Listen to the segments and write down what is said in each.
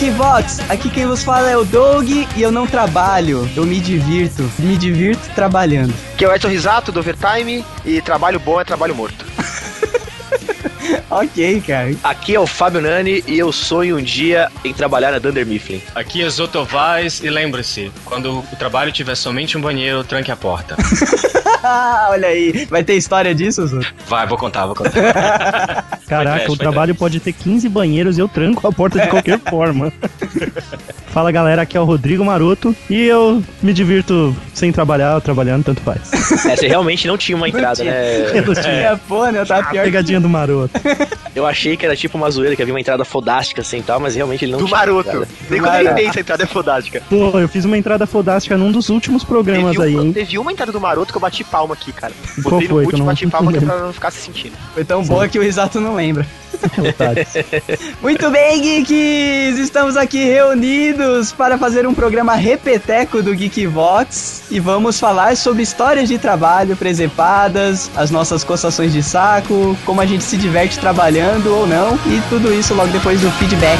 Geekvox, aqui quem vos fala é o Doug e eu não trabalho, eu me divirto trabalhando. Aqui é o Edson Risato do Overtime e trabalho bom é trabalho morto. Ok, cara. Aqui é o Fábio Nani e eu sonho um dia em trabalhar na Dunder Mifflin. Aqui é Zoto Vaz e lembre-se, quando o trabalho tiver somente um banheiro, tranque a porta. Olha aí, vai ter história disso, Zoto? Vai, vou contar. Caraca, o trabalho pode ter 15 banheiros e eu tranco a porta de qualquer forma. Fala galera, aqui é o Rodrigo Maroto e eu me divirto sem trabalhar ou trabalhando, tanto faz. Você realmente não tinha uma entrada, né? Eu não tinha. Pô, né? Eu tava pior. Pegadinha do Maroto. Eu achei que era tipo uma zoeira, que havia uma entrada fodástica assim e tal, mas realmente ele não do tinha. Maroto. Nem quando ele tem essa entrada é fodástica. Pô, eu fiz uma entrada fodástica num dos últimos programas aí, hein? Teve uma entrada do Maroto que eu bati palma aqui, cara. Qual Botei foi? no último, bati palma lembro. pra não ficar se sentindo. Foi tão boa que o Risato não lembra. Muito bem, geeks! Estamos aqui reunidos para fazer um programa repeteco do Geekvox e vamos falar sobre histórias de trabalho presepadas, as nossas coçações de saco, como a gente se diverte trabalhando ou não, e tudo isso logo depois do feedback.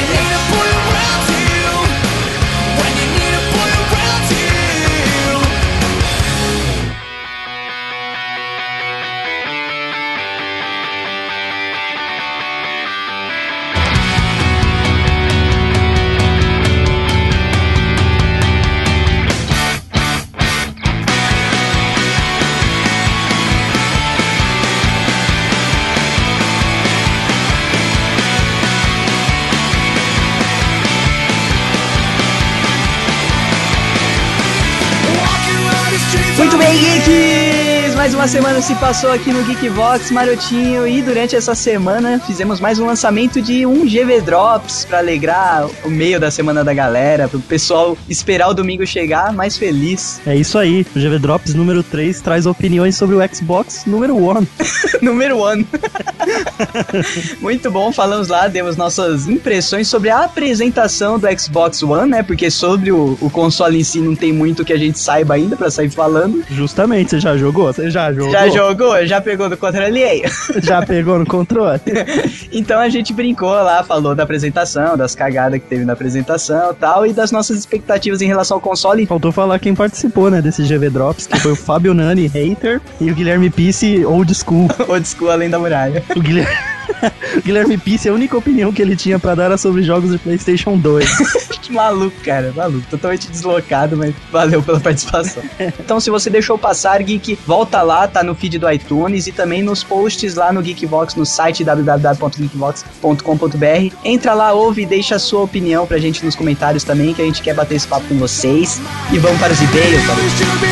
Muito bem, geeks! Mais uma semana se passou aqui no Geekvox, Marotinho, e durante essa semana fizemos mais um lançamento de um GV Drops pra alegrar o meio da semana da galera, pro pessoal esperar o domingo chegar mais feliz. É isso aí, o GV Drops número 3 traz opiniões sobre o Xbox número 1. Número 1. Muito bom, falamos lá, demos nossas impressões sobre a apresentação do Xbox One, né? Porque sobre o console em si não tem muito que a gente saiba ainda pra sair falando. Justamente, você já jogou? Você já jogou? Já jogou? Já pegou no controle aí? Já pegou no controle? Então a gente brincou lá, falou da apresentação, das cagadas que teve na apresentação e tal, e das nossas expectativas em relação ao console. Faltou falar quem participou, né, desse GV Drops, que foi o Fábio Nani, hater, e o Guilherme Pisse, old school. Old school além da muralha. O Guilherme Pisse, a única opinião que ele tinha pra dar era sobre jogos de PlayStation 2. Maluco, cara, maluco. Totalmente deslocado, mas valeu pela participação. Então, se você deixou passar, Geek, volta lá, tá no feed do iTunes e também nos posts lá no Geekvox, no site www.geekvox.com.br. Entra lá, ouve e deixa a sua opinião pra gente nos comentários também, que a gente quer bater esse papo com vocês. E vamos para os e-mails, cara.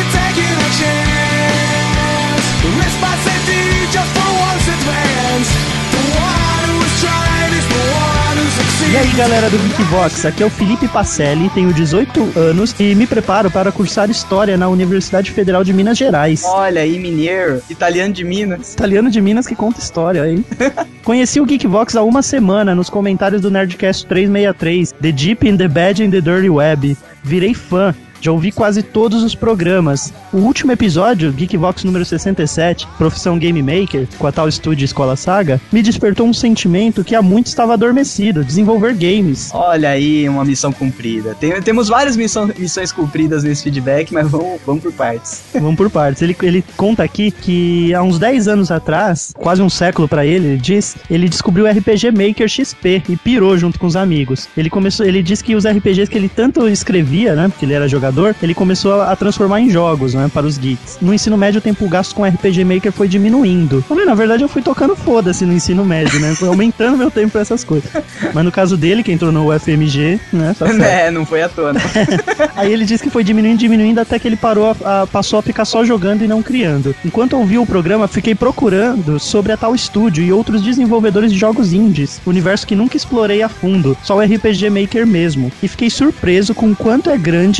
E aí galera do Geekvox, aqui é o Felipe Pacelli, tenho 18 anos e me preparo para cursar História na Universidade Federal de Minas Gerais. Olha aí, mineiro, italiano de Minas. Italiano de Minas que conta história, hein? Conheci o Geekvox há uma semana nos comentários do Nerdcast 363, The Deep and the Bad and the Dirty Web. Virei fã. Já ouvi quase todos os programas. O último episódio, Geekvox número 67, Profissão Game Maker, com a tal Estúdio Escola Saga, me despertou um sentimento que há muito estava adormecido, desenvolver games. Olha aí, uma missão cumprida. Temos várias missões cumpridas nesse feedback, mas vamos por partes. Vamos por partes. Ele conta aqui que há uns 10 anos atrás, quase um século pra ele descobriu o RPG Maker XP e pirou junto com os amigos. Ele diz que os RPGs que ele tanto escrevia, né, porque ele era jogador, ele começou a transformar em jogos, né, para os geeks. No ensino médio, o tempo gasto com RPG Maker foi diminuindo. Na verdade, eu fui tocando foda-se no ensino médio, né, foi aumentando meu tempo pra essas coisas. Mas no caso dele, que entrou no UFMG, né, tá certo. É, não foi à toa, né? Aí ele disse que foi diminuindo até que ele passou a ficar só jogando e não criando. Enquanto ouvi o programa, fiquei procurando sobre a tal estúdio e outros desenvolvedores de jogos indies, universo que nunca explorei a fundo, só o RPG Maker mesmo. E fiquei surpreso com o quanto é grande e bem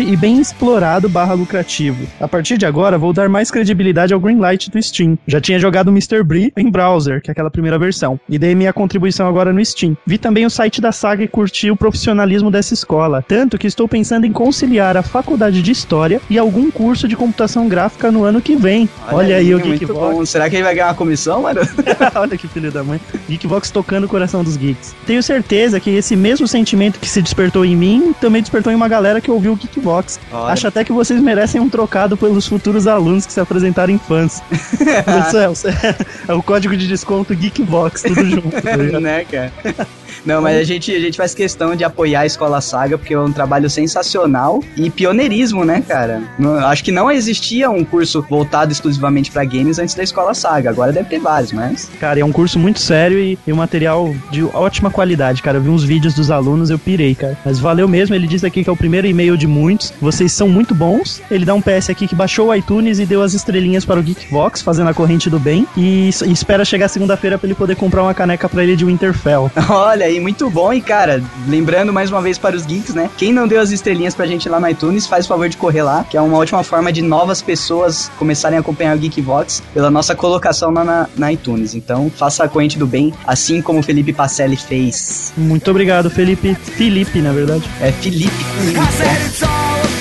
inexplorado / lucrativo. A partir de agora, vou dar mais credibilidade ao Greenlight do Steam. Já tinha jogado Mr. Bree em browser, que é aquela primeira versão, e dei minha contribuição agora no Steam. Vi também o site da saga e curti o profissionalismo dessa escola, tanto que estou pensando em conciliar a faculdade de História e algum curso de computação gráfica no ano que vem. Olha aí o Geekvox. Será que ele vai ganhar uma comissão, mano? Olha que filho da mãe. Geekvox tocando o coração dos geeks. Tenho certeza que esse mesmo sentimento que se despertou em mim, também despertou em uma galera que ouviu o Geekvox. Acho até que vocês merecem um trocado pelos futuros alunos que se apresentaram em fãs. É o código de desconto Geekvox, tudo junto. Tá ligado? Né, cara? Não, mas a gente faz questão de apoiar a Escola Saga, porque é um trabalho sensacional e pioneirismo, né, cara? Acho que não existia um curso voltado exclusivamente pra games antes da Escola Saga. Agora deve ter vários, mas... Cara, é um curso muito sério e um material de ótima qualidade, cara. Eu vi uns vídeos dos alunos, eu pirei, cara. Mas valeu mesmo, ele disse aqui que é o primeiro e-mail de muitos. Vocês são muito bons. Ele dá um PS aqui que baixou o iTunes e deu as estrelinhas para o Geekvox, fazendo a corrente do bem. E espera chegar segunda-feira pra ele poder comprar uma caneca pra ele de Winterfell. Olha aí, muito bom. E, cara, lembrando mais uma vez para os geeks, né? Quem não deu as estrelinhas pra gente lá no iTunes, faz o favor de correr lá, que é uma ótima forma de novas pessoas começarem a acompanhar o Geekvox pela nossa colocação lá na iTunes. Então, faça a corrente do bem, assim como o Felipe Pacelli fez. Muito obrigado, Felipe. Felipe, na verdade. É Felipe com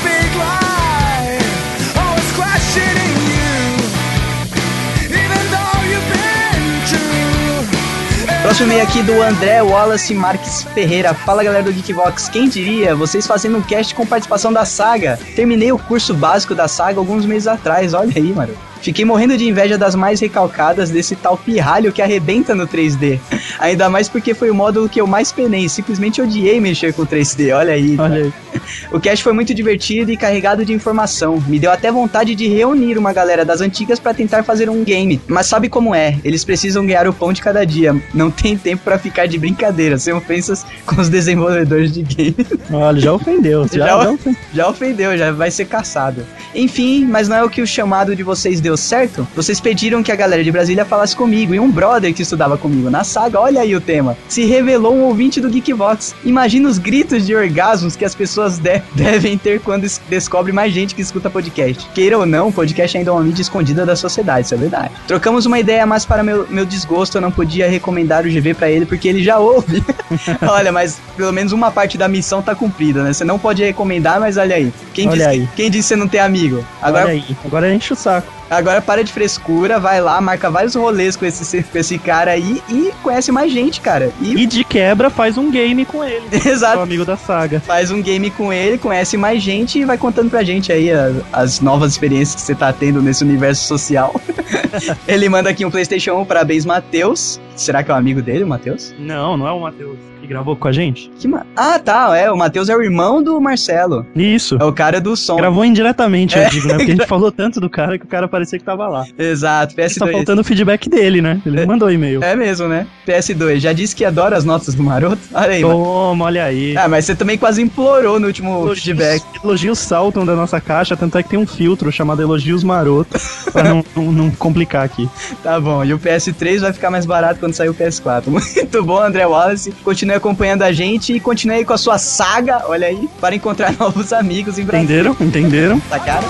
Próximo e-mail aqui do André Wallace Marques Ferreira. Fala, galera do Geekvox. Quem diria, vocês fazendo um cast com participação da Saga? Terminei o curso básico da Saga alguns meses atrás. Olha aí, mano. Fiquei morrendo de inveja das mais recalcadas desse tal pirralho que arrebenta no 3D. Ainda mais porque foi o módulo que eu mais penei. Simplesmente odiei mexer com 3D. Olha aí. Olha aí. O cast foi muito divertido e carregado de informação. Me deu até vontade de reunir uma galera das antigas pra tentar fazer um game. Mas sabe como é? Eles precisam ganhar o pão de cada dia. Não tem tempo pra ficar de brincadeira. Sem ofensas com os desenvolvedores de game. Olha, já ofendeu. Já ofendeu, já vai ser caçado. Enfim, mas não é o que o chamado de vocês deu certo? Vocês pediram que a galera de Brasília falasse comigo, e um brother que estudava comigo na Saga, olha aí o tema, se revelou um ouvinte do Geekvox. Imagina os gritos de orgasmos que as pessoas devem ter quando descobre mais gente que escuta podcast. Queira ou não, o podcast ainda é uma mídia escondida da sociedade, isso é verdade. Trocamos uma ideia, mas para meu desgosto eu não podia recomendar o GV pra ele, porque ele já ouve. Olha, mas pelo menos uma parte da missão tá cumprida, né? Você não pode recomendar, mas olha aí. Quem disse que você não tem amigo? Agora, olha aí, agora enche o saco. Agora para de frescura, vai lá, marca vários rolês com esse cara aí e conhece mais gente, cara. E de quebra faz um game com ele. Exato. O amigo da Saga. Faz um game com ele, conhece mais gente e vai contando pra gente aí as novas experiências que você tá tendo nesse universo social. Ele manda aqui um PlayStation 1, parabéns, Matheus. Será que é um amigo dele, o Matheus? Não, não é o Matheus que gravou com a gente. O Matheus é o irmão do Marcelo. Isso. É o cara do som. Gravou indiretamente, eu digo, né? Porque a gente falou tanto do cara que o cara parecia que tava lá. Exato, PS2. Tá faltando o feedback dele, né? Ele mandou e-mail. É mesmo, né? PS2, já disse que adora as notas do Maroto? Olha aí, Toma, olha aí. Ah, mas você também quase implorou no último feedback. Elogios saltam da nossa caixa, tanto é que tem um filtro chamado Elogios Maroto, pra não complicar aqui. Tá bom, e o PS3 vai ficar mais barato quando sair o PS4. Muito bom, André Wallace. Continue acompanhando a gente e continue aí com a sua saga, olha aí, para encontrar novos amigos em Brasília. Entenderam? Tá cara?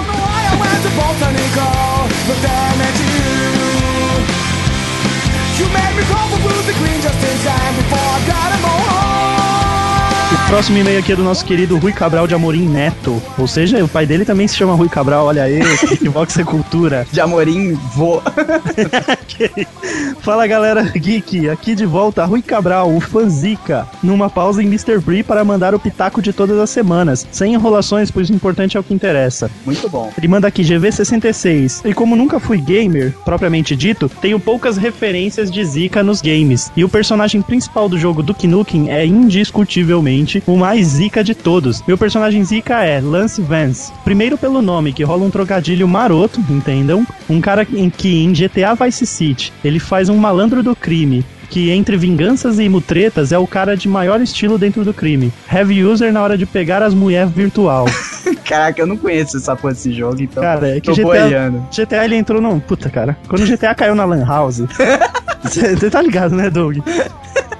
O próximo e-mail aqui é do nosso querido Rui Cabral de Amorim Neto. Ou seja, o pai dele também se chama Rui Cabral, olha aí, Geekvox é cultura. De Amorim, vô. Fala, galera geek, aqui de volta Rui Cabral, o Fanzica, numa pausa em Mr. Bree para mandar o pitaco de todas as semanas, sem enrolações, pois o importante é o que interessa. Muito bom. Ele manda aqui GV66, e como nunca fui gamer, propriamente dito, tenho poucas referências de Zika nos games, e o personagem principal do jogo Duke Nukem é indiscutivelmente o mais Zika de todos. Meu personagem Zika é Lance Vance, primeiro pelo nome, que rola um trocadilho maroto, entendam, um cara que em GTA Vice City, ele faz um malandro do crime, que entre vinganças e mutretas é o cara de maior estilo dentro do crime. Heavy user na hora de pegar as mulheres virtual. Caraca, eu não conheço essa porra desse jogo, então cara, é que GTA ele entrou num... Puta, cara, quando o GTA caiu na Lan House... Você tá ligado, né, Doug?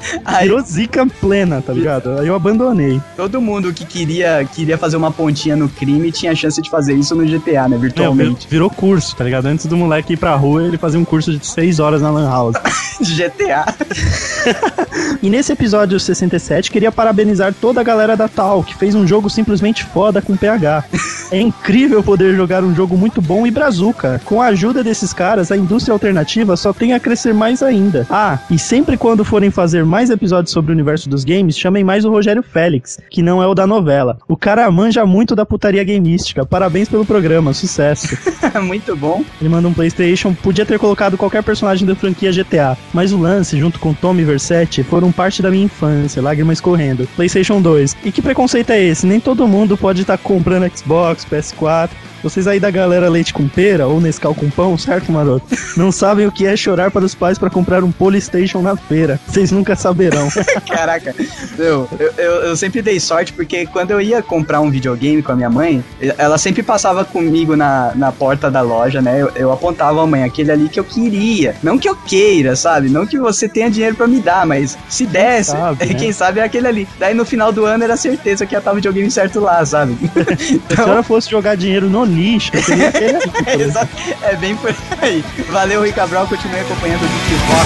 Virou zica plena, tá ligado? Aí eu abandonei. Todo mundo que queria fazer uma pontinha no crime tinha chance de fazer isso no GTA, né? Virtualmente. Virou curso, tá ligado? Antes do moleque ir pra rua, ele fazia um curso de 6 horas na Lan House. De GTA. E nesse episódio 67, queria parabenizar toda a galera da Tal, que fez um jogo simplesmente foda com PH. É incrível poder jogar um jogo muito bom e brazuca. Com a ajuda desses caras, a indústria alternativa só tem a crescer mais ainda. Ah, e sempre quando forem fazer mais episódios sobre o universo dos games, chamem mais o Rogério Félix, que não é o da novela. O cara manja muito da putaria gameística. Parabéns pelo programa, sucesso. Muito bom. Ele manda um PlayStation, podia ter colocado qualquer personagem da franquia GTA, mas o Lance, junto com Tommy Versetti, foram parte da minha infância, lágrimas correndo. PlayStation 2. E que preconceito é esse? Nem todo mundo pode estar comprando Xbox, PS4... Vocês aí da galera leite com pera ou Nescau com pão, certo, maroto? Não sabem o que é chorar para os pais para comprar um PlayStation na feira. Vocês nunca saberão. Caraca, eu sempre dei sorte porque quando eu ia comprar um videogame com a minha mãe, ela sempre passava comigo na porta da loja, né? Eu apontava a mãe, aquele ali que eu queria. Não que eu queira, sabe? Não que você tenha dinheiro pra me dar, mas se desse, quem sabe é aquele ali. Daí no final do ano era certeza que ia estar o videogame certo lá, sabe? Então, se a senhora fosse jogar dinheiro no lixo, eu teria que é bem por aí. Valeu, Rui Cabral, continue acompanhando o Geekvox.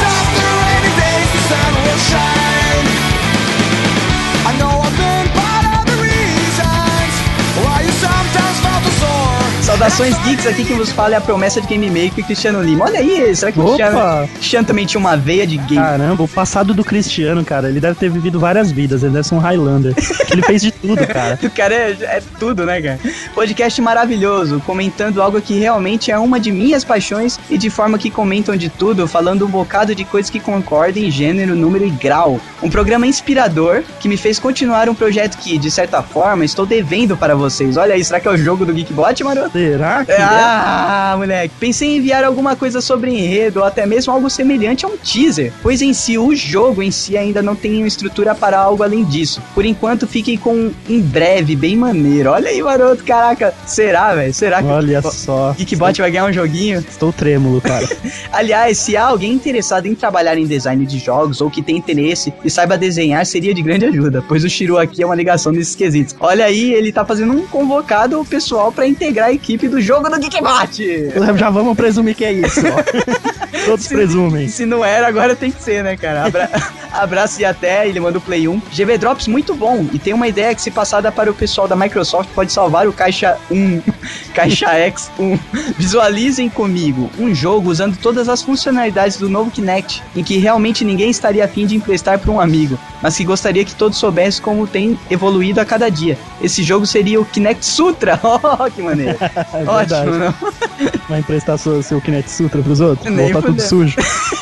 Saudações geeks, aqui quem vos fala é a promessa de Game Maker, Cristiano Lima. Olha aí, será que o Cristiano também tinha uma veia de game? Caramba, o passado do Cristiano, cara, ele deve ter vivido várias vidas, ele deve ser um Highlander. Ele fez de tudo, cara. O cara é tudo, né, cara? Podcast maravilhoso, comentando algo que realmente é uma de minhas paixões e de forma que comentam de tudo, falando um bocado de coisas que concordam em gênero, número e grau. Um programa inspirador que me fez continuar um projeto que, de certa forma, estou devendo para vocês. Olha aí, será que é o jogo do Geekbot, maroto? Será que moleque. Pensei em enviar alguma coisa sobre enredo ou até mesmo algo semelhante a um teaser, pois em si o jogo em si ainda não tem uma estrutura para algo além disso. Por enquanto fiquem com em breve, bem maneiro. Olha aí, maroto, caraca. Será, velho? Será que olha só, Geekbot vai ganhar um joguinho? Estou trêmulo, cara. Aliás, se há alguém interessado em trabalhar em design de jogos ou que tem interesse e saiba desenhar, seria de grande ajuda, pois o Shiru aqui é uma ligação nesses quesitos. Olha aí, ele tá fazendo um convocado pessoal para integrar a equipe do jogo do Geekbot. Já vamos presumir que é isso, ó. Todos presumem. Se não era, agora tem que ser, né, cara? Abraço e até, ele manda o Play 1. GB Drops muito bom, e tem uma ideia que se passada para o pessoal da Microsoft pode salvar o Caixa 1, Caixa X1. Visualizem comigo um jogo usando todas as funcionalidades do novo Kinect, em que realmente ninguém estaria a fim de emprestar para um amigo, mas que gostaria que todos soubessem como tem evoluído a cada dia. Esse jogo seria o Kinect Sutra. Oh, que maneiro. É ótimo, não? Vai emprestar seu Kinect Sutra pros outros? Nem voltar tudo sujo.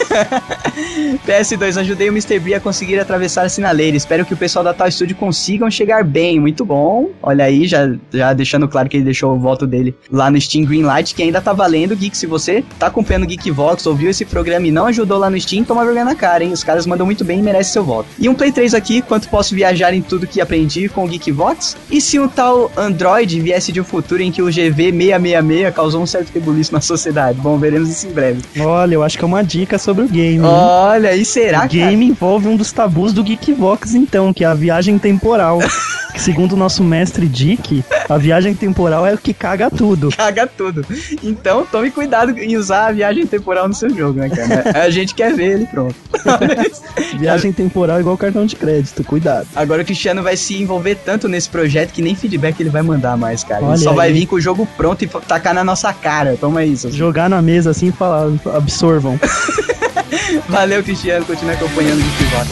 PS2, ajudei o Mr. Brie a conseguir atravessar a sinaleira. Espero que o pessoal da Tal Studio consigam chegar bem. Muito bom. Olha aí, já deixando claro que ele deixou o voto dele lá no Steam Greenlight, que ainda tá valendo, Geek. Se você tá acompanhando o Geekvox, ouviu esse programa e não ajudou lá no Steam, toma vergonha na cara, hein? Os caras mandam muito bem e merece seu voto. E um Play 3 aqui, quanto posso viajar em tudo que aprendi com o Geekvox? E se um tal Android viesse de um futuro em que o GV666 causou um certo rebuliço na sociedade? Bom, veremos isso em breve. Olha, eu acho que é uma dica sobre o game. Olha, e será que... O game envolve um dos tabus do Geekvox, então, que é a viagem temporal. Segundo o nosso mestre Dick, a viagem temporal é o que caga tudo. Caga tudo. Então, tome cuidado em usar a viagem temporal no seu jogo, né, cara? A gente quer ver ele, pronto. Viagem temporal é igual cartão de crédito, cuidado. Agora o Cristiano vai se envolver tanto nesse projeto que nem feedback ele vai mandar mais, cara. Olha, ele só vai vir com o jogo pronto e tacar na nossa cara. Toma isso. Jogar na mesa assim e falar, absorvam. Valeu, Cristiano. Continue acompanhando o Geekvox.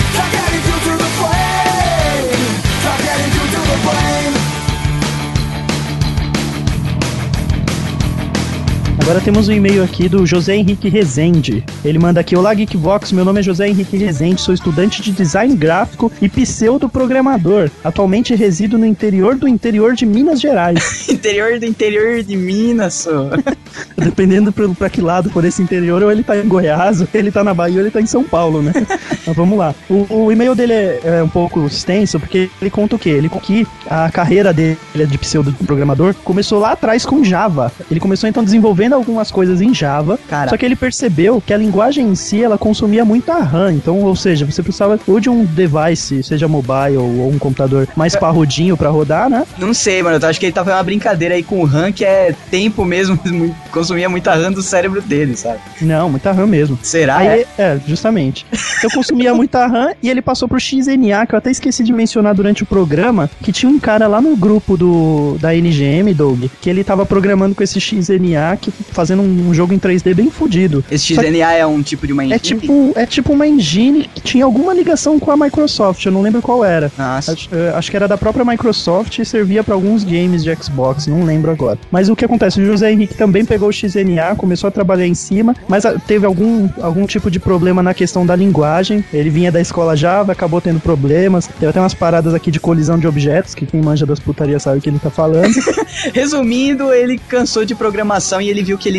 Agora temos um e-mail aqui do José Henrique Rezende. Ele manda aqui: olá Geekvox, meu nome é José Henrique Rezende, sou estudante de design gráfico e pseudo-programador. Atualmente resido no interior do interior de Minas Gerais. Interior do interior de Minas, só. Dependendo pra que lado for esse interior, ou ele tá em Goiás, ou ele tá na Bahia, ou ele tá em São Paulo, né? Mas vamos lá. O e-mail dele é um pouco extenso, porque ele conta o quê? Ele conta que a carreira dele de pseudo-programador começou lá atrás com Java. Ele começou então desenvolvendo algumas coisas em Java, Caraca. só que ele percebeu que a linguagem em si, ela consumia muita RAM, então, ou seja, você precisava ou de um device, seja mobile ou um computador mais parrudinho pra rodar, né? Não sei, mano, eu acho que ele tá fazendo uma brincadeira aí com o RAM, que é tempo mesmo, consumia muita RAM do cérebro dele, sabe? Não, muita RAM mesmo. Será? Aí, justamente. Então consumia muita RAM e ele passou pro XNA, que eu até esqueci de mencionar durante o programa, que tinha um cara lá no grupo da NGM, Doug, que ele tava programando com esse XNA, fazendo um jogo em 3D bem fodido. Esse XNA é um tipo de uma engine? É tipo uma engine que tinha alguma ligação com a Microsoft, eu não lembro qual era. Nossa. Acho que era da própria Microsoft e servia pra alguns games de Xbox, não lembro agora. Mas o que acontece? O José Henrique também pegou o XNA, começou a trabalhar em cima, mas teve algum tipo de problema na questão da linguagem. Ele vinha da escola Java, acabou tendo problemas. Teve até umas paradas aqui de colisão de objetos, que quem manja das putarias sabe o que ele tá falando. Resumindo, ele cansou de programação e ele viu que ele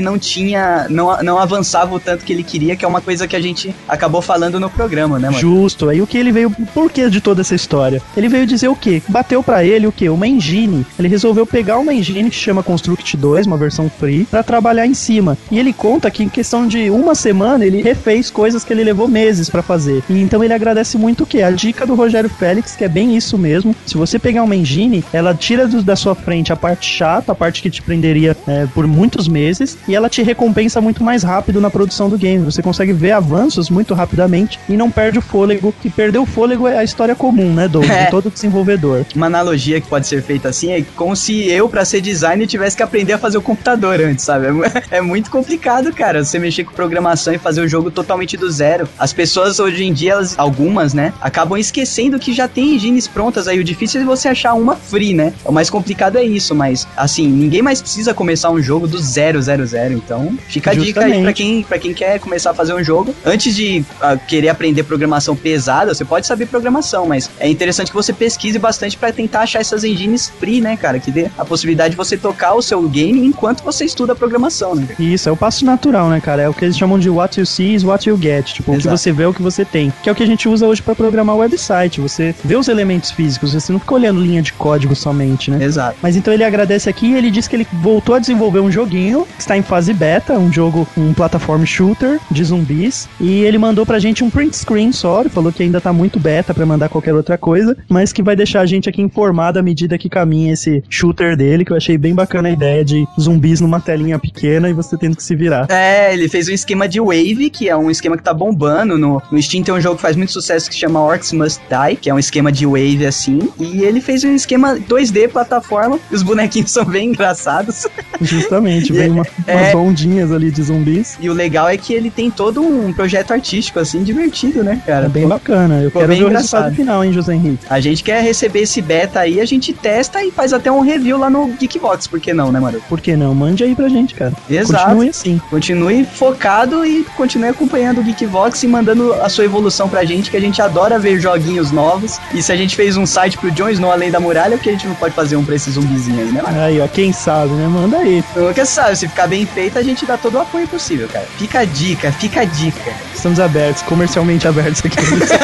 não avançava o tanto que ele queria, que é uma coisa que a gente acabou falando no programa, né, mano? Justo. Aí o que ele veio... Por que de toda essa história? Ele veio dizer o quê? Bateu pra ele o quê? Uma engine. Ele resolveu pegar uma engine que chama Construct 2, uma versão free, pra trabalhar em cima. E ele conta que em questão de uma semana ele refez coisas que ele levou meses pra fazer. E então ele agradece muito o quê? A dica do Rogério Félix, que é bem isso mesmo. Se você pegar uma engine, ela tira da sua frente a parte chata, a parte que te prenderia por muitos meses, e ela te recompensa muito mais rápido na produção do game. Você consegue ver avanços muito rapidamente e não perde o fôlego. E perder o fôlego é a história comum, né, Doug? De todo desenvolvedor. Uma analogia que pode ser feita assim é como se eu, pra ser designer, tivesse que aprender a fazer o computador antes, sabe? É muito complicado, cara, você mexer com programação e fazer o jogo totalmente do zero. As pessoas hoje em dia, algumas, né, acabam esquecendo que já tem engines prontas aí. O difícil é você achar uma free, né? O mais complicado é isso, mas, assim, ninguém mais precisa começar um jogo do 000. Então, fica a dica aí pra quem quer começar a fazer um jogo. Antes de querer aprender programação pesada, você pode saber programação, mas é interessante que você pesquise bastante pra tentar achar essas engines free, né, cara? Que dê a possibilidade de você tocar o seu game enquanto você estuda a programação, né? Isso, é o passo natural, né, cara? É o que eles chamam de what you see is what you get. Tipo, o que você vê é o que você tem. Que é o que a gente usa hoje pra programar o website. Você vê os elementos físicos, você não fica olhando linha de código somente, né? Exato. Mas então ele agradece aqui e ele diz que ele voltou a desenvolver um joguinho que está em fase beta, um plataforma shooter de zumbis, e ele mandou pra gente um print screen só, ele falou que ainda tá muito beta pra mandar qualquer outra coisa, mas que vai deixar a gente aqui informado à medida que caminha esse shooter dele, que eu achei bem bacana a ideia de zumbis numa telinha pequena e você tendo que se virar. Ele fez um esquema de Wave, que é um esquema que tá bombando. No Steam tem um jogo que faz muito sucesso que se chama Orcs Must Die, que é um esquema de Wave assim, e ele fez um esquema 2D plataforma, e os bonequinhos são bem engraçados. Justamente, vem umas ondinhas ali de zumbis. E o legal é que ele tem todo um projeto artístico, assim, divertido, né, cara? É bem bacana. Eu quero ver o resultado final, hein, José Henrique? A gente quer receber esse beta aí, a gente testa e faz até um review lá no Geekbox, por que não, né, Maru? Por que não? Mande aí pra gente, cara. Exato. Continue assim. Continue focado e continue acompanhando o Geekbox e mandando a sua evolução pra gente, que a gente adora ver joguinhos novos. E se a gente fez um site pro Jon Snow Além da Muralha, por que a gente não pode fazer um pra esse zumbizinho aí, né, Maru? Aí, ó, quem sabe, né? Manda aí. Nunca sabe, se ficar bem feito, a gente dá todo o apoio possível, cara. Fica a dica, fica a dica. Estamos abertos, comercialmente abertos aqui.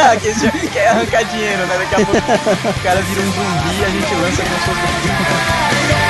Quer arrancar dinheiro, né? Daqui a pouco o cara vira um zumbi e a gente lança com o seu...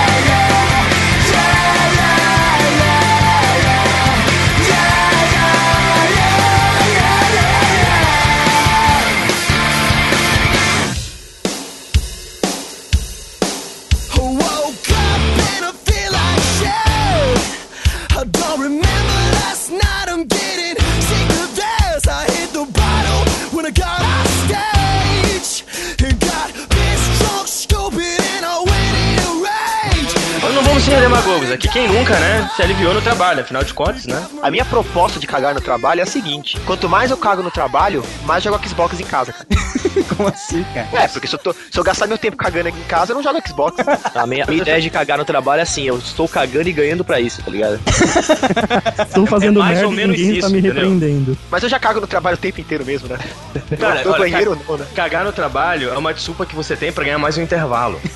Demagogos, aqui quem nunca, né, se aliviou no trabalho, afinal de contas, né? A minha proposta de cagar no trabalho é a seguinte: quanto mais eu cago no trabalho, mais eu jogo Xbox em casa, cara. Como assim, cara? Porque se eu gastar meu tempo cagando aqui em casa, eu não jogo Xbox. A minha ideia de cagar no trabalho é assim, eu estou cagando e ganhando pra isso, tá ligado? Estou fazendo mais merda ou e menos ninguém isso, tá me entendeu? repreendendo. Mas eu já cago no trabalho o tempo inteiro mesmo, né? Cara, no banheiro não, né? cagar no trabalho é uma desculpa que você tem pra ganhar mais um intervalo.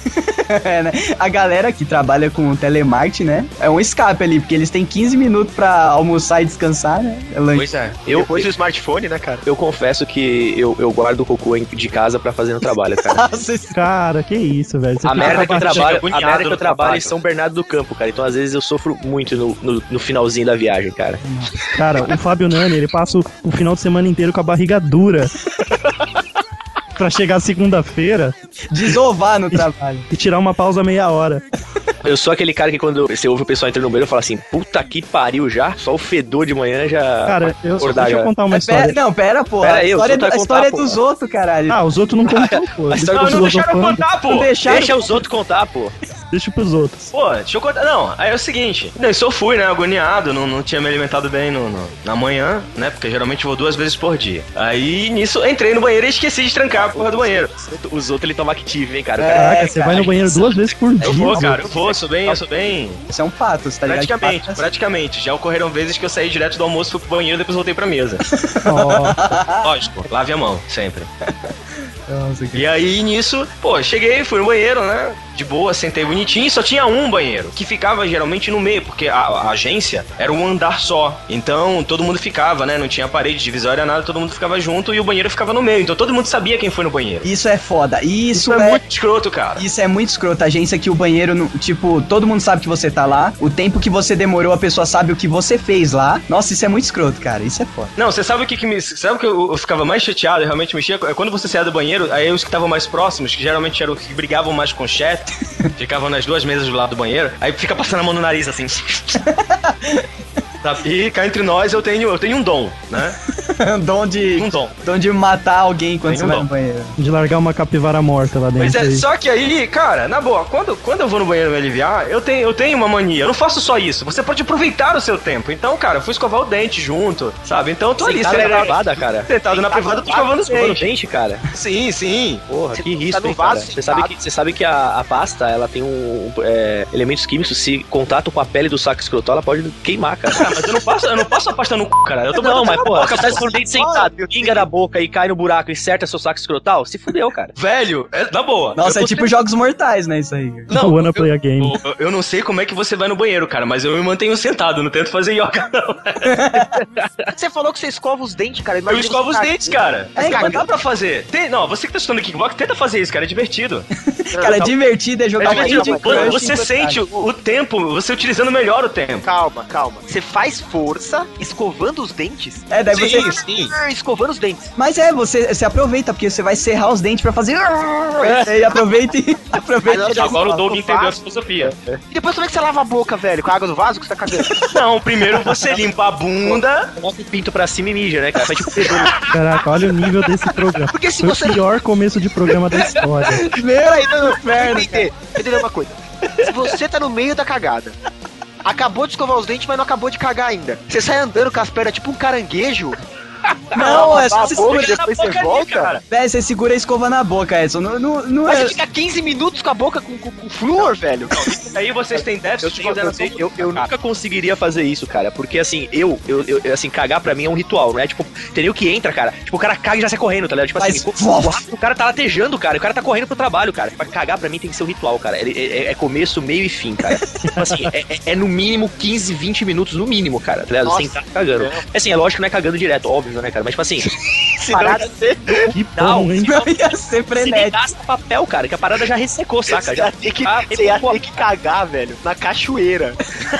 É, né? A galera que trabalha com telemarketing, né? É um escape ali, porque eles têm 15 minutos pra almoçar e descansar, né? Pois é. Depois do smartphone, né, cara? Eu confesso que eu guardo o cocô de casa pra fazer no trabalho, cara. Nossa, esse... Cara, que isso, velho. Você A fica merda que eu trabalhando- trabalho, agoniado a merda que no eu trabalho em trabalho. São Bernardo do Campo, cara. Então às vezes eu sofro muito no finalzinho da viagem, cara. Cara, o Fábio Nani, ele passa o final de semana inteiro com a barriga dura. Pra chegar segunda-feira desovar no trabalho. e tirar uma pausa meia hora. Eu sou aquele cara que quando você ouve o pessoal entrando no banheiro, fala assim, puta que pariu já, só o fedor de manhã já... Cara, acordar deixa eu já. contar uma Mas história. pera, pô. Pera aí, a os história, outros vai a história contar, é dos pô. outros, caralho. Ah, os outros não contam, pô. A história Deixa Não os deixaram outros contar, pô. Deixaram... Deixa os outros contar, pô. Deixa pros outros. Pô, deixa eu contar. Não, aí é o seguinte. Não, isso eu fui, né? Agoniado, não tinha me alimentado bem na manhã, né? Porque geralmente eu vou 2 vezes por dia. Aí nisso entrei no banheiro e esqueci de trancar a porra do banheiro. Os outros ele toma Active, hein, cara. Caraca, você cara, vai no banheiro 2 vezes por dia. Eu vou, mano. cara, eu vou, sou bem. Isso é um fato, você tá ligado? Praticamente. Já ocorreram vezes que eu saí direto do almoço, fui pro banheiro e depois voltei pra mesa. Ó, Lógico, lave a mão, sempre. Nossa, que... E aí, nisso, pô, cheguei, fui no banheiro, né? De boa, sentei bonitinho e só tinha um banheiro, que ficava geralmente no meio, porque a agência era um andar só. Então, todo mundo ficava, né? Não tinha parede divisória, nada, todo mundo ficava junto e o banheiro ficava no meio. Então, todo mundo sabia quem foi no banheiro. Isso é foda. Isso é muito escroto, cara. Isso é muito escroto. A agência que o banheiro, tipo, todo mundo sabe que você tá lá. O tempo que você demorou, a pessoa sabe o que você fez lá. Nossa, isso é muito escroto, cara. Isso é foda. Não, você sabe o que me... Sabe o que eu ficava mais chateado e realmente mexia? É quando você saía do banheiro, aí os que estavam mais próximos, que geralmente eram os que brigavam mais com o chefe, ficavam nas 2 mesas do lado do banheiro, aí fica passando a mão no nariz, assim. E cá entre nós, eu tenho um dom, né? Dom de matar alguém quando Tem você um vai dom. no banheiro. de largar uma capivara morta lá Pois dentro. é, aí. só que aí, cara, na boa, quando eu vou no banheiro me aliviar, eu tenho uma mania. Eu não faço só isso. Você pode aproveitar o seu tempo. Então, cara, eu fui escovar o dente junto, sabe? Então eu tô ali, Sentado na sentado privada, cara. Sentado na privada, tô escovando os Escovando dentes. dente, cara. Sim. Porra, Você que tá risco, no hein, vaso cara. sentado. Você sabe que a pasta, ela tem elementos químicos, se contato com a pele do saco escrotal, ela pode queimar, cara. Cara, mas eu não passo a pasta no cu, cara. Eu tô Não, botando mas, na pô, boca, você tá escovando o dente sentado, pinga da boca e cai no buraco e certa seu saco escrotal, se fudeu, cara. Velho, na boa. Nossa, Eu é tô tipo Jogos Mortais, né? Isso aí. Não, Wanna play a game. eu não sei como é que você vai no banheiro, cara, mas eu me mantenho sentado, não tento fazer yoga, não. Você falou que você escova os dentes, cara. Eu Imagina escovo você os tá- dentes, cara. É, Mas dá pra fazer. Não, você que tá estudando kickbox, tenta fazer isso, cara, é divertido. Cara, é divertido, é jogar É divertido. Candy Crush Você enquanto sente o tempo, você utilizando melhor o tempo. Calma. Você faz força escovando os dentes? É, daí você... Sim. Escovando os dentes. Mas você aproveita, porque você vai serrar os dentes pra fazer... E aproveita e... Agora o Doug entendeu a filosofia. E depois como é que você lava a boca, velho? Com a água do vaso que você tá cagando? Não, primeiro você limpa a bunda. Coloca o pinto pra cima e mija, né, cara? Faz tipo fedor. Caraca, olha o nível desse programa. Porque se Foi você... o pior começo de programa da história. Peraí, no inferno, Entendeu uma coisa? Se você tá no meio da cagada, acabou de escovar os dentes, mas não acabou de cagar ainda. Você sai andando com as pernas tipo um caranguejo. Não, é só Lava você a boca e segurar... depois você boca ali, volta. cara. Véi, você segura a escova na boca, Edson. Não Mas é... você fica 15 minutos com a boca com flúor, velho. Aí vocês têm déficit de ordenação. Eu nunca conseguiria fazer isso, cara. Porque assim, assim, cagar pra mim é um ritual, não é? Tipo, entendeu que entra, cara? Tipo, o cara caga e já sai correndo, tá ligado? Tipo assim, Mas- o cara tá latejando, cara. O cara tá correndo pro trabalho, cara. Pra cagar pra mim tem que ser um ritual, cara. É começo, meio e fim, cara. Tipo assim, é no mínimo 15, 20 minutos, no mínimo, cara. Tá ligado? Nossa. Sem tá cagando. Assim, é lógico que não é cagando direto, óbvio, né, cara? Mas tipo assim, Parada. Que Não, bom, hein? Não ia ser se nem frenético. gasta papel, cara, que a parada já ressecou, saca? Você Já ia ter que, tá- você ia ter que cagar, velho, na cachoeira.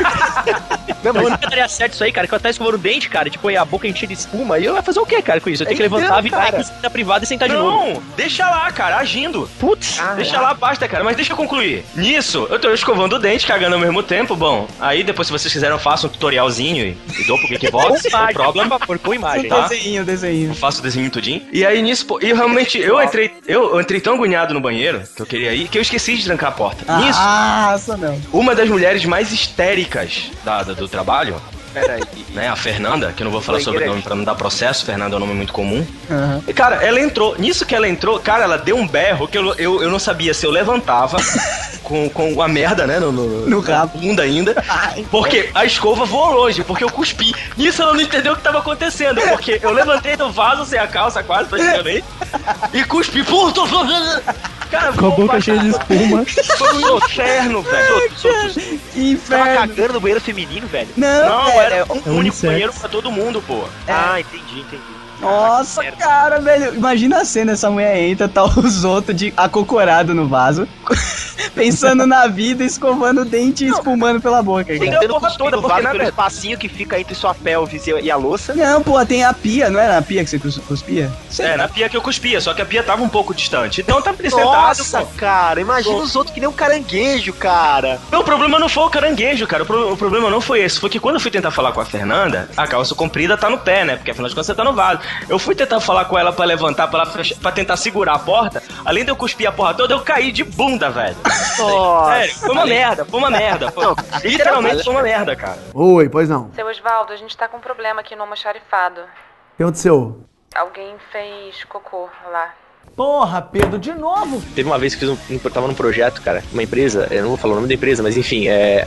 Não, Não, mas nunca daria certo isso aí, cara. Que eu tava escovando o dente, cara. Tipo, a boca enchida de espuma. E eu ia fazer o quê, cara, com isso? Eu tenho que Entendo, levantar, virar cara. na privada e sentar de novo. Não, deixa lá, cara, agindo. Putz. Deixa lá, basta, cara. Mas deixa eu concluir. Nisso, eu tô escovando o dente, cagando ao mesmo tempo. Bom, aí depois, se vocês quiserem, eu faço um tutorialzinho e dou pro Geekbox. Com Não imagem, problema. por favor, com imagem. Tá. Desenho. Eu faço o desenho tudinho. E aí nisso, pô, e realmente eu entrei tão agoniado no banheiro que eu queria ir, que eu esqueci de trancar a porta. Nisso, Nossa, não. uma das mulheres mais histéricas do trabalho, peraí. né, a Fernanda, que eu não vou falar sobre o nome pra não dar processo, Fernanda é um nome muito comum. Uhum. E, cara, ela entrou, nisso que ela entrou, cara, ela deu um berro que eu não sabia se eu levantava com a merda, né, No rabo. na bunda ainda, porque a escova voou longe, porque eu cuspi. Nisso ela não entendeu o que tava acontecendo, porque eu levantei do vaso sem a calça quase, praticamente, e cuspi. Cara, Com a boca cheia de espuma. Foi um inferno, velho. Que Tava inferno. cagando no banheiro feminino, velho. Não, Não, velho. era um único unissex. banheiro pra todo mundo, pô. Ah, entendi. Nossa, cara, velho. Imagina a cena, essa mulher entra, tá os outros de acocorado no vaso, pensando na vida, escovando o dente e espumando pela boca. Tem Cara. que ter a porra toda, porque vaso nada- pelo espacinho que fica entre sua pelvis e a louça. Não, pô, tem a pia, não era na pia que você cuspia? É, na pia que eu cuspia, só que a pia tava um pouco distante. Então tava sentado, Nossa, pô. cara, imagina os outros que nem um caranguejo, cara. Não, o problema não foi o caranguejo, cara. O problema não foi esse. Foi que quando eu fui tentar falar com a Fernanda, a calça comprida tá no pé, né? Porque afinal de contas você tá no vaso. Eu fui tentar falar com ela pra levantar, pra tentar segurar a porta. Além de eu cuspir a porra toda, eu caí de bunda, velho. Nossa. Sério, foi uma merda. Literalmente foi uma merda, cara. Oi, pois não. Seu Osvaldo, a gente tá com um problema aqui no almoxarifado. O que aconteceu? Alguém fez cocô lá. Porra, Pedro, de novo? Teve uma vez que tava num projeto, cara, uma empresa, eu não vou falar o nome da empresa, mas enfim,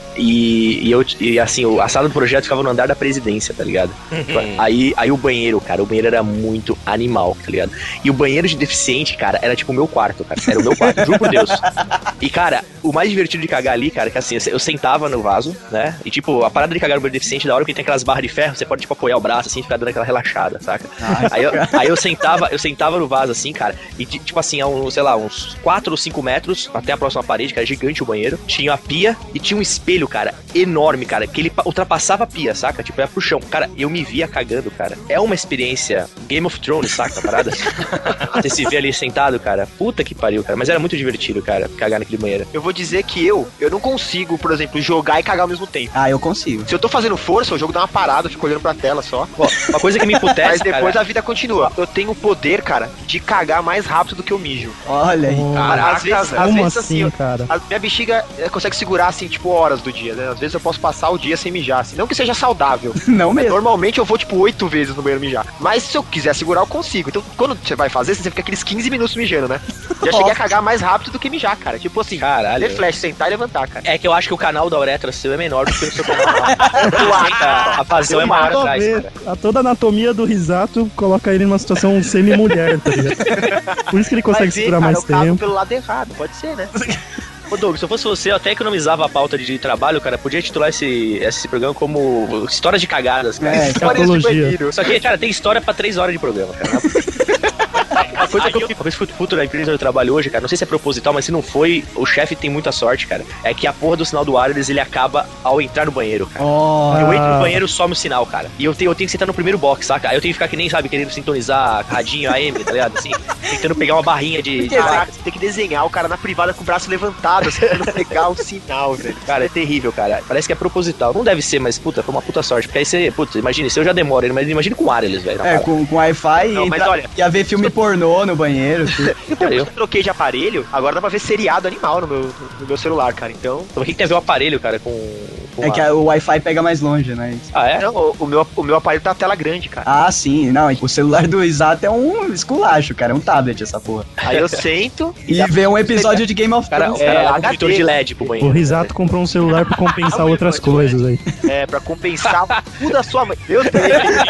assim, a sala do projeto ficava no andar da presidência, tá ligado? Aí o banheiro, cara, o banheiro era muito animal, tá ligado? E o banheiro de deficiente, cara, era tipo o meu quarto, cara, era o meu quarto, juro por Deus. E, cara, o mais divertido de cagar ali, cara, que assim, eu sentava no vaso, né? E tipo, a parada de cagar no banheiro deficiente, da hora que tem aquelas barras de ferro, você pode, tipo, apoiar o braço, assim, e ficar dando aquela relaxada, saca? Aí eu sentava no vaso, assim, cara, e tipo assim, uns 4 ou 5 metros até a próxima parede, que era gigante o banheiro, tinha a pia e tinha um espelho, cara, enorme, cara, que ele ultrapassava a pia, saca? Tipo, ia pro chão. Cara, eu me via cagando, cara. É uma experiência Game of Thrones, saca, a parada? Você se vê ali sentado, cara. Puta que pariu, cara. Mas era muito divertido, cara, cagar naquele banheiro. Eu vou dizer que eu não consigo, por exemplo, jogar e cagar ao mesmo tempo. Ah, eu consigo. Se eu tô fazendo força, o jogo dá uma parada, eu fico olhando pra tela só. Ó, uma coisa que me emputece, Mas depois cara, a vida continua. Eu tenho o poder, cara, de cagar mais rápido do que eu mijo. Olha aí. Cara, às vezes Como assim, assim, cara? a minha bexiga consegue segurar, assim, tipo, horas do dia, né? Às vezes eu posso passar o dia sem mijar, assim. Não que seja saudável. Não mesmo. Normalmente eu vou, tipo, 8 vezes no banheiro mijar. Mas se eu quiser segurar, eu consigo. Então, quando você vai fazer, você fica aqueles 15 minutos mijando, né? Já cheguei a cagar mais rápido do que mijar, cara. Tipo assim, Caralho. ler flash, sentar e levantar, cara. é que eu acho que o canal da uretra seu é menor do que o seu canal lá. A vazão é maior Nada a atrás, ver. cara. A toda a anatomia do Risato coloca ele numa situação semi-mulher, tá ligado? Por isso que ele consegue Vai ver, segurar cara, mais eu cago tempo. pelo lado errado, pode ser, né? Ô Doug, se eu fosse você, eu até economizava a pauta de trabalho, cara. Podia titular esse programa como Histórias de Cagadas, cara. É, Escatologia. Só que, cara, tem história pra 3 horas de programa, cara. Uma coisa que eu fico, talvez puto da empresa onde eu trabalho hoje, cara, não sei se é proposital, mas se não foi, o chefe tem muita sorte, cara. É que a porra do sinal do wireless, ele acaba ao entrar no banheiro, cara. Oh, Eu entro no banheiro, some o sinal, cara. E eu tenho que sentar no primeiro box, saca? Aí eu tenho que ficar que nem, sabe, querendo sintonizar radinho AM, tá ligado? Assim, tentando pegar uma barrinha de Caraca, você tem que desenhar o cara na privada com o braço levantado, assim, pra não pegar o sinal, velho. Cara, é terrível, cara. Parece que é proposital. Não deve ser, mas, puta, foi uma puta sorte. Porque aí você, puta, imagina, se eu já demoro, mas imagina com wireless, velho. é, com Wi-Fi Não, mas olha- ia ver filme pornô no banheiro. tudo. Depois que eu troquei de aparelho, agora dá pra ver seriado animal no meu celular, cara. Então. Então, o que tem a ver o aparelho, cara, com É que o Wi-Fi pega mais longe, né? Ah, é? Não, o meu aparelho tá na tela grande, cara. Ah, sim. Não, o celular do Exato é um esculacho, cara. É um tablet essa porra. Aí eu sento E vê um episódio de Game of Cara, Thrones. é, HD. um monitor de LED pro O banheiro. Risato comprou um celular pra compensar outras coisas aí. pra compensar o cu da sua mãe. Eu sei.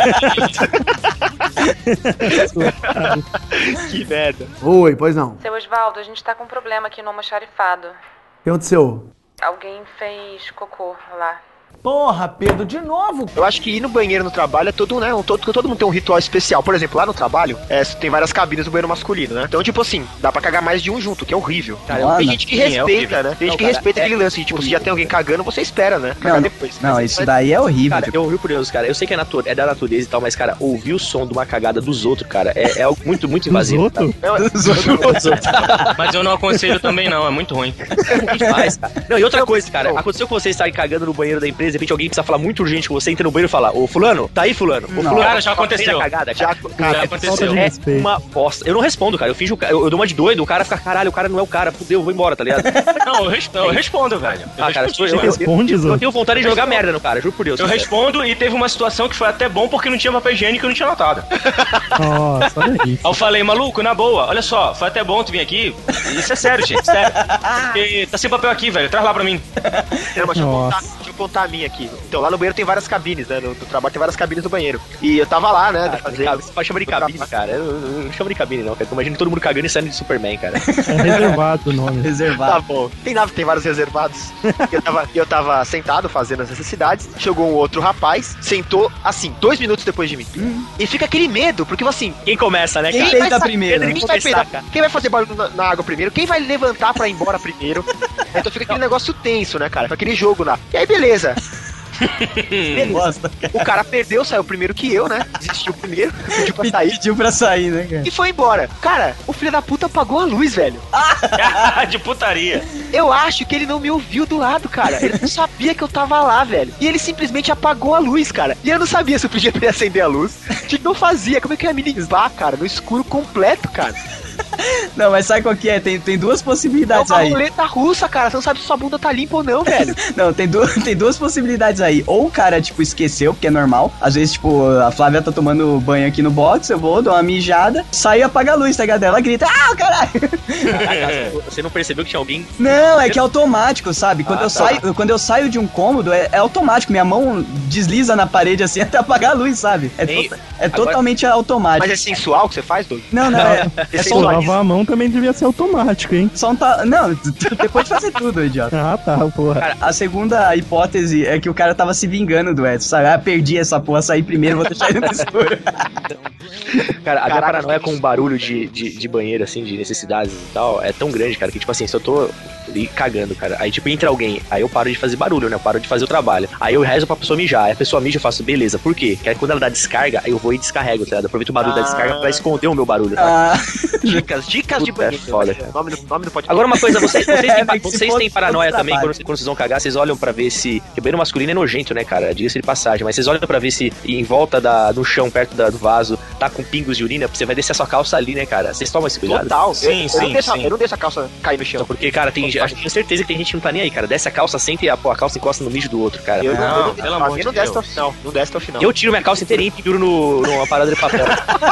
Que merda. Oi, pois não. Seu Osvaldo, a gente tá com um problema aqui no almoxarifado. O que aconteceu? Alguém fez cocô lá. Porra, Pedro, de novo? Eu acho que ir no banheiro no trabalho é todo, né? Todo mundo tem um ritual especial. Por exemplo, lá no trabalho, tem várias cabines no banheiro masculino, né? Então, tipo assim, dá pra cagar mais de um junto, que é horrível. Cara, tem gente que sim, é respeita, horrível. né? Tem gente Não, que cara, respeita aquele lance. Tipo, se já tem alguém cagando, você espera, né? Cagar Não, depois. não, Mas isso daí é horrível. Cara, tipo, eu juro por Deus, cara. Eu sei que é da natureza e tal, mas, cara, ouvir o som de uma cagada dos outros, cara, é algo muito, muito Os invasivo. outros? Dos outros. Mas eu não aconselho também, não. É muito ruim. A gente faz, cara. Não, e outra coisa, cara. Aconteceu com você estar cagando no banheiro da empresa, de repente alguém precisa falar muito urgente com você, entra no banheiro e fala, ô fulano, tá aí fulano? Ô, fulano, Cara, já tá aconteceu. na cagada, Já, cara. cara, Já aconteceu. de É respeito. uma bosta. Eu não respondo, cara. Eu finjo, eu dou uma de doido, o cara fica, caralho, o cara não é o cara, fudeu, eu vou embora, tá ligado? Não, eu respondo, velho. Ah, cara, Você responde, eu Zô? tenho vontade de jogar merda no cara, juro por Deus. Eu cara. respondo e teve uma situação que foi até bom porque não tinha papel higiênico e eu não tinha notado. Nossa, olha isso. Aí eu falei, maluco, na boa, olha só, foi até bom tu vir aqui. Isso é sério, gente, sério. Porque tá sem papel aqui, velho, traz lá pra mim. Não, mas deixa eu Nossa. contar contar a minha aqui. Então, lá no banheiro tem várias cabines, né? No trabalho tem várias cabines no banheiro. E eu tava lá, né? Você chama de cabine, cara. Eu não chamo de cabine, não, cara. Eu imagino todo mundo cagando e saindo de Superman, cara. É reservado o nome. Reservado. Tá bom. Tem vários reservados. Eu tava sentado fazendo as necessidades. Chegou um outro rapaz, sentou, assim, 2 minutos depois de mim. E fica aquele medo, porque assim... Quem começa, né, cara? Quem peida primeiro? Quem vai fazer barulho na água primeiro? Quem vai levantar pra ir embora primeiro? Então fica aquele negócio tenso, né, cara? Fica aquele jogo lá. E aí, beleza. Bosta, O cara perdeu, saiu primeiro que eu, né? Desistiu primeiro, pediu pra sair. Pediu pra sair, né, cara? E foi embora. Cara, o filho da puta apagou a luz, velho. De putaria. Eu acho que ele não me ouviu do lado, cara. Ele não sabia que eu tava lá, velho. E ele simplesmente apagou a luz, cara. E eu não sabia se eu podia pra ele acender a luz. Tipo, não fazia. Como é que eu ia me limpar, cara? No escuro completo, cara. Não, mas sabe qual que é? Tem duas É possibilidades uma aí. roleta russa, cara. Você não sabe se sua bunda tá limpa ou não, velho. Não, tem duas possibilidades aí. Ou o cara, tipo, esqueceu, porque é normal. Às vezes, tipo, a Flávia tá tomando banho aqui no box, eu vou, dou uma mijada, saio e apaga a luz, tá ligado? Ela grita, caralho! Caraca, você não percebeu que tinha alguém... Não, é que é automático, sabe? Quando eu saio de um cômodo, é automático. Minha mão desliza na parede assim até apagar a luz, sabe? Totalmente automático. Mas é sensual o que você faz, Doug? Não, é só Lavar a mão também devia ser automático, hein? só um Não, depois de fazer tudo, idiota. Ah, tá, porra. Cara, a segunda hipótese é que o cara tava se vingando do Edson, sabe? Ah, perdi essa porra, saí primeiro, vou deixar ele no escuro. Cara, a minha paranoia com o barulho de banheiro, assim, de necessidades e tal, é tão grande, cara, que, tipo assim, se eu tô ali cagando, cara, aí, tipo, entra alguém, aí eu paro de fazer barulho, né? Eu paro de fazer o trabalho. Aí eu rezo pra pessoa mijar, aí a pessoa mija, eu faço, beleza, por quê? Porque aí quando ela dá descarga, aí eu vou e descarrego, tá ligado? Aproveito o barulho da descarga pra esconder o meu barulho, tá? Dicas de Puta, banheiro. é foda, cara. Nome do podcast. Agora uma coisa, vocês tem têm paranoia também trabalho. quando vocês vão cagar, vocês olham pra ver se... Porque banheiro masculino é nojento, né, cara? Diga-se de passagem, mas vocês olham pra ver se em volta do chão, perto do vaso, tá com pingos de urina, você vai descer a sua calça ali, né, cara? Vocês tomam esse cuidado? Total. Sim, Eu não deixo a calça cair no chão. Porque, cara, acho que tenho certeza que tem gente que não tá nem aí, cara. Desce a calça, senta e a calça encosta no mijo do outro, cara. Não, pelo amor de não desce Deus. até o final. Não desce até o final. Eu tiro minha calça inteirinha e penduro numa parada de papel.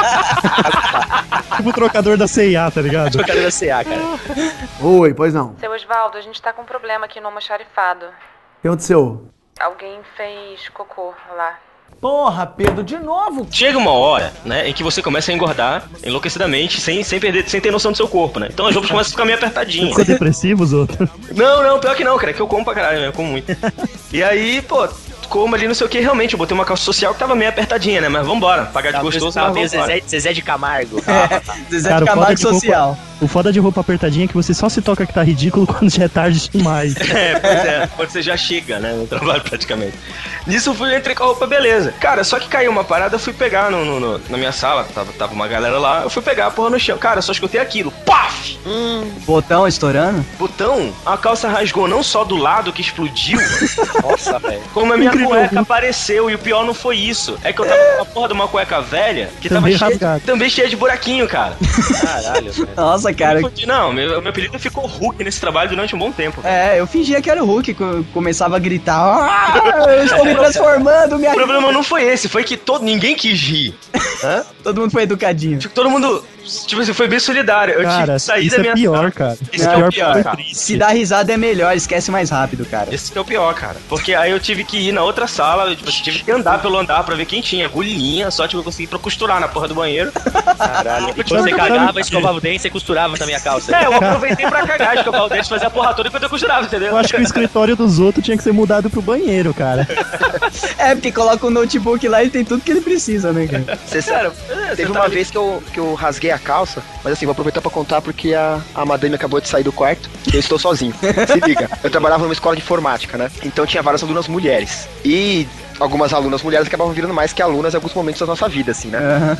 Tipo o trocador da C&A, tá ligado? Tô querendo CA, cara. Oi, pois não. Seu Osvaldo, a gente tá com um problema aqui no almoxarifado. O que aconteceu? Alguém fez cocô lá. Porra, Pedro, de novo? Chega uma hora, né, em que você começa a engordar enlouquecidamente, sem ter noção do seu corpo, né? Então as roupas começam a ficar meio apertadinhas. Você é depressivo, os outros? Não, pior que não, cara, que eu como pra caralho, eu como muito. E aí, pô, como ali, não sei o que, realmente, eu botei uma calça social que tava meio apertadinha, né? Mas vambora, pagar de gostoso, Tava mas meio vambora. Zezé de Camargo. Zezé Cara, de o foda Camargo de roupa- social. O foda de roupa apertadinha é que você só se toca que tá ridículo quando já é tarde demais. Pois é, quando você já chega, né, no trabalho praticamente. Nisso eu fui, entrei com a roupa, beleza. Cara, só que caiu uma parada, eu fui pegar na minha sala, tava uma galera lá, eu fui pegar a porra no chão. Cara, só escutei aquilo, paf! Botão estourando? Botão, a calça rasgou não só do lado que explodiu, Nossa, velho. como a minha Incrível. cueca apareceu. E o pior não foi isso. É que eu tava com a porra de uma cueca velha que Também tava rasgada. também cheia de buraquinho, cara. Caralho, velho. Nossa, cara. Não, meu apelido ficou Hulk nesse trabalho durante um bom tempo. Eu fingia que era o Hulk, começava a gritar. Eu estou me transformando, minha. O problema não foi esse, foi que ninguém quis rir. Todo mundo foi educadinho. Todo mundo, tipo assim, foi bem solidário. Eu tive Cara, que sair isso da é minha pior, sala. cara. Isso que é o pior, foi cara. triste. Se dar risada é melhor, esquece mais rápido, cara. Esse que é o pior, cara. Porque aí eu tive que ir na outra sala, tipo, eu tive que andar pelo andar pra ver quem tinha. Agulhinha, só tipo, eu consegui pra costurar na porra do banheiro. Caralho. E quando você cagava, escovava o dente, você costurava também a calça. Eu aproveitei pra cagar, escovar o dente, fazer a porra toda enquanto eu costurava, entendeu? Eu acho que o escritório dos outros tinha que ser mudado pro banheiro, cara. Porque coloca o notebook lá e tem tudo que ele precisa, né, cara? Sério, teve uma vez que eu rasguei a calça, mas assim, vou aproveitar pra contar porque a madame acabou de sair do quarto e eu estou sozinho. Se liga, eu trabalhava numa escola de informática, né? Então tinha várias alunas mulheres. E algumas alunas mulheres acabavam virando mais que alunas em alguns momentos da nossa vida, assim, né?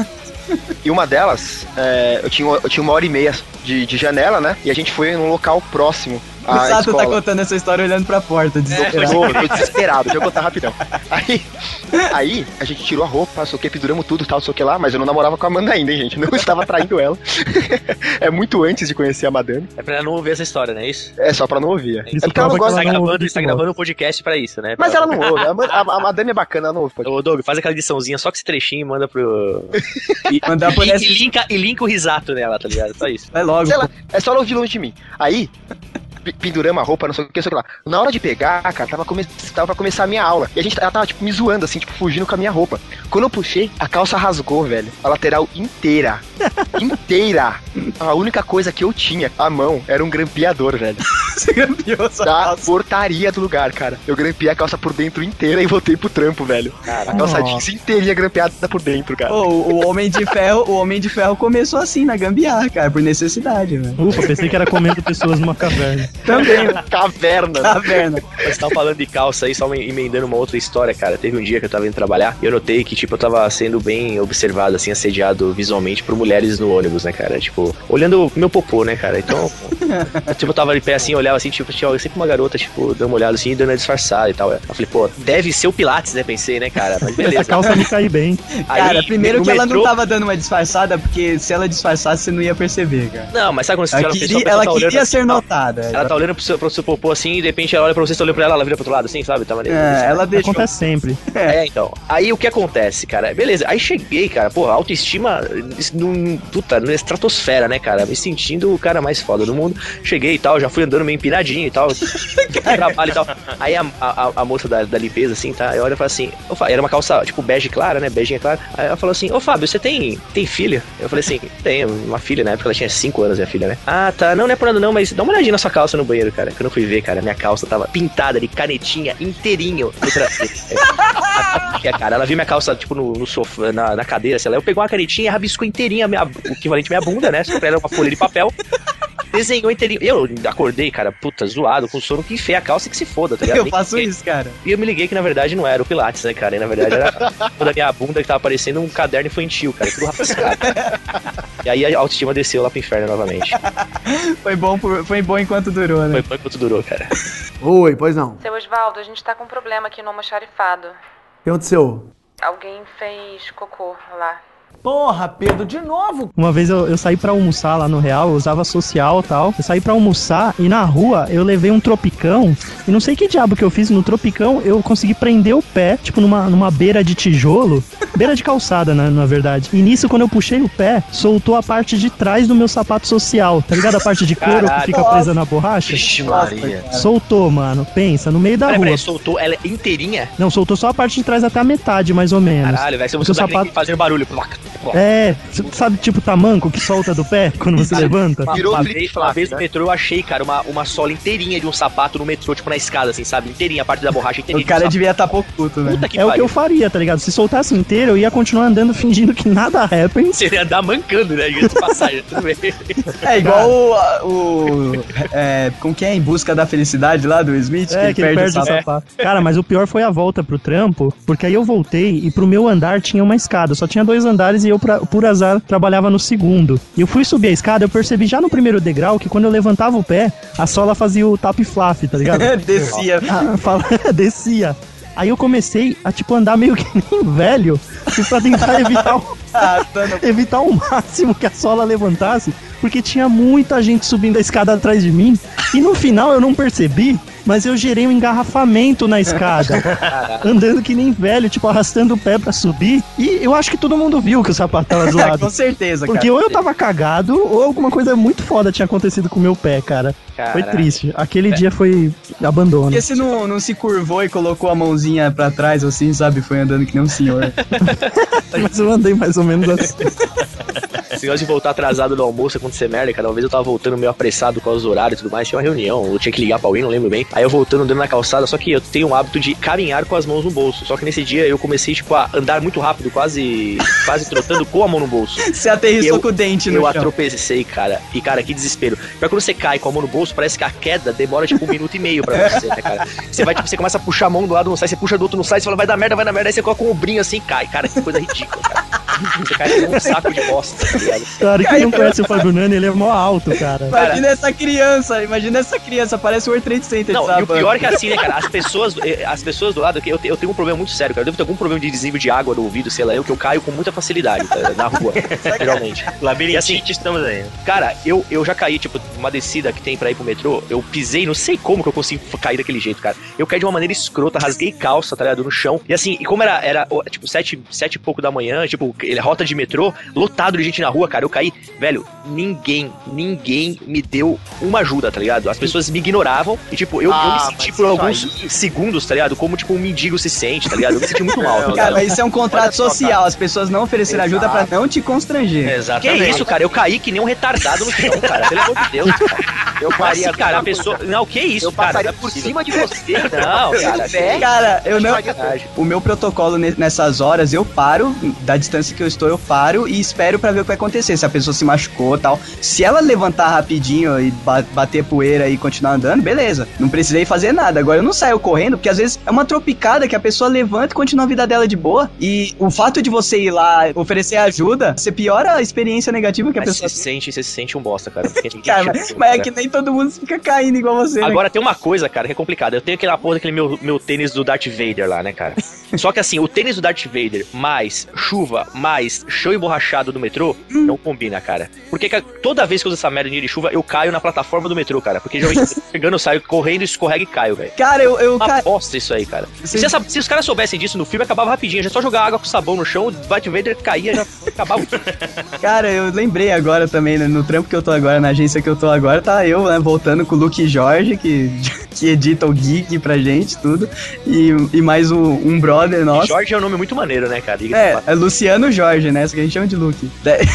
E uma delas, eu tinha 1h30 de janela, né? E a gente foi num local próximo O à Sato escola. tá contando essa história olhando pra porta, desesperado. Tô desesperado, deixa eu contar rapidão. Aí, a gente tirou a roupa, sei o que, penduramos tudo, tal, sei o que lá, mas eu não namorava com a Amanda ainda, hein, gente. Não estava traindo ela. É muito antes de conhecer a madame. É pra ela não ouvir essa história, não é isso? É só pra não ouvir. Isso É porque ela não prova gosta. que ela não ouve Está de gravando um podcast pra isso, né? Mas ela não ouve. A madame é bacana, ela não ouve. Ô, Doug, faz aquela ediçãozinha só com esse trechinho e manda pro... Mandar por E linka o risato nela, tá ligado? Só isso. Vai logo. Sei lá, é só ela ouvir longe de mim. Aí, penduramos a roupa, não sei o que, sei lá. Na hora de pegar, cara, tava pra começar a minha aula. E ela tava, tipo, me zoando, assim, tipo, fugindo com a minha roupa. Quando eu puxei, a calça rasgou, velho. A lateral inteira. Inteira. A única coisa que eu tinha à mão era um grampeador, velho. Você grampeou essa calça? Portaria do lugar, cara. Eu grampeei a calça por dentro inteira e voltei pro trampo, velho. A calça jeans inteirinha grampeada por dentro, cara. O Homem de Ferro começou assim, na gambiarra, cara, por necessidade, velho. Ufa, pensei que era comendo pessoas numa caverna. Também, Caverna. Você tava falando de calça aí, só emendando uma outra história, cara. Teve um dia que eu tava indo trabalhar e eu notei que, tipo, eu tava sendo bem observado, assim, assediado visualmente por mulheres no ônibus, né, cara? Tipo, olhando meu popô, né, cara? Então, tipo, eu tava de pé assim, olhava assim, tipo, tinha sempre uma garota, tipo, dando uma olhada assim, dando uma disfarçada e tal. Eu falei, pô, deve ser o Pilates, né? Pensei, né, cara? Mas beleza. Essa calça me cai bem. Cara, Aí, primeiro que ela não metrô... tava dando uma disfarçada, porque se ela disfarçasse, você não ia perceber, cara. Não, mas sabe quando você Ela queria ser notada. Ela tá olhando pro seu popô assim, e de repente ela olha pra você, você tá olhando pra ela vira pro outro lado, assim, sabe? Tá maneiro. Ela deixou. Acontece sempre. Então. Aí o que acontece, cara? Beleza, aí cheguei, cara, porra, autoestima na estratosfera, né, cara? Me sentindo o cara mais foda do mundo. Cheguei e tal, já fui andando meio empinadinho e tal. Trabalho e tal. Aí a moça da limpeza, assim, tá? Eu olho e falo assim, era uma calça, tipo, bege clara, né? Beijinha clara. Aí ela falou assim, ô Fábio, você tem filha? Eu falei assim, tenho uma filha, na época ela tinha 5 anos, minha filha, né? Ah, tá, não é por nada não, mas dá uma olhadinha na sua calça no banheiro, cara. Quando eu fui ver, cara, minha calça tava pintada de canetinha inteirinho. Cara, ela viu minha calça, tipo, no sofá, na cadeira, sei lá. Eu peguei uma canetinha e rabiscou inteirinha, o equivalente à minha bunda, né? Só que era uma folha de papel. Desenhou inteirinho. Eu acordei, cara, puta, zoado, com sono, que enfiei a calça e que se foda, tá ligado? Eu faço isso, cara. E eu me liguei que, na verdade, não era o Pilates, né, cara? E, na verdade, era toda a minha bunda que tava parecendo um caderno infantil, cara. Tudo rabiscado. E aí a autoestima desceu lá pro inferno novamente. Foi bom enquanto durou, né? Foi bom enquanto durou, cara. Oi, pois não. Seu Osvaldo, a gente tá com um problema aqui no almoxarifado. O que aconteceu? Alguém fez cocô lá. Porra, Pedro, de novo? Uma vez eu saí pra almoçar lá no Real, eu usava social e tal. Eu saí pra almoçar e na rua eu levei um tropicão. E não sei que diabo que eu fiz no tropicão, eu consegui prender o pé, tipo numa beira de tijolo. Beira de calçada, né, na verdade. E nisso, quando eu puxei o pé, soltou a parte de trás do meu sapato social. Tá ligado? A parte de couro que fica presa na borracha? Vixe, Maria. Soltou, mano. Pensa, no meio da rua. Peraí, soltou ela inteirinha? Não, soltou só a parte de trás até a metade, mais ou menos. Caralho, vai ser você sapato fazendo barulho. Sabe, tipo tamanco que solta do pé quando você levanta? Virou Uma flip-flop, vez no né? metrô eu achei, cara, uma sola inteirinha de um sapato no metrô, tipo na escada, assim, sabe? Inteirinha, a parte da borracha inteirinha. O cara devia estar pouco puto, né? Puta que É o que pariu. eu faria, tá ligado? Se soltasse inteiro, eu ia continuar andando fingindo que nada happens. Você ia andar mancando, né? Ia de passagem, tudo bem. É igual com quem é Em Busca da Felicidade lá do Smith, Que ele perde o sapato. Cara, mas o pior foi a volta pro trampo, porque aí eu voltei e pro meu andar tinha uma escada. Só tinha 2 andares e eu, por azar, trabalhava no segundo. E eu fui subir a escada, eu percebi já no primeiro degrau que quando eu levantava o pé, a sola fazia o tap flap, tá ligado? Descia. Descia. Aí eu comecei a, tipo, andar meio que nem velho, pra tentar evitar ao máximo que a sola levantasse, porque tinha muita gente subindo a escada atrás de mim, e no final eu não percebi, mas eu gerei um engarrafamento na escada, andando que nem velho, tipo, arrastando o pé pra subir, e eu acho que todo mundo viu que o sapato tava zoado. Com certeza, cara. Porque ou eu tava cagado, ou alguma coisa muito foda tinha acontecido com o meu pé, cara. Foi triste. Aquele dia foi abandono. Porque você não se curvou e colocou a mãozinha pra trás, assim, sabe? Foi andando que nem um senhor. Mas eu andei mais ou menos assim. Esse negócio de voltar atrasado no almoço acontecer merda, cara. Uma vez eu tava voltando meio apressado com os horários e tudo mais, tinha uma reunião, eu tinha que ligar pra alguém, não lembro bem. Aí eu voltando, andando na calçada, só que eu tenho o hábito de caminhar com as mãos no bolso. Só que nesse dia eu comecei, tipo, a andar muito rápido, quase trotando com a mão no bolso. Você aterrissou com o dente no chão. Eu atropecei, cara. E, cara, que desespero. Pior quando você cai com a mão no bolso, parece que a queda demora, tipo, 1,5 minutos pra você, né, cara? Você vai, tipo, você começa a puxar a mão do lado, não sai, você puxa do outro, não sai, você fala, vai dar merda, aí você coloca um ombrinho assim e cai. Cara, que coisa ridícula, cara. Você cai com um saco de bosta, tá ligado? Cara, quem não conhece o Fábio Nani, ele é mó alto, cara. Imagina essa criança, parece o World Trade Center. Não, e o pior é que assim, né, cara, as pessoas do lado, eu tenho um problema muito sério, cara, eu devo ter algum problema de desnível de água no ouvido, sei lá, que eu caio com muita facilidade, tá, na rua, geralmente. Labirintite, assim, estamos aí. Cara, eu já caí, tipo, uma descida que tem pra ir pro metrô, eu pisei, não sei como que eu consigo cair daquele jeito, cara. Eu caí de uma maneira escrota, rasguei calça, tá ligado, no chão, e assim, e como era tipo, 7 e pouco da manhã, tipo, rota de metrô, lotado de gente na rua, cara. Eu caí, velho, ninguém me deu uma ajuda, tá ligado? As pessoas me ignoravam e, tipo, eu me senti por alguns segundos, tá ligado? Como, tipo, um mendigo se sente, tá ligado? Eu me senti muito mal, tá ligado? Cara, isso é um contrato social. As pessoas não ofereceram ajuda pra não te constranger. Exatamente. Que isso, cara? Eu caí que nem um retardado no chão, cara. Pelo amor de Deus, cara. Eu faria, cara, a pessoa... Não, que isso, eu cara? passaria por cima de você. Não, cara, eu não... O meu protocolo nessas horas, eu paro, da distância que eu estou, eu paro e espero pra ver o que vai acontecer. Se a pessoa se machucou e tal. Se ela levantar rapidinho e bater poeira e continuar andando, beleza. Não precisei fazer nada. Agora eu não saio correndo, porque às vezes é uma tropicada que a pessoa levanta e continua a vida dela de boa. E o fato de você ir lá oferecer ajuda, você piora a experiência negativa que a pessoa tem. Você se sente um bosta, cara. Cara, mas é que nem todo mundo fica caindo igual você. Agora, né? Tem uma coisa, cara, que é complicada. Eu tenho aquela porra daquele meu tênis do Darth Vader lá, né, cara? Só que assim, o tênis do Darth Vader mais chuva, mais chão emborrachado do metrô, não combina, cara. Porque toda vez que eu uso essa merda de chuva, eu caio na plataforma do metrô, cara. Porque geralmente chegando, eu saio correndo, escorrega e caio, velho. Cara, uma bosta isso aí, cara. Se os caras soubessem disso no filme, acabava rapidinho. Já só jogar água com sabão no chão, o Darth Vader caía, já acabava. Cara, eu lembrei agora também, né, no trampo que eu tô agora, na agência que eu tô agora, tá eu, né, voltando com o Luke Jorge, que edita o Geek pra gente, tudo, e mais um brother nosso. Jorge é um nome muito maneiro, né, cara? É Luciano Jorge, né, isso que a gente chama de Luke.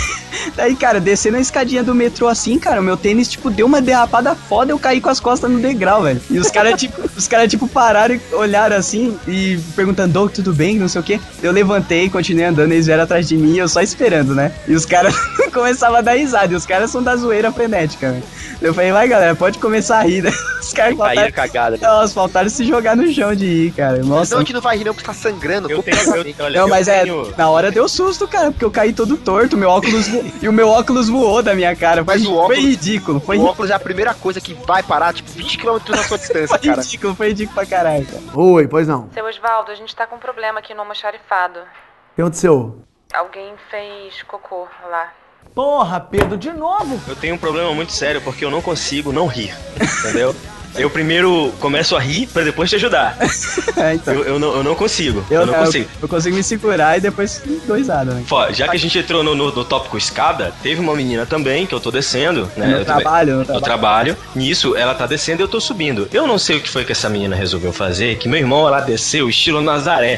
Daí, cara, descendo a escadinha do metrô assim, cara, o meu tênis, tipo, deu uma derrapada foda, eu caí com as costas no degrau, velho. E os caras, tipo, pararam e olharam assim, e perguntando, Doug, tudo bem, não sei o quê. Eu levantei, continuei andando, eles vieram atrás de mim, eu só esperando, né. E os caras começavam a dar risada, e os caras são da zoeira frenética, velho. Eu falei, vai galera, pode começar a rir, né? Os caras faltaram cagada. Nossa, faltaram se jogar no chão de rir, cara. Nossa. Não, a gente não vai rir não, porque tá sangrando. Não, mas na hora deu susto, cara, porque eu caí todo torto, e o meu óculos voou da minha cara. Foi ridículo. O óculos é a primeira coisa que vai parar, tipo, 20 km na sua distância, cara. Foi ridículo pra caralho, cara. Oi, pois não. Seu Osvaldo, a gente tá com um problema aqui no almoxarifado. O que aconteceu? Alguém fez cocô lá. Porra, Pedro, de novo? Eu tenho um problema muito sério porque eu não consigo não rir, entendeu? Eu primeiro começo a rir pra depois te ajudar. Então. Eu não consigo. Eu não consigo. Eu consigo me segurar e depois dou risada, né? Já que a gente entrou no tópico escada, teve uma menina também que eu tô descendo, né? No trabalho. Nisso, ela tá descendo e eu tô subindo. Eu não sei o que foi que essa menina resolveu fazer, que meu irmão ela desceu estilo Nazaré.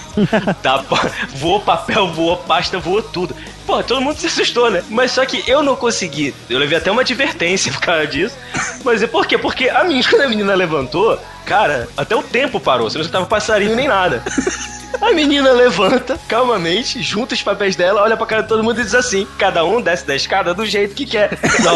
Tá, voou papel, voou pasta, voou tudo. Pô, todo mundo se assustou, né? Mas só que eu não consegui. Eu levei até uma advertência por causa disso. Mas por quê? Porque quando a menina levantou, cara, até o tempo parou. Você não tava passarinho nem nada. A menina levanta, calmamente, junta os papéis dela, olha pra cara de todo mundo e diz assim: cada um desce da escada do jeito que quer.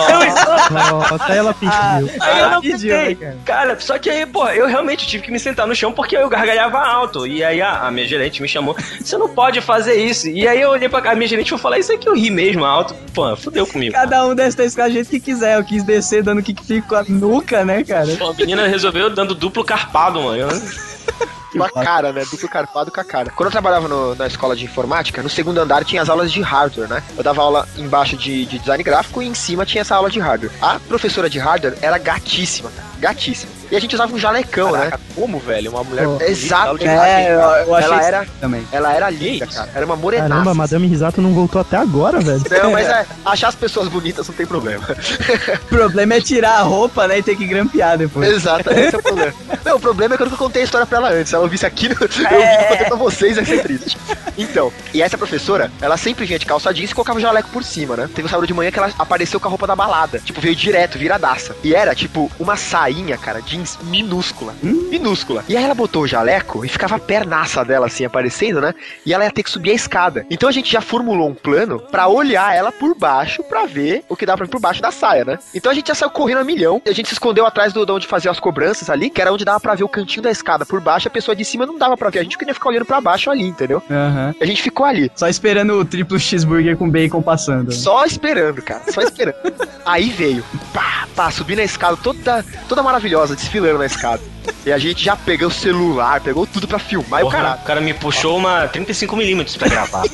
Nossa, ela pediu. Aí eu não pedi, cara. Só que aí, pô, eu realmente tive que me sentar no chão porque eu gargalhava alto. E aí a minha gerente me chamou: você não pode fazer isso. E aí eu olhei pra minha gerente e falei: isso aqui eu ri mesmo alto. Pô, fudeu comigo. Cada um desce da escada do jeito que quiser. Eu quis descer dando kick-flip com a nuca, né, cara? Pô, a menina resolveu dando duplo carpado, mano. Com a cara, né? Duplo carpado com a cara. Quando eu trabalhava na escola de informática, no segundo andar tinha as aulas de hardware, né? Eu dava aula embaixo de design gráfico e em cima tinha essa aula de hardware. A professora de hardware era gatíssima, cara. Gatíssima. E a gente usava um jalecão, Caraca, né? Como, velho? Uma mulher... Exato. Eu achei ela era também. Ela era linda, cara. Era uma morenaça. Caramba, Madame Risato não voltou até agora, velho. Não, mas achar as pessoas bonitas não tem problema. O problema é tirar a roupa, né, e ter que grampear depois. Exato, esse é o problema. Não, o problema é que eu nunca contei a história pra ela antes. Se ela ouvisse aqui, eu vim contar pra vocês, vai ser triste. Então, e essa professora, ela sempre vinha de calça jeans e colocava o jaleco por cima, né? Teve um sábado de manhã que ela apareceu com a roupa da balada. Tipo, veio direto, viradaça. E era, tipo, uma sainha, cara, jeans minúscula. Minúscula. E aí ela botou o jaleco e ficava a pernaça dela, assim, aparecendo, né? E ela ia ter que subir a escada. Então a gente já formulou um plano pra olhar ela por baixo pra ver o que dá pra ver por baixo da saia, né? Então a gente já saiu correndo a milhão. E a gente se escondeu atrás de onde fazia as cobranças ali, que era onde dava pra ver o cantinho da escada por baixo. A pessoa de cima não dava pra ver. A gente queria ficar olhando pra baixo ali, entendeu? Uhum. A gente ficou ali. Só esperando o triplo cheeseburger com bacon passando. Só esperando, cara. Só esperando. Aí veio. Pá, subindo a escada toda maravilhosa, desfilando na escada. E a gente já pegou o celular, pegou tudo pra filmar. E o cara me puxou uma 35mm pra gravar.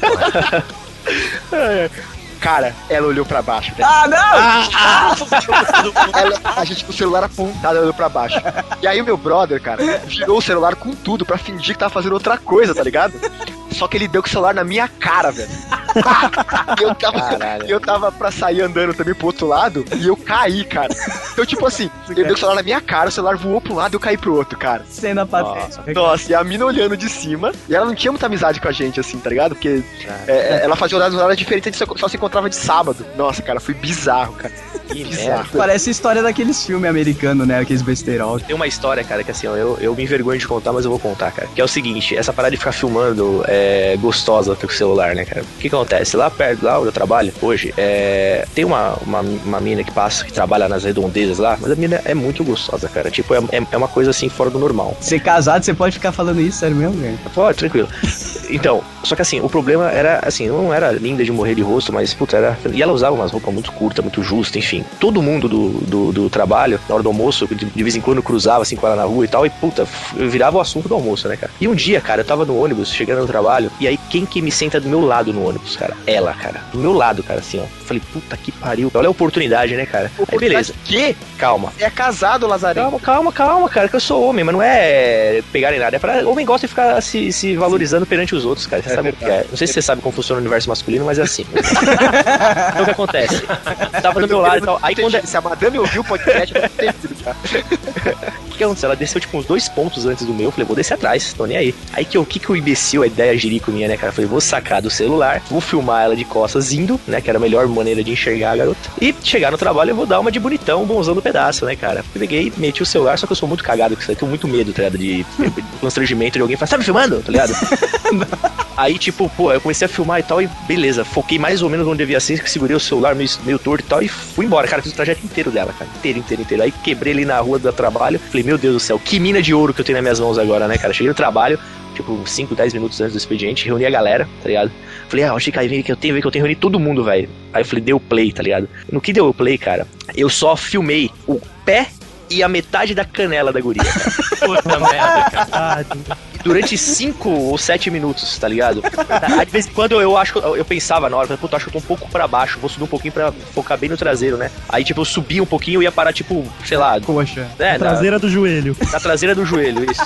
Cara, ela olhou pra baixo. Né? Ah, não! A gente com o celular apontado, ela olhou pra baixo. E aí o meu brother, cara, virou o celular com tudo pra fingir que tava fazendo outra coisa, tá ligado? Só que ele deu com o celular na minha cara, velho. Eu tava pra sair andando também pro outro lado e eu caí, cara. Então, tipo assim, eu dei o celular na minha cara, o celular voou pra um lado e eu caí pro outro, cara. Cena patética. Nossa, e a mina olhando de cima, e ela não tinha muita amizade com a gente, assim, tá ligado? Porque ela fazia horários diferentes, a gente só se encontrava de sábado. Nossa, cara, foi bizarro, cara. Que Bizarro. Parece história daqueles filmes americanos, né? Aqueles besterol. Tem uma história, cara, que assim, ó, eu me envergonho de contar, mas eu vou contar, cara. Que é o seguinte, essa parada de ficar filmando gostosa com o celular, né, cara? O que acontece? Lá perto, lá onde eu trabalho, hoje, tem uma mina que passa, que trabalha nas redondezas lá, mas a mina é muito gostosa, cara. Tipo, é uma coisa assim, fora do normal. Ser casado, você pode ficar falando isso, sério mesmo, velho? Pode, tranquilo. Então, só que assim, o problema era, assim, não era linda de morrer de rosto, mas, puta, era... E ela usava umas roupas muito curtas, muito justas, enfim. Todo mundo do trabalho, na hora do almoço, de vez em quando cruzava, assim, com ela na rua e tal, e, puta, virava o assunto do almoço, né, cara? E um dia, cara, eu tava no ônibus, chegando no trabalho, e aí quem que me senta do meu lado no ônibus, cara? Ela, cara. Do meu lado, cara, assim, ó. Falei, puta que pariu. Olha a oportunidade, né, cara? Aí, beleza. Que? Calma. É casado, Lazarinho. Calma, cara, que eu sou homem, mas não é pegar em nada. É pra... Homem gosta de ficar se valorizando perante os outros, cara. Você sabe o que é. Não sei se você sabe como funciona o universo masculino, mas é assim. Então o que acontece? Tava do meu lado e tal. Aí quando... Se a madame ouviu o podcast, não tem tudo, cara. O que aconteceu? Ela desceu, tipo, uns 2 pontos antes do meu. Eu falei, vou descer atrás, tô nem aí. Aí que o imbecil, a ideia jirico minha, né, cara? Eu falei, vou sacar do celular, vou filmar ela de costas indo, né? Que era a melhor maneira de enxergar a garota. E chegar no trabalho, eu vou dar uma de bonitão, bonzão do pedaço, né, cara? Peguei, meti o celular, só que eu sou muito cagado com isso aí. Tenho muito medo, tá ligado? De constrangimento de alguém falar, tá me filmando? Tá ligado? Aí, tipo, pô, eu comecei a filmar e tal, e beleza, foquei mais ou menos onde devia ser, segurei o celular meio torto e tal, e fui embora, cara, fiz o trajeto inteiro dela, cara, inteiro. Aí quebrei ali na rua do trabalho, falei, meu Deus do céu, que mina de ouro que eu tenho nas minhas mãos agora, né, cara? Cheguei no trabalho, tipo, 5, 10 minutos antes do expediente, reuni a galera, tá ligado? Falei, achei que eu tenho, reuni todo mundo, velho. Aí eu falei, deu play, tá ligado? No que deu o play, cara, eu só filmei o pé e a metade da canela da guria, cara. Puta merda, cara. Durante 5 ou 7 minutos, tá ligado? Aí, de vez em quando eu pensava na hora, puta, acho que eu tô um pouco pra baixo, vou subir um pouquinho pra focar bem no traseiro, né? Aí, tipo, eu subia um pouquinho e ia parar, tipo, sei lá. Coxa. Traseira do joelho. Na traseira do joelho, isso.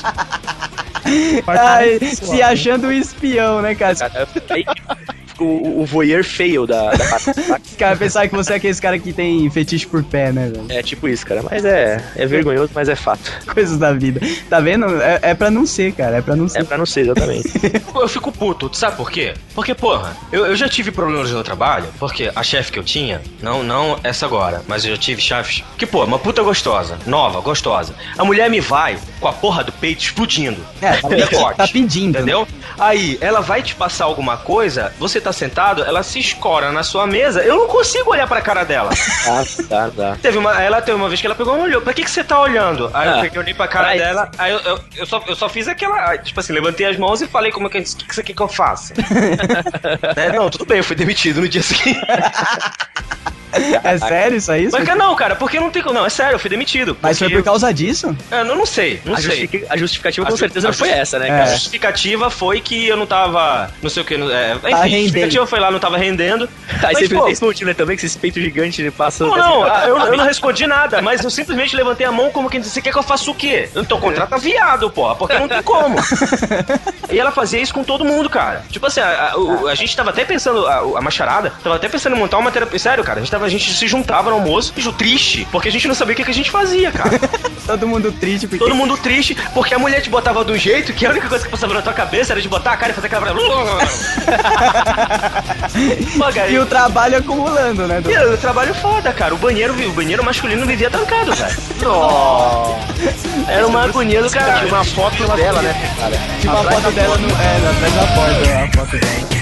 Ai, se achando um espião, né, cara? Aí, o voyeur fail da Cara, pensar que você é aquele cara que tem fetiche por pé, né, velho? É tipo isso, cara. Mas é vergonhoso, mas é fato. Coisas da vida. Tá vendo? É pra não ser, cara. É pra não ser. É pra não ser, exatamente. Eu fico puto, tu sabe por quê? Porque, porra, eu já tive problemas no trabalho, porque a chefe que eu tinha, não essa agora, mas eu já tive chefes, que, pô, uma puta gostosa, nova, gostosa. A mulher me vai com a porra do peito explodindo. Tá pedindo. Entendeu? Né? Aí, ela vai te passar alguma coisa, você tá sentado, ela se escora na sua mesa, eu não consigo olhar pra cara dela. Tá. Teve uma vez que ela pegou e olhou, pra que você tá olhando? Aí eu peguei, olhei pra cara dela, aí eu só fiz aquela, tipo assim, levantei as mãos e falei como é que você quer que eu faça? Não, tudo bem, eu fui demitido no dia seguinte. É sério isso aí? Mas não, cara, porque não tem como. Não, é sério, eu fui demitido. Mas foi por causa disso? Eu não sei. A justificativa com certeza não foi essa, né, cara? A justificativa foi que eu não tava. Não sei o que. Enfim, a justificativa foi lá, não tava rendendo. Aí você respondeu, né, também, que esse peito gigante passa. Eu não respondi nada, mas eu simplesmente levantei a mão como quem disse: você quer que eu faça o quê? Eu não tô contrato viado, porra, porque não tem como. E ela fazia isso com todo mundo, cara. Tipo assim, a gente tava até pensando, a macharada, tava até pensando em montar uma terapia. Sério, cara, a gente se juntava no almoço, triste, porque a gente não sabia o que a gente fazia, cara. Todo mundo triste, porque a mulher te botava do jeito que a única coisa que passava na tua cabeça era de botar a cara e fazer aquela. E o trabalho acumulando, né? E o trabalho foda, cara. O banheiro masculino vivia trancado, velho. Era uma agonia do cara. Tinha uma foto dela, né, cara? Tinha uma foto dela atrás da porta, a foto dela.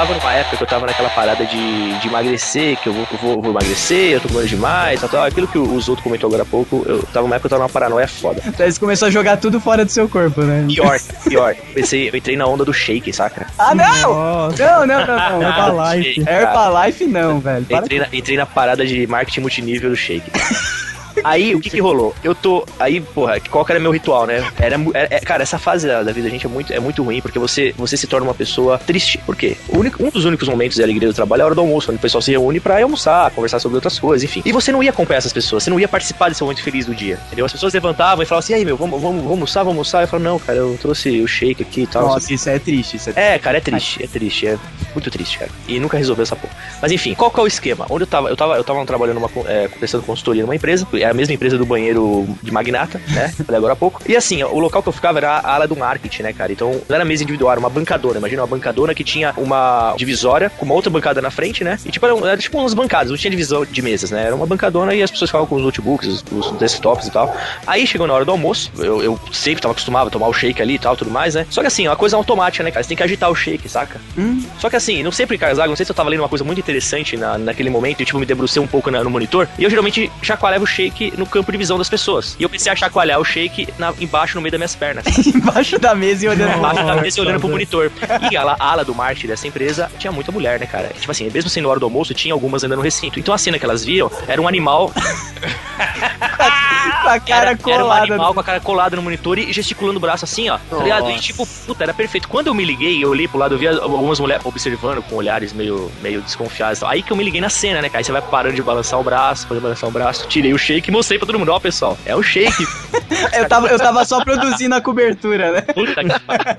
tava numa época que eu tava naquela parada de emagrecer, que eu vou emagrecer, eu tô comendo demais, tal. Aquilo que os outros comentou agora há pouco, eu tava numa época que eu tava numa paranoia foda. Então você começou a jogar tudo fora do seu corpo, né? Pior. Eu entrei na onda do shake, saca? Ah, não! Nossa. Não. Herbalife. Herbalife não, velho. Entrei na parada de marketing multinível do shake. Aí, o que rolou? Aí, porra, qual que era meu ritual, né? Cara, essa fase da vida da gente é muito ruim, porque você se torna uma pessoa triste. Por quê? Um dos únicos momentos de alegria do trabalho é a hora do almoço, onde o pessoal se reúne pra ir almoçar, conversar sobre outras coisas, enfim. E você não ia acompanhar essas pessoas, você não ia participar desse momento feliz do dia, entendeu? As pessoas levantavam e falavam assim, e aí, meu, vamos almoçar? Eu falava, não, cara, eu trouxe o shake aqui e tal. Nossa, isso é triste. Cara, é triste, é muito triste, cara. E nunca resolveu essa porra. Mas enfim, qual que é o esquema? Onde eu tava trabalhando prestando consultoria numa empresa, é a mesma empresa do banheiro de magnata, né? Falei agora há pouco. E assim, o local que eu ficava era a ala do marketing, né, cara? Então, não era mesa individual, era uma bancadona. Imagina uma bancadona que tinha uma divisória com uma outra bancada na frente, né? E tipo, era tipo umas bancadas, não tinha divisão de mesas, né? Era uma bancadona e as pessoas ficavam com os notebooks, os desktops e tal. Aí chegou na hora do almoço, eu sempre tava acostumado a tomar o shake ali e tal, tudo mais, né? Só que assim, uma coisa automática, né, cara? Você tem que agitar o shake, saca? Só que assim, não sempre, cara, não sei se eu tava lendo uma coisa muito interessante naquele momento e tipo, me debrucei um pouco no monitor. E eu geralmente chacoalhava o shake no campo de visão das pessoas. E eu comecei a chacoalhar o shake embaixo, no meio das minhas pernas. Embaixo da mesa e olhando pro monitor. E a ala do marketing dessa empresa tinha muita mulher, né, cara? Tipo assim, mesmo sendo hora do almoço, tinha algumas andando no recinto. Então a cena que elas viram era um animal com a cara colada. Era um animal com a cara colada no monitor e gesticulando o braço assim, ó. Tá ligado? E tipo, puta, era perfeito. Quando eu me liguei, eu olhei pro lado, eu vi algumas mulheres observando com olhares meio desconfiados. Aí que eu me liguei na cena, né, cara? Aí você vai parando de balançar o braço, tirei o shake e mostrei pra todo mundo, ó, pessoal, é o shake. eu tava só produzindo a cobertura, né? Puta que pariu.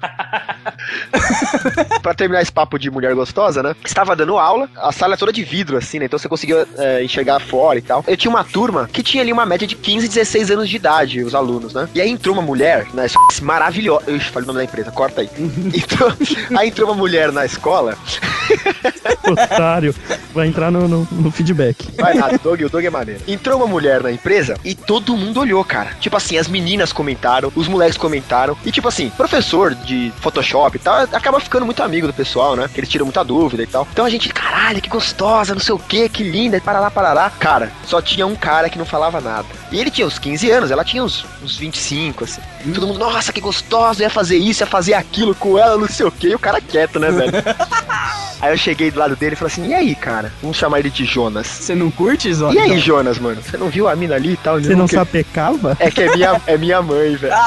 Pra terminar esse papo de mulher gostosa, né? Estava dando aula, a sala é toda de vidro, assim, né? Então você conseguia enxergar fora e tal. Eu tinha uma turma que tinha ali uma média de 15, 16 anos de idade, os alunos, né? E aí entrou uma mulher, né? Maravilhosa. Ixi, falei o nome da empresa, corta aí. Aí entrou uma mulher na escola. Otário. Vai entrar no feedback. Vai nada, o Doug é maneiro. Entrou uma mulher na empresa e todo mundo olhou, cara. Tipo assim, as meninas comentaram, os moleques comentaram. E tipo assim, professor de Photoshop e tal, acaba ficando muito amigo do pessoal, né? Que eles tiram muita dúvida e tal. Então a gente, caralho, que gostosa, não sei o que linda, parará. Cara, só tinha um cara que não falava nada. E ele tinha uns 15 anos, ela tinha uns 25, assim. Todo mundo, nossa, que gostosa, ia fazer isso, ia fazer aquilo com ela, não sei o que. E o cara quieto, né, velho? Aí eu cheguei do lado dele e falei assim, e aí, cara? Vamos chamar ele de Jonas. Você não curte, Jonas? E aí, Jonas, mano? Você não viu a mina ali e tal? Você não sapecava? É que é minha mãe, velho.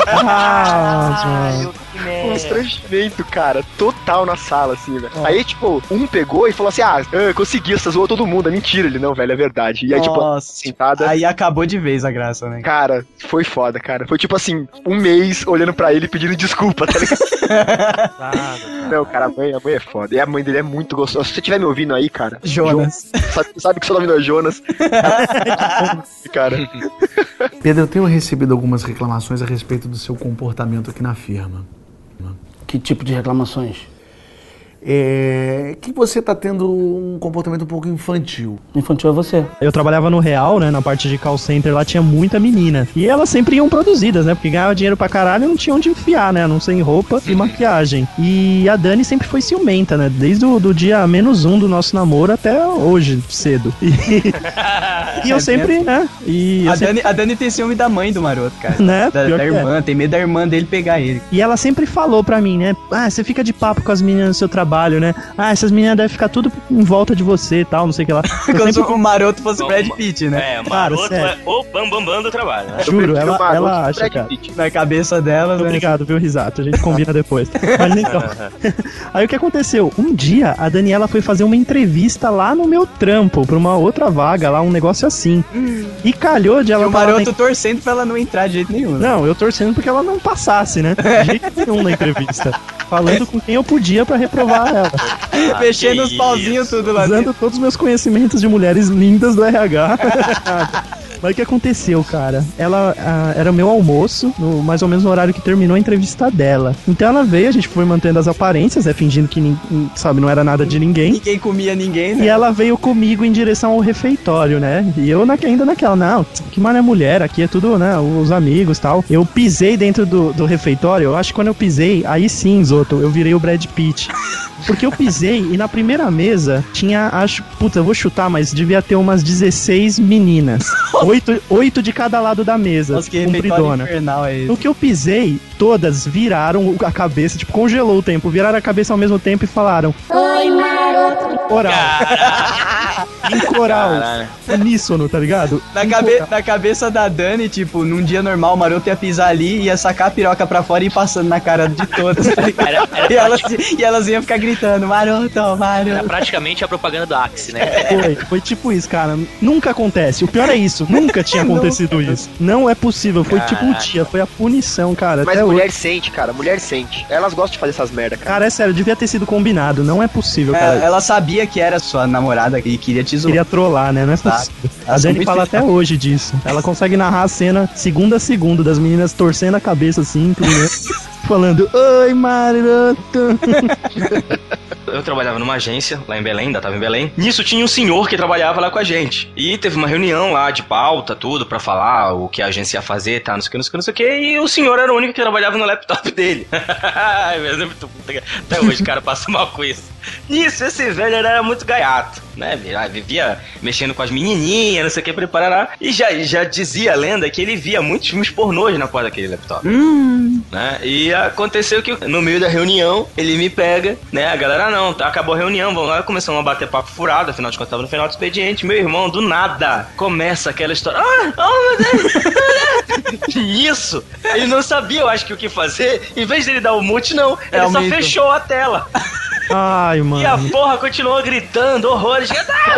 Constrangimento, cara, total na sala, assim, velho. Aí, tipo, um pegou e falou assim, consegui, você zoou todo mundo. É mentira, ele não, velho, é verdade. E aí, tipo, sentada... Aí acabou de vez a graça, né? Cara, foi foda, cara. Foi tipo assim, um mês olhando pra ele pedindo desculpa, tá ligado? Não, cara, a mãe é foda. E a mãe dele é muito gostosa. Se você estiver me ouvindo aí, cara... Jonas. Sabe que seu nome não é Jonas. Cara. Pedro, eu tenho recebido algumas reclamações a respeito do seu comportamento aqui na firma. Que tipo de reclamações? Que você tá tendo um comportamento um pouco infantil. Infantil é você. Eu trabalhava no Real, né, na parte de call center, lá tinha muita menina. E elas sempre iam produzidas, né, porque ganhava dinheiro pra caralho e não tinha onde enfiar, né, a não ser em roupa e maquiagem. E a Dani sempre foi ciumenta, né, desde o dia -1 do nosso namoro até hoje, cedo. E eu sempre, né, A Dani tem ciúme da mãe do maroto, cara. Né? Da irmã, tem medo da irmã dele pegar ele. E ela sempre falou pra mim, né, você fica de papo com as meninas no seu trabalho, né? Essas meninas devem ficar tudo em volta de você e tal, não sei o que lá. Como se o maroto fosse Brad Pitt, né? O maroto é o bambambam do trabalho, né? Juro, ela acha, cara. Na cabeça dela, né? Obrigado, viu, Risato? A gente combina depois. Mas então. Aí o que aconteceu? Um dia, a Daniela foi fazer uma entrevista lá no meu trampo, pra uma outra vaga lá, um negócio assim. E calhou de ela... E o maroto torcendo pra ela não entrar de jeito nenhum. Não, eu torcendo porque ela não passasse, né? De jeito nenhum na entrevista. Falando com quem eu podia pra reprovar ela. Mexendo os pauzinhos tudo lá dentro. Usando todos os meus conhecimentos de mulheres lindas do RH. Mas o que aconteceu, cara? Ela era meu almoço, mais ou menos no horário que terminou a entrevista dela. Então ela veio, a gente foi mantendo as aparências, fingindo que, sabe, não era nada de ninguém. Ninguém comia ninguém, né? E ela veio comigo em direção ao refeitório, né? E eu ainda naquela, não, que mané mulher, aqui é tudo, né, os amigos e tal. Eu pisei dentro do refeitório, eu acho que quando eu pisei, aí sim, Zoto, eu virei o Brad Pitt. Porque eu pisei e na primeira mesa tinha, eu vou chutar, mas devia ter umas 16 meninas. 8 de cada lado da mesa. Nossa, que refeitório infernal é esse. No que eu pisei, todas viraram a cabeça, tipo, congelou o tempo, viraram a cabeça ao mesmo tempo e falaram: Oi, maroto! Oral. Em coral. Uníssono, tá ligado? Na cabeça da Dani, tipo, num dia normal, o maroto ia pisar ali, ia sacar a piroca pra fora e ir passando na cara de todas, tá ligado? E elas iam ficar gritando: maroto, maroto. Era praticamente a propaganda do Axe, né? Foi tipo isso, cara. Nunca acontece. O pior é isso. Nunca tinha acontecido isso. Não é possível. Foi tipo um dia. Foi a punição, cara. Mas mulher sente, cara. Mulher sente. Elas gostam de fazer essas merda, cara. Cara, é sério. Devia ter sido combinado. Não é possível, cara. Ela sabia que era sua namorada e queria te zoar. Queria trollar, né? Não é possível. A Dani fala até hoje disso. Ela consegue narrar a cena segundo a segundo das meninas torcendo a cabeça assim, tudo, né? Falando: Oi, maroto. Eu trabalhava numa agência lá em Belém, ainda tava em Belém. Nisso tinha um senhor que trabalhava lá com a gente. E teve uma reunião lá de pauta, tudo, pra falar o que a agência ia fazer, tá, não sei o que. E o senhor era o único que trabalhava no laptop dele. Até hoje o cara passa mal com isso. Nisso, esse velho era muito gaiato, né? Vivia mexendo com as menininhas, não sei o que, preparar. E já dizia a lenda que ele via muitos filmes pornôs na porta daquele laptop. Né? E aconteceu que no meio da reunião, ele me pega, né? A galera, não, acabou a reunião, vamos lá, começamos a bater papo furado, afinal de contas tava no final do expediente. Meu irmão, do nada, começa aquela história: oh meu Deus! Isso! Ele não sabia, eu acho que o que fazer. Em vez dele dar o mute, não, ele só fechou a tela. Ai, mano. E a porra continuou gritando, horrores.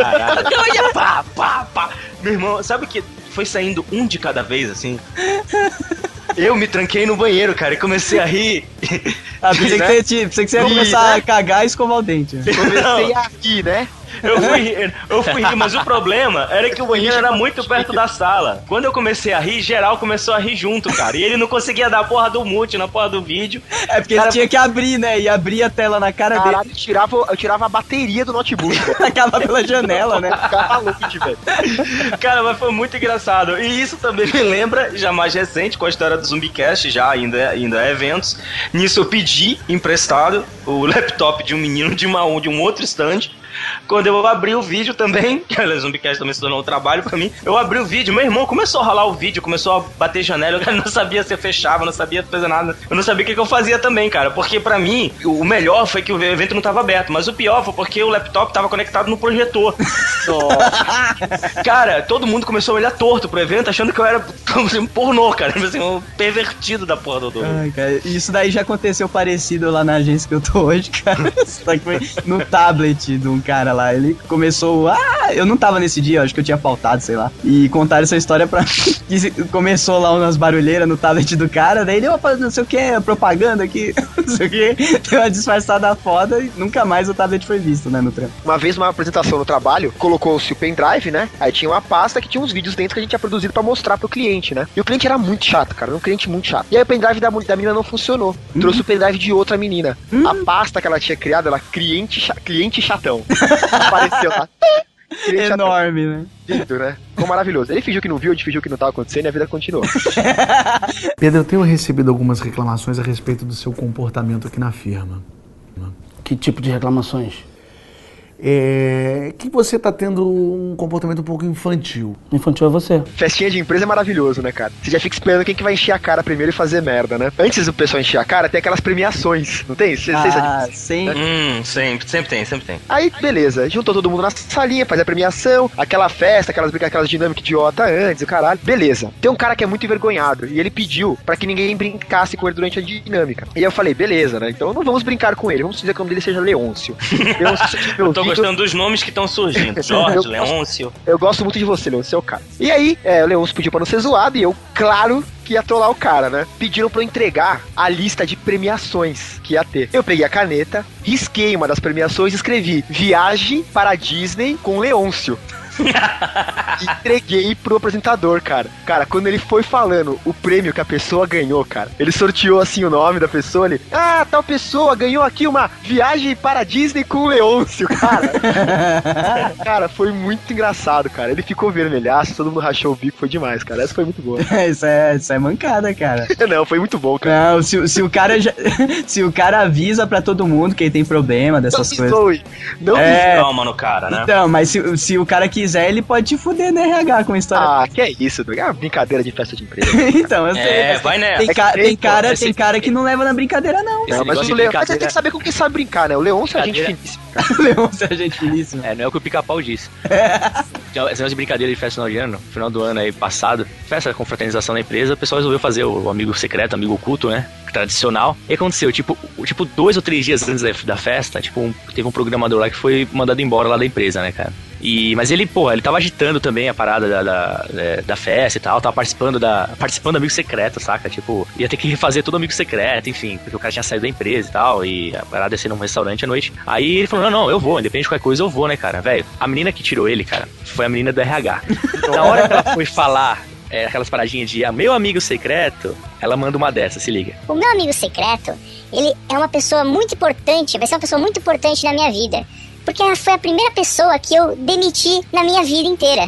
Pá. Meu irmão, sabe que foi saindo um de cada vez, assim? Eu me tranquei no banheiro, cara, e comecei a rir. Pensei que você ia começar a cagar e escovar o dente. Comecei a rir, né? Eu fui rir, mas o problema era que o banheiro era muito perto da sala. Quando eu comecei a rir, geral começou a rir junto, cara. E ele não conseguia dar a porra do mute na porra do vídeo. É porque ele tinha que abrir, né? E abrir a tela na cara dele. Eu tirava a bateria do notebook. Tacava pela janela, né? Ficava louco, velho. Cara, mas foi muito engraçado. E isso também me lembra, já mais recente, com a história do Zumbicast, já ainda é eventos. Nisso eu pedi emprestado o laptop de um menino de um outro stand. Quando eu abri o vídeo também, que o Zumbicast também se tornou um trabalho pra mim, eu abri o vídeo, meu irmão começou a rolar o vídeo, começou a bater janela, eu não sabia se eu fechava, não sabia fazer nada, eu não sabia o que eu fazia também, cara, porque pra mim, o melhor foi que o evento não tava aberto, mas o pior foi porque o laptop tava conectado no projetor. Cara, todo mundo começou a olhar torto pro evento, achando que eu era um pornô, cara, assim, um pervertido da porra do... Ai, cara, isso daí já aconteceu parecido lá na agência que eu tô hoje, cara, só que foi no tablet de um cara lá, ele começou, eu não tava nesse dia, acho que eu tinha faltado, sei lá, e contaram essa história pra que começou lá umas barulheiras no tablet do cara, daí deu uma, não sei o que, propaganda aqui, não sei o que, deu uma disfarçada foda e nunca mais o tablet foi visto, né, no trampo. Uma vez, uma apresentação no trabalho, colocou-se o pendrive, né, aí tinha uma pasta que tinha uns vídeos dentro que a gente tinha produzido pra mostrar pro cliente, né, e o cliente era muito chato, cara, um cliente muito chato, e aí o pendrive da menina não funcionou, trouxe o pendrive de outra menina, a pasta que ela tinha criado, ela cliente chatão. Apareceu lá. Enorme, né? Lindo, né? Ficou maravilhoso. Ele fingiu que não viu, a gente fingiu que não estava acontecendo e a vida continuou. Pedro, eu tenho recebido algumas reclamações a respeito do seu comportamento aqui na firma. Que tipo de reclamações? Que você tá tendo um comportamento um pouco infantil. Infantil é você. Festinha de empresa é maravilhoso, né, cara? Você já fica esperando quem que vai encher a cara primeiro e fazer merda, né? Antes do pessoal encher a cara, tem aquelas premiações, não tem? Sim. Sempre tem. Aí, beleza, juntou todo mundo na salinha, faz a premiação, aquela festa, aquelas dinâmicas idiota antes, o caralho. Beleza. Tem um cara que é muito envergonhado e ele pediu pra que ninguém brincasse com ele durante a dinâmica. E eu falei, beleza, né? Então não vamos brincar com ele, vamos dizer que o nome dele seja Leôncio. Eu tô gostando dos nomes que estão surgindo. Jorge, Leôncio. Eu gosto muito de você, Leôncio, seu cara. E aí, o Leôncio pediu pra não ser zoado e eu, claro, que ia trollar o cara, né? Pediram pra eu entregar a lista de premiações que ia ter. Eu peguei a caneta, risquei uma das premiações e escrevi Viagem para Disney com Leôncio. E entreguei pro apresentador, cara. Cara, quando ele foi falando o prêmio que a pessoa ganhou, cara, ele sorteou assim o nome da pessoa, ele... Ah, tal pessoa ganhou aqui uma viagem para Disney com o Leôncio, cara. Cara, foi muito engraçado, cara. Ele ficou vermelhaço, todo mundo rachou o bico, foi demais, cara. Essa foi muito boa. Isso é mancada, cara. Não, foi muito bom, cara. Não, se o cara se o cara avisa pra todo mundo que ele tem problema dessas coisas. Não calma no cara, né? Então, mas se o cara quiser, ele pode te fuder no RH com a história. Ah, que é isso, Doug? É uma brincadeira de festa de empresa. Então, eu sei. Vai nessa. Tem cara que não leva na brincadeira, não. Não, mas o Leôncio, você tem que saber com quem sabe brincar, né? O Leôncio é gente finíssima. O Leôncio é gente finíssima. Não é o que o Pica-Pau disse. Esse negócio de brincadeira de festa final de ano, no final do ano aí passado, festa com fraternização na empresa, o pessoal resolveu fazer o amigo secreto, amigo oculto, né? Tradicional. E aconteceu, tipo 2 ou 3 dias antes da festa, teve um programador lá que foi mandado embora lá da empresa, né, cara? Mas ele tava agitando também a parada da festa e tal, tava participando do amigo secreto, saca? Tipo, ia ter que refazer todo amigo secreto, enfim, porque o cara tinha saído da empresa e tal, e a parada ia ser num restaurante à noite. Aí ele falou, não, eu vou, independente de qualquer coisa, eu vou, né, cara? Velho, a menina que tirou ele, cara, foi a menina do RH. Na hora que ela foi falar aquelas paradinhas de meu amigo secreto, ela manda uma dessa, se liga. O meu amigo secreto, ele é uma pessoa muito importante, vai ser uma pessoa muito importante na minha vida. Porque foi a primeira pessoa que eu demiti na minha vida inteira.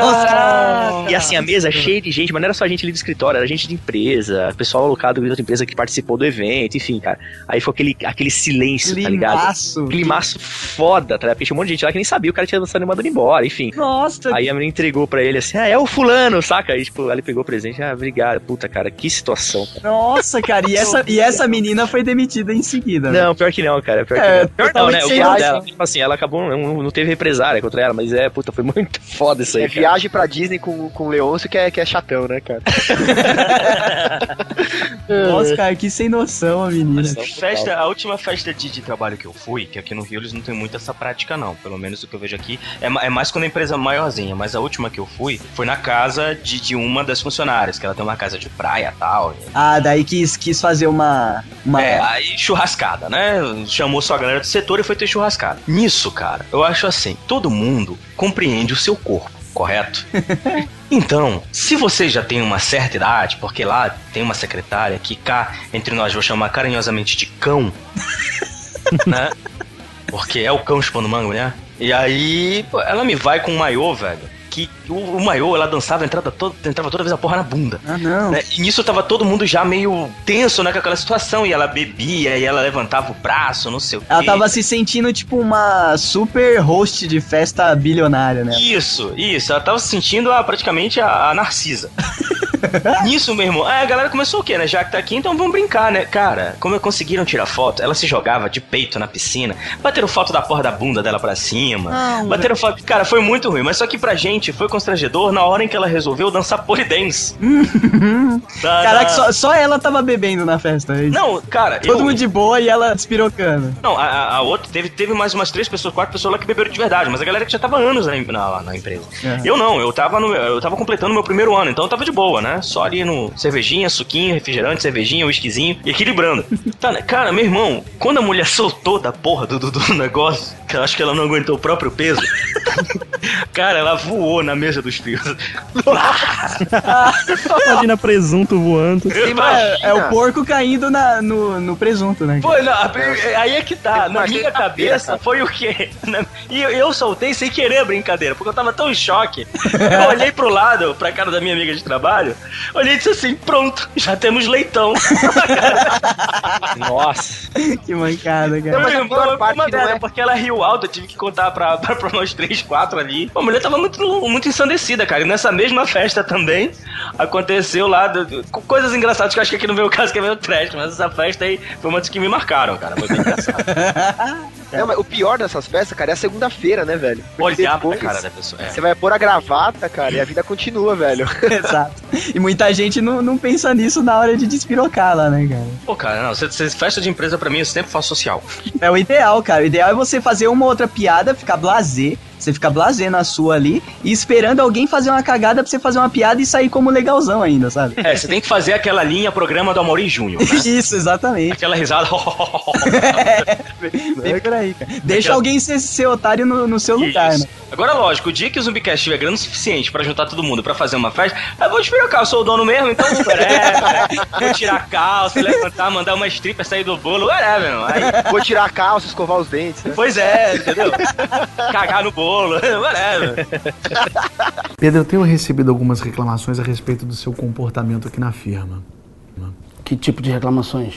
E assim, a mesa cheia de gente, mas não era só gente ali do escritório, era gente de empresa, pessoal alocado de outra empresa que participou do evento, enfim, cara. Aí foi aquele silêncio, tá ligado? Climaço foda, tá ligado? Porque tinha um monte de gente lá que nem sabia, o cara tinha dançado e mandado embora, enfim. Nossa. Aí a menina entregou pra ele assim, é o fulano, saca? Aí, tipo, ele pegou o presente, obrigado. Puta, cara, que situação. Cara. Nossa, cara, e essa menina foi demitida em seguida, né? Não, pior que não, cara. Pior não, né? O pior dela, tipo assim, ela acabou, não teve represária contra ela, mas puta, foi muito foda isso aí, cara. Viagem pra Disney com o Leôncio que é chatão, né, cara? Nossa, cara, que sem noção a menina. A última festa de trabalho que eu fui, que aqui no Rio eles não tem muito essa prática não, pelo menos o que eu vejo aqui, é mais quando a empresa é maiorzinha, mas a última que eu fui foi na casa de uma das funcionárias, que ela tem uma casa de praia e tal. Ah, daí quis fazer uma... aí churrascada, né? Chamou sua galera do setor e foi ter churrascada. Nisso, cara, eu acho assim, todo mundo compreende o seu corpo, correto? Então, se você já tem uma certa idade, porque lá tem uma secretária que cá, entre nós, vou chamar carinhosamente de cão, né? Porque é o cão chupando mango, né? E aí, ela me vai com um maiô, velho. Que o maiô, ela dançava, entrava toda vez a porra na bunda. Ah, não. Né? E nisso tava todo mundo já meio tenso, né, com aquela situação. E ela bebia, e ela levantava o braço, não sei o quê. Ela tava se sentindo tipo uma super host de festa bilionária, né? Isso. Ela tava se sentindo praticamente a Narcisa. Nisso, meu irmão, a galera começou o quê, né? Já que tá aqui, então vamos brincar, né? Cara, como conseguiram tirar foto, ela se jogava de peito na piscina, bateram foto da porra da bunda dela pra cima, bateram foto... Cara, foi muito ruim, mas só que pra gente foi constrangedor na hora em que ela resolveu dançar polydance. Caraca, só ela tava bebendo na festa, é isso? Não, cara... Todo mundo de boa e ela despirocando. Não, a outra, teve mais umas 3 pessoas, 4 pessoas lá que beberam de verdade, mas a galera que já tava há anos na empresa. Eu não, eu tava completando meu primeiro ano, então eu tava de boa, né? Só ali no cervejinha, suquinho, refrigerante, cervejinha, whiskyzinho e equilibrando. Tá, né? Cara, meu irmão, quando a mulher soltou da porra do negócio, que eu acho que ela não aguentou o próprio peso, cara, ela voou na mesa dos fios. Imagina presunto voando. É o porco caindo no presunto, né? Pô, aí é que tá. Na minha cabeça foi o quê? E eu soltei sem querer a brincadeira, porque eu tava tão em choque. Eu olhei pro lado, pra cara da minha amiga de trabalho, olhei e disse assim, pronto, já temos leitão. Nossa. Que mancada, cara. Mas a pior parte não é... porque ela riu alto, eu tive que contar pra nós 3, 4 ali. A mulher tava muito ensandecida, cara. E nessa mesma festa também aconteceu lá coisas engraçadas que eu acho que aqui no meu caso que é meio trash, mas essa festa aí foi uma das que me marcaram, cara. Foi bem engraçado. Não, mas o pior dessas festas, cara, é a segunda-feira, né, velho? Olhar pra cara da pessoa. Você vai pôr a gravata, cara, e a vida continua, velho. Exato. E muita gente não pensa nisso na hora de despirocar lá, né, cara? Pô, cara, não, festa de empresa pra mim eu sempre faço social. É o ideal, cara. O ideal é você fazer uma outra piada, ficar blasé, Você fica blasé na sua ali e esperando alguém fazer uma cagada pra você fazer uma piada e sair como legalzão ainda, sabe? Você tem que fazer aquela linha programa do Amaury Júnior, né? Isso, exatamente. Aquela risada. Bem por aí, cara. Deixa alguém ser otário no seu lugar, né? Agora, lógico, o dia que o Zumbicast tiver grana o suficiente pra juntar todo mundo pra fazer uma festa, eu vou despirocar, eu sou o dono mesmo, então vou tirar a calça, levantar, mandar uma stripper sair do bolo, whatever, meu. Aí, vou tirar a calça, escovar os dentes, né? Pois é, entendeu? Cagar no bolo, whatever. Pedro, eu tenho recebido algumas reclamações a respeito do seu comportamento aqui na firma. Que tipo de reclamações?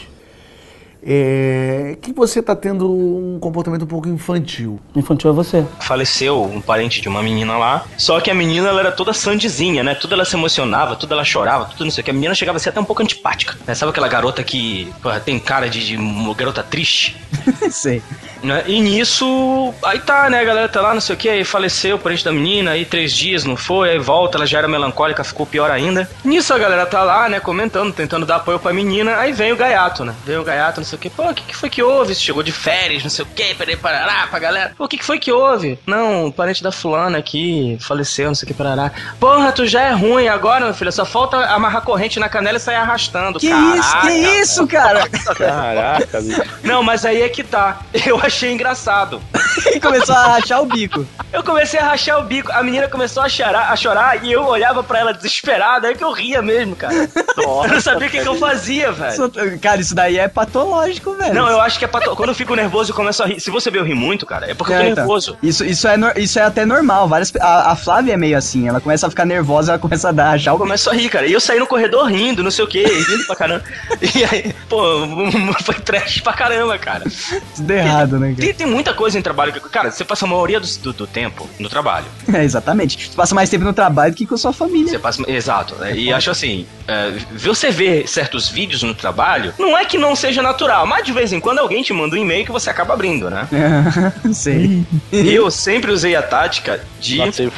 Que você tá tendo um comportamento um pouco infantil. Infantil é você. Faleceu um parente de uma menina lá, só que a menina ela era toda sandezinha, né? Tudo ela se emocionava, tudo ela chorava, tudo não sei o que. A menina chegava a ser até um pouco antipática, né? Sabe aquela garota que tem cara de garota triste? Sei. Né? E nisso, aí tá, né, a galera tá lá, não sei o que, aí faleceu o parente da menina, aí 3 dias não foi, aí volta, ela já era melancólica, ficou pior ainda. Nisso a galera tá lá, né, comentando, tentando dar apoio pra menina, aí vem o gaiato, né, não sei o que, pô, o que foi que houve? Chegou de férias, não sei o que, parará, pra galera, pô, o que foi que houve? Não, o parente da fulana aqui faleceu, não sei o que, parará. Porra, tu já é ruim agora, meu filho, só falta amarrar corrente na canela e sair arrastando. Que isso, cara? Caraca, bicho. Não, mas aí é que tá, eu achei engraçado. E começou a rachar o bico. Eu comecei a rachar o bico, a menina começou a chorar e eu olhava pra ela desesperada, aí que eu ria mesmo, cara. Nossa, eu não sabia o que eu fazia, velho. Cara, isso daí é patológico, velho. Não, eu acho que é patológico. Quando eu fico nervoso, eu começo a rir. Se você vê eu rir muito, cara, é porque eu tô nervoso. Isso é até normal. A Flávia é meio assim, ela começa a ficar nervosa, ela começa a rachar o bico. Eu começo a rir, cara. E eu saí no corredor rindo, não sei o que, rindo pra caramba. E aí, pô, foi trash pra caramba, cara. Tudo errado, né, cara? Tem muita coisa em trabalho que, cara, você passa a maioria do tempo no trabalho. Exatamente. Você passa mais tempo no trabalho do que com a sua família. Você passa, exato. E acho assim, você ver certos vídeos no trabalho, não é que não seja natural, mas de vez em quando alguém te manda um e-mail que você acaba abrindo, né? Sei. Eu sempre usei a tática de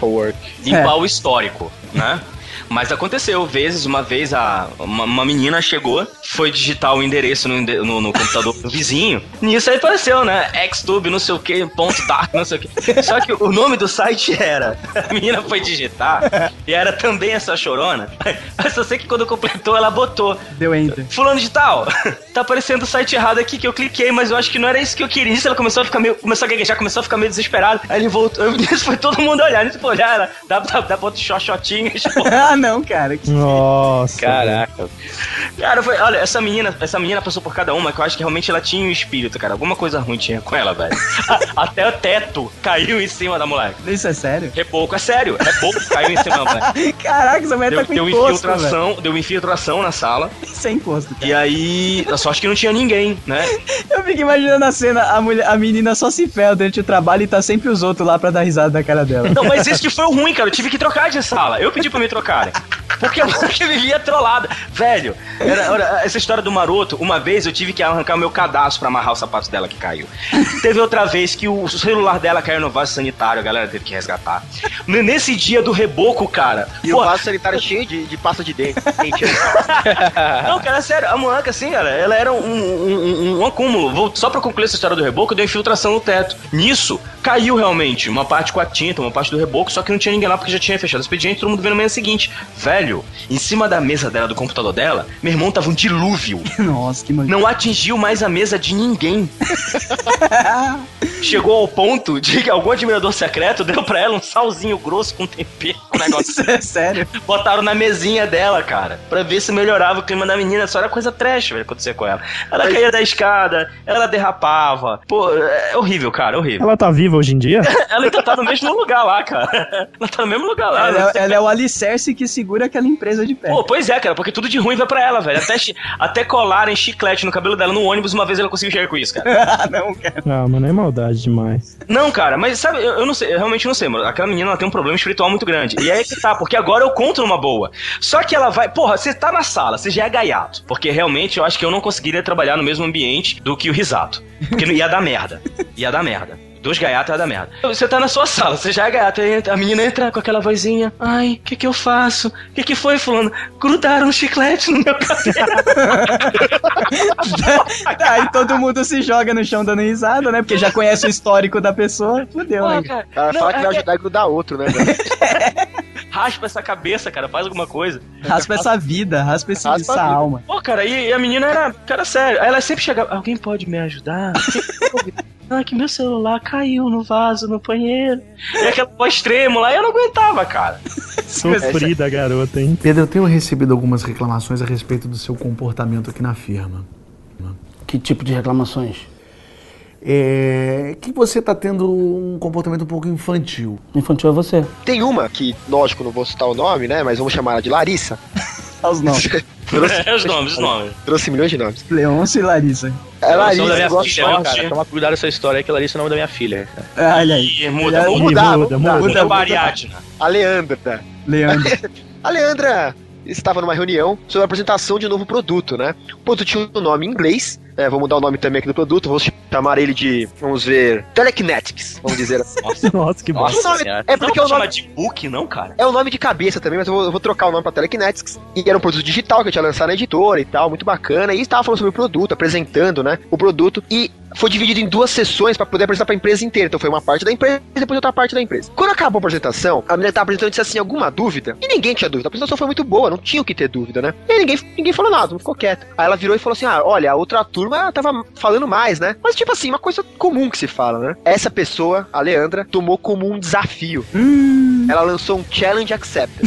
limpar o histórico, né? Mas aconteceu, uma vez uma menina chegou, foi digitar o endereço no computador do vizinho, nisso aí apareceu, né? Xtube, não sei o que, .dark, não sei o que. Só que o nome do site era, a menina foi digitar, e era também essa chorona. Mas eu sei que quando completou, ela botou. Deu enter. Fulano de tal, tá aparecendo o site errado aqui que eu cliquei, mas eu acho que não era isso que eu queria. Isso ela começou a gaguejar, começou a ficar meio desesperada. Aí ele voltou, nisso foi todo mundo olhar, nisso foi olhar, ela dá outro xoxotinhos, tipo... Não, cara. Nossa. Caraca. Cara, olha, essa menina passou por cada uma que eu acho que realmente ela tinha um espírito, cara. Alguma coisa ruim tinha com ela, velho. Até o teto caiu em cima da moleque. Isso é sério? Reboco, é sério. Reboco caiu em cima da moleque. Caraca, essa mulher tá com encosto, deu infiltração na sala. Sem encosto, cara. E aí, a sorte que não tinha ninguém, né? Eu fico imaginando a cena, a menina só se ferra durante o trabalho e tá sempre os outros lá pra dar risada da cara dela. Não, mas esse que foi o ruim, cara. Eu tive que trocar de sala. Eu pedi pra me trocarem. Porque a moleque vivia trollada. Velho, essa história do maroto, uma vez eu tive que arrancar o meu cadastro pra amarrar o sapato dela que caiu. Teve outra vez que o celular dela caiu no vaso sanitário, a galera teve que resgatar. Nesse dia do reboco, cara... E o vaso sanitário cheio de pasta de dente. Não, cara, é sério. A moleque, assim, cara, ela era um acúmulo. Só pra concluir essa história do reboco, deu infiltração no teto. Nisso, caiu realmente uma parte com a tinta, uma parte do reboco, só que não tinha ninguém lá porque já tinha fechado o expediente. Todo mundo veio no mês seguinte. Velho, em cima da mesa dela, do computador dela, meu irmão tava um dilúvio. Nossa, que maldito. Não atingiu mais a mesa de ninguém. Chegou ao ponto de que algum admirador secreto deu pra ela um salzinho grosso com tempero, um negócio. Isso é sério? Botaram na mesinha dela, cara, pra ver se melhorava o clima da menina. Só era coisa trash, velho, acontecer com ela. Ela caía da escada, ela derrapava. Pô, é horrível, cara, horrível. Ela tá viva hoje em dia? Ela ainda tá no mesmo lugar lá, cara. Ela tá no mesmo lugar lá. Ela é o alicerce que segura aquela empresa de pé. Pô, pois é, cara, porque tudo de ruim vai pra ela, velho. Até colarem chiclete no cabelo dela no ônibus, uma vez ela conseguiu chegar com isso, cara. Não, cara. Ah, mano, é maldade demais. Não, cara, mas sabe, eu não sei, eu realmente não sei, mano. Aquela menina, ela tem um problema espiritual muito grande. E aí que tá, porque agora eu conto numa boa. Só que ela vai, porra, você tá na sala, você já é gaiato. Porque realmente eu acho que eu não conseguiria trabalhar no mesmo ambiente do que o Risato. Porque ia dar merda. Ia dar merda. 2 gaiatos vai dar merda. Você tá na sua sala, você já é gaiato, aí a menina entra com aquela vozinha. Ai, o que eu faço? O que foi, fulano? Grudaram um chiclete no meu cabelo. Aí todo mundo se joga no chão dando risada, né? Porque já conhece o histórico da pessoa. Fudeu, né? Cara, fala que vai ajudar a grudar outro, né? Raspa essa cabeça, cara, faz alguma coisa. Raspa essa vida, raspa essa alma. Pô, cara, e a menina era, cara, sério. Aí ela sempre chegava, alguém pode me ajudar? Ah, que meu celular caiu no vaso, no banheiro. E aquela voz trêmula, aí eu não aguentava, cara. Sofrida, garota, hein? Pedro, eu tenho recebido algumas reclamações a respeito do seu comportamento aqui na firma. Que tipo de reclamações? Que você tá tendo um comportamento um pouco infantil. Infantil é você. Tem uma que, lógico, não vou citar o nome, né? Mas vamos chamar ela de Larissa. Olha os nomes. Os nomes. Trouxe milhões de nomes. Leôncio e Larissa. É Larissa, da minha gosto filha, de não, cara. Toma cuidado dessa história aí, que Larissa é o nome da minha filha. Olha aí. E muda. Muda a Ariadna. A Leandra. A Leandra estava numa reunião sobre a apresentação de um novo produto, né? O produto tinha um nome em inglês. Vou mudar o nome também aqui do produto. Vou chamar ele de, vamos ver, Telekinetics, vamos dizer assim. Nossa, que bosta. É porque não o nome chama de book, não, cara? é o nome de cabeça também, mas eu vou trocar o nome pra Telekinetics. E era um produto digital que eu tinha lançado na editora e tal, muito bacana. E estava falando sobre o produto, apresentando, né, o produto. E foi dividido em 2 sessões pra poder apresentar pra empresa inteira. Então foi uma parte da empresa e depois outra parte da empresa. Quando acabou a apresentação, a menina estava apresentando e disse assim, alguma dúvida? E ninguém tinha dúvida. A apresentação foi muito boa, não tinha o que ter dúvida, né? E aí ninguém falou nada, não ficou quieto. Aí ela virou e falou assim, olha, a outra turma tava falando mais, né? Mas tipo assim, uma coisa comum que se fala, né? Essa pessoa, a Leandra, tomou como um desafio. Ela lançou um challenge accepted.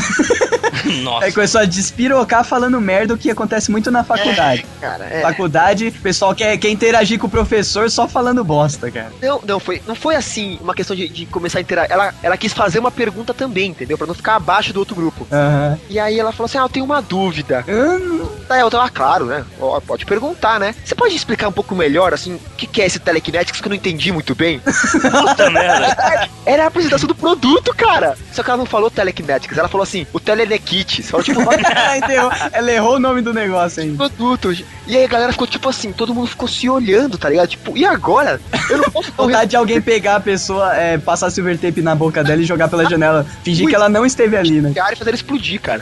Nossa. Aí começou a despirocar falando merda, o que acontece muito na faculdade. Faculdade, o pessoal quer interagir com o professor só falando bosta, cara. Não foi assim uma questão de começar a interagir. Ela quis fazer uma pergunta também, entendeu? Pra não ficar abaixo do outro grupo. E aí ela falou assim, eu tenho uma dúvida. Daí eu tava, claro, né? Pode perguntar, né? Você pode explicar um pouco melhor, assim, o que é esse Telekinetics que eu não entendi muito bem? Puta merda. Era a apresentação do produto, cara. Só que ela não falou Telekinetics, ela falou assim, o Telenekits. Falou tipo, ela errou o nome do negócio ainda. Produto. E aí a galera ficou tipo assim, todo mundo ficou se olhando, tá ligado? Tipo, e agora? Eu não posso vontade de alguém pegar a pessoa, passar silver tape na boca dela e jogar pela janela, fingir que ela não esteve ali, né? E fazer ela explodir, cara.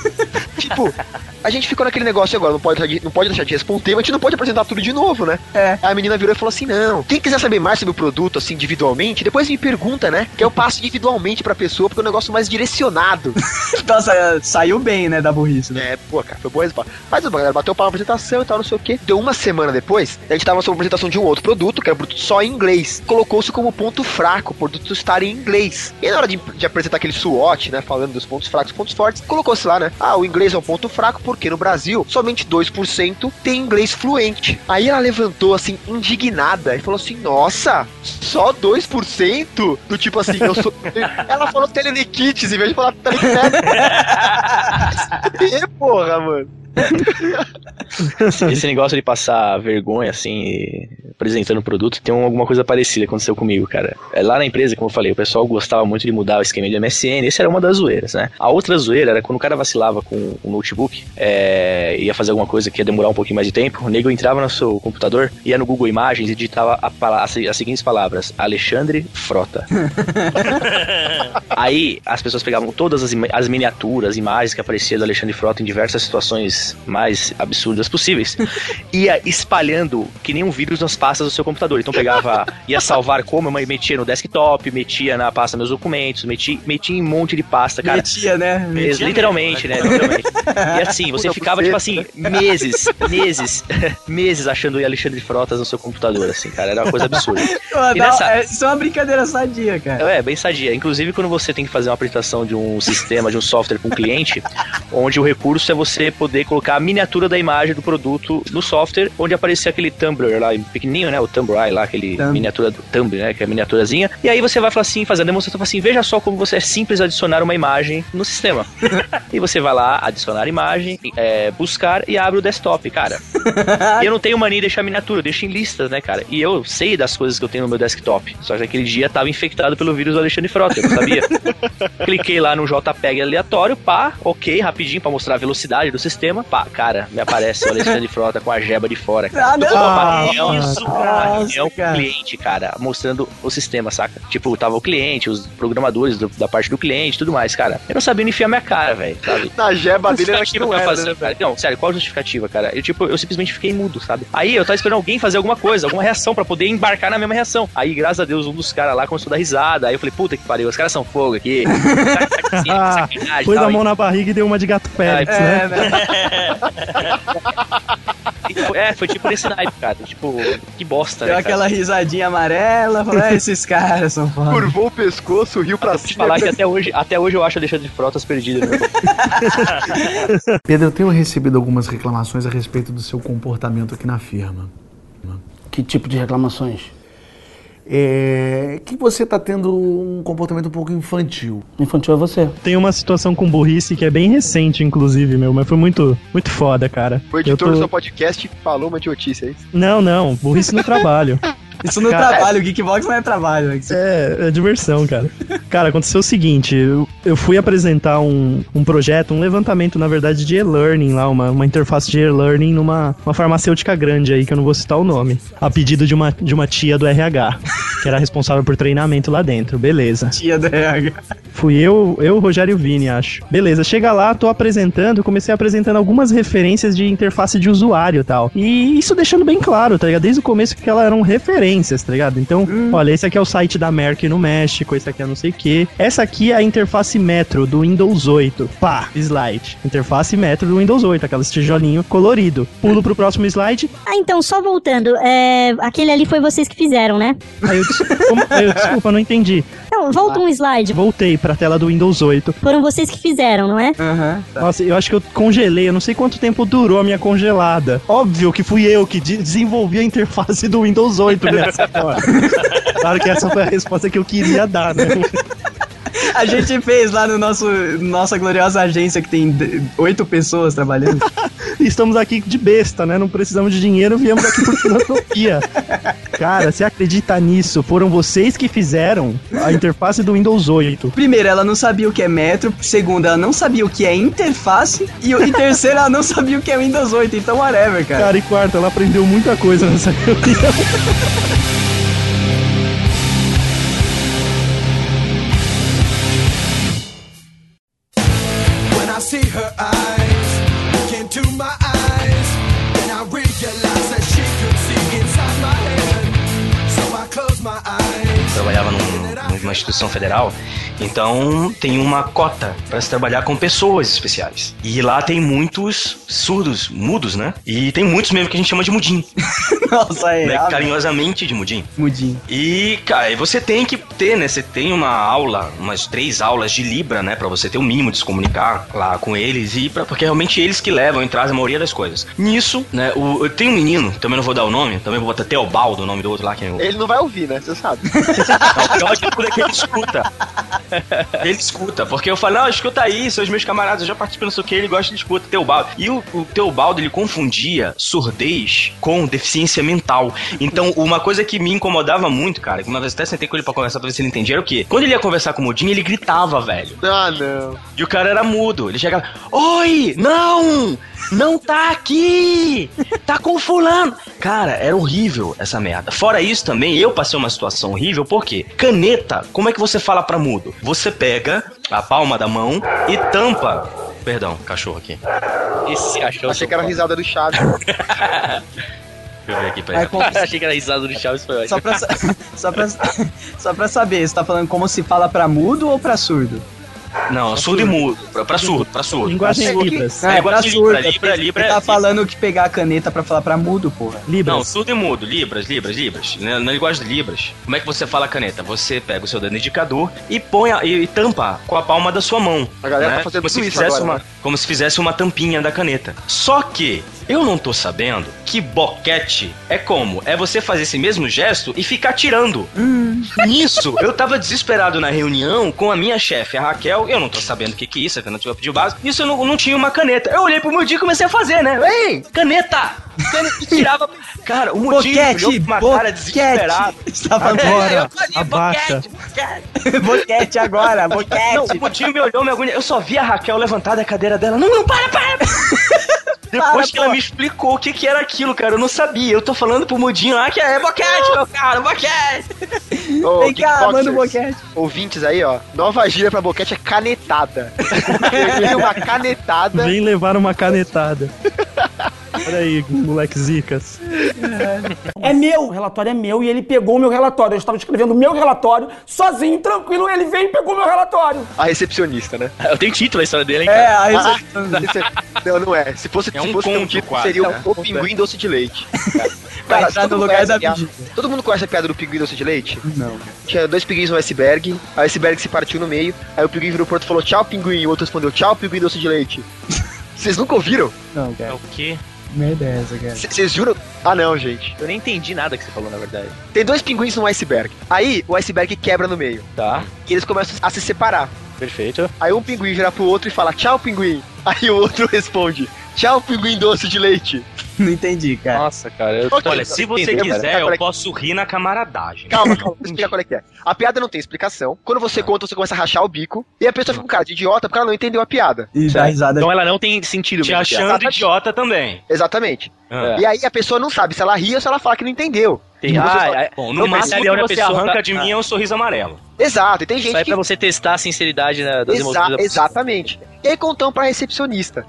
Tipo, a gente ficou naquele negócio agora, não pode deixar de responder, mas a gente não pode apresentar tudo de novo, né? A menina virou e falou assim, não, quem quiser saber mais sobre o produto, assim, individualmente, depois me pergunta, né? Que eu passo individualmente pra pessoa, porque é um negócio mais direcionado. Nossa, saiu bem, né, da burrice, né? Pô, cara, foi boa resposta. Mas a galera bateu pau na apresentação e tal, não sei o quê. Deu uma semana depois, a gente tava sobre a apresentação de um outro produto, que era um produto só em inglês. Colocou-se como ponto fraco, o produto estar em inglês. E na hora de apresentar aquele SWOT, né, falando dos pontos fracos e pontos fortes, colocou-se lá, né, o inglês é um ponto fraco, porque no Brasil, somente 2% tem inglês fluente. Aí ela levantou, assim, indignada, e falou assim, nossa, só 2%? Do tipo assim, eu sou... Ela falou Telenekits, em vez de falar Telekinetics. Porra, mano. Esse negócio de passar vergonha, assim, apresentando o produto, tem alguma coisa parecida que aconteceu comigo, cara. Lá na empresa, como eu falei, o pessoal gostava muito de mudar o esquema de MSN, esse era uma das zoeiras, né? A outra zoeira era quando o cara vacilava com o notebook, ia fazer alguma coisa que ia demorar um pouquinho mais de tempo, o nego entrava no seu computador, ia no Google Imagens e digitava as seguintes palavras, Alexandre Frota. Aí as pessoas pegavam todas as miniaturas, imagens que apareciam do Alexandre Frota em diversas situações mais absurdas possíveis, ia espalhando que nem um vírus nas pastas do seu computador. Então ia salvar como, eu metia no desktop, metia na pasta meus documentos, metia em um monte de pasta, cara. Metia, né? Literalmente, né? Literalmente. E assim, você ficava, tipo assim, meses achando o Alexandre Frotas no seu computador, assim, cara. Era uma coisa absurda. Isso é uma brincadeira sadia, cara. Bem sadia. Inclusive, quando você tem que fazer uma apresentação de um sistema, de um software com um cliente, onde o recurso é você poder colocar a miniatura da imagem do produto no software, onde aparecia aquele Tumblr lá, pequenininho, né? O Tumblr lá, aquele miniatura do Tumblr, né? Que é a miniaturazinha. E aí você vai falar assim, fazer a demonstração, assim, veja só como você é simples adicionar uma imagem no sistema. E você vai lá, adicionar a imagem, buscar e abre o desktop, cara. E eu não tenho mania de deixar miniatura, eu deixo em listas, né, cara? E eu sei das coisas que eu tenho no meu desktop. Só que aquele dia tava infectado pelo vírus do Alexandre Frota, eu não sabia. Cliquei lá no JPEG aleatório, ok, rapidinho pra mostrar a velocidade do sistema, cara, me aparece o Alexandre Frota com a jeba de fora, cara. Isso cliente, cara, mostrando o sistema, saca? Tipo, tava o cliente, os programadores da parte do cliente, tudo mais, cara. Eu não sabia onde enfiar minha cara, velho, sabe? Na jeba dele era que não era, fazer, né? cara. Não, sério, qual a justificativa, cara? Eu simplesmente fiquei mudo, sabe? Aí eu tava esperando alguém fazer alguma coisa, alguma reação pra poder embarcar na mesma reação. Aí, graças a Deus, um dos caras lá começou a dar risada. Aí eu falei, puta que pariu, os caras são fogo aqui. Pôs a mão na barriga e deu uma de gato Félix, né? Foi tipo nesse naipe, cara. Tipo, que bosta, deu né, aquela risadinha amarela, falou, esses caras são foda. Curvou o pescoço, riu pra cima. Falar que até hoje eu acho a Alexandre de Frotas perdida. Né? Pedro, eu tenho recebido algumas reclamações a respeito do seu comportamento aqui na firma. Que tipo de reclamações? Que você tá tendo um comportamento um pouco infantil. Infantil é você. Tem uma situação com burrice que é bem recente, inclusive, mas foi muito, muito foda, cara. O editor do seu podcast falou uma idiotice, é isso? Não, burrice no trabalho. Isso no trabalho, o Geekbox não é trabalho. Né? É diversão, cara. Cara, aconteceu o seguinte, eu fui apresentar um projeto, um levantamento, na verdade, de e-learning lá, uma interface de e-learning numa farmacêutica grande aí, que eu não vou citar o nome, a pedido de uma tia do RH, que era responsável por treinamento lá dentro, beleza. Tia do RH. Fui eu, Rogério e o Vini, acho. Beleza, chega lá, tô apresentando, comecei apresentando algumas referências de interface de usuário e tal. E isso deixando bem claro, tá ligado? Desde o começo que elas eram referências, tá ligado? Então, olha, esse aqui é o site da Merck no México, esse aqui é não sei o que. Essa aqui é a interface Metro do Windows 8. Pá, slide. Interface Metro do Windows 8, aquele tijolinho colorido. Pulo pro próximo slide. Então, só voltando, aquele ali foi vocês que fizeram, né? Desculpa, não entendi. Não, volta um slide. Voltei pra tela do Windows 8. Foram vocês que fizeram, não é? Tá. Nossa, eu acho que eu congelei, eu não sei quanto tempo durou a minha congelada. Óbvio que fui eu que desenvolvi a interface do Windows 8 nessa hora. Claro que essa foi a resposta que eu queria dar, né? A gente fez lá no nossa gloriosa agência que tem 8 pessoas trabalhando. Estamos aqui de besta, né? Não precisamos de dinheiro, viemos aqui por filantropia. Cara, você acredita nisso? Foram vocês que fizeram a interface do Windows 8. Primeiro, ela não sabia o que é Metro. Segundo, ela não sabia o que é interface. E terceiro, ela não sabia o que é Windows 8. Então, whatever, cara. Cara, e quarto, ela aprendeu muita coisa nessa reunião. Trabalhava numa instituição federal, então tem uma cota para se trabalhar com pessoas especiais. E lá tem muitos surdos, mudos, né? E tem muitos mesmo que a gente chama de mudim. Nossa, né? Carinhosamente de mudim. Mudim. E, cara, você tem que ter, né? Você tem uma aula, umas 3 aulas de Libra, né? Pra você ter o mínimo de se comunicar lá com eles porque realmente eles que levam e trazem a maioria das coisas. Nisso, né? Eu tenho um menino, também não vou dar o nome, também vou botar Teobaldo, o nome do outro lá. Ele não vai ouvir, né? Você sabe. Não, o pior de tudo é que ele escuta. Ele escuta, porque eu falo, não, escuta aí, são os meus camaradas, eu já participo, não sei o que, ele gosta de escuta, Teobaldo. E o Teobaldo, ele confundia surdez com deficiência mental. Então, uma coisa que me incomodava muito, cara, que uma vez até sentei com ele pra conversar pra ver se ele entendia, era o quê? Quando ele ia conversar com o Mudinho, ele gritava, velho. Ah, não. E o cara era mudo, ele chegava, oi, não tá aqui, tá com fulano. Cara, era horrível essa merda. Fora isso também, eu passei uma situação horrível, porque caneta, como é que você fala pra mudo? Você pega a palma da mão e tampa. Perdão, cachorro aqui. Esse cachorro. Achei que era a risada do Chaves. Deixa eu ver aqui pra ele. Achei que era a risada do Chaves, foi ótimo. Só pra saber, você tá falando como se fala pra mudo ou pra surdo? Não, surdo e mudo. Pra surdo. Linguagem Libras. É, pra surdo. Libra. Você tá falando que pegar a caneta pra falar pra mudo, porra. Libras. Não, surdo e mudo. Libras. Na linguagem de Libras. Como é que você fala caneta? Você pega o seu dedo indicador e põe e tampa com a palma da sua mão. A galera tá fazendo como se isso fizesse agora, como se fizesse uma tampinha da caneta. Só que eu não tô sabendo que boquete é como? É você fazer esse mesmo gesto e ficar tirando. Nisso, eu tava desesperado na reunião com a minha chefe, a Raquel. Eu não tô sabendo o que é isso, a Fernanda pediu básico. Isso eu não tinha uma caneta. Eu olhei pro Mudinho e comecei a fazer, né? Ei, caneta! E tirava. Cara, o Mudinho olhou com uma cara desesperada. Estava agora, abaixa. Boquete agora, boquete. Não, o Mudinho me olhou, me agonia. Eu só vi a Raquel levantar da cadeira dela. Não, para! Depois que ela me explicou o que era aquilo, cara, eu não sabia. Eu tô falando pro Mudinho lá que é boquete, meu cara, boquete. Vem cá, manda um boquete. Ouvintes aí, ó. Nova gíria pra boquete é canetada. Peguei uma canetada. Vem levar uma canetada. Olha aí, moleque zicas. É meu, o relatório é meu e ele pegou o meu relatório. Eu estava escrevendo o meu relatório sozinho, tranquilo, ele veio e pegou o meu relatório. A recepcionista, né? Eu tenho título a história dele, hein, cara? A recepcionista. Não é. Se fosse ter um título, quase, seria né? o pinguim doce de leite. Vai Cara, entrar no lugar da pedida. Todo mundo conhece a piada do pinguim doce de leite? Não. Tinha 2 pinguins no iceberg, aí o iceberg se partiu no meio, aí o pinguim virou pro outro e falou tchau, pinguim, e o outro respondeu tchau, pinguim doce de leite. Vocês nunca ouviram? Não, É cara. o quê? Merda é essa, cara? Vocês juram? Ah, não, gente. Eu nem entendi nada que você falou, na verdade. Tem 2 pinguins no iceberg. Aí o iceberg quebra no meio. Tá, E eles começam a se separar. perfeito. Aí um pinguim vira pro outro e fala tchau, pinguim. Aí o outro responde tchau, pinguim doce de leite. Não entendi, cara. Nossa, cara. Eu... Ok. Olha, se você Entendeu, quiser, cara? eu posso rir na camaradagem. Calma, vou explicar qual é que é. A piada não tem explicação. Quando você conta, você começa a rachar o bico. E a pessoa fica um cara de idiota porque ela não entendeu a piada. E dá risada. Então ela não tem sentido Te mesmo, achando piada. idiota também. Exatamente. Ah. E aí a pessoa não sabe se ela ri ou se ela fala que não entendeu. Tem... Tipo, você Ah, fala- Bom, não no máximo percebe que onde a você pessoa arranca tá- de mim é um sorriso amarelo. Exato, e tem Isso gente aí é que... pra você testar a sinceridade, né, das emoções da pessoa. Exatamente. E aí contamos pra recepcionista.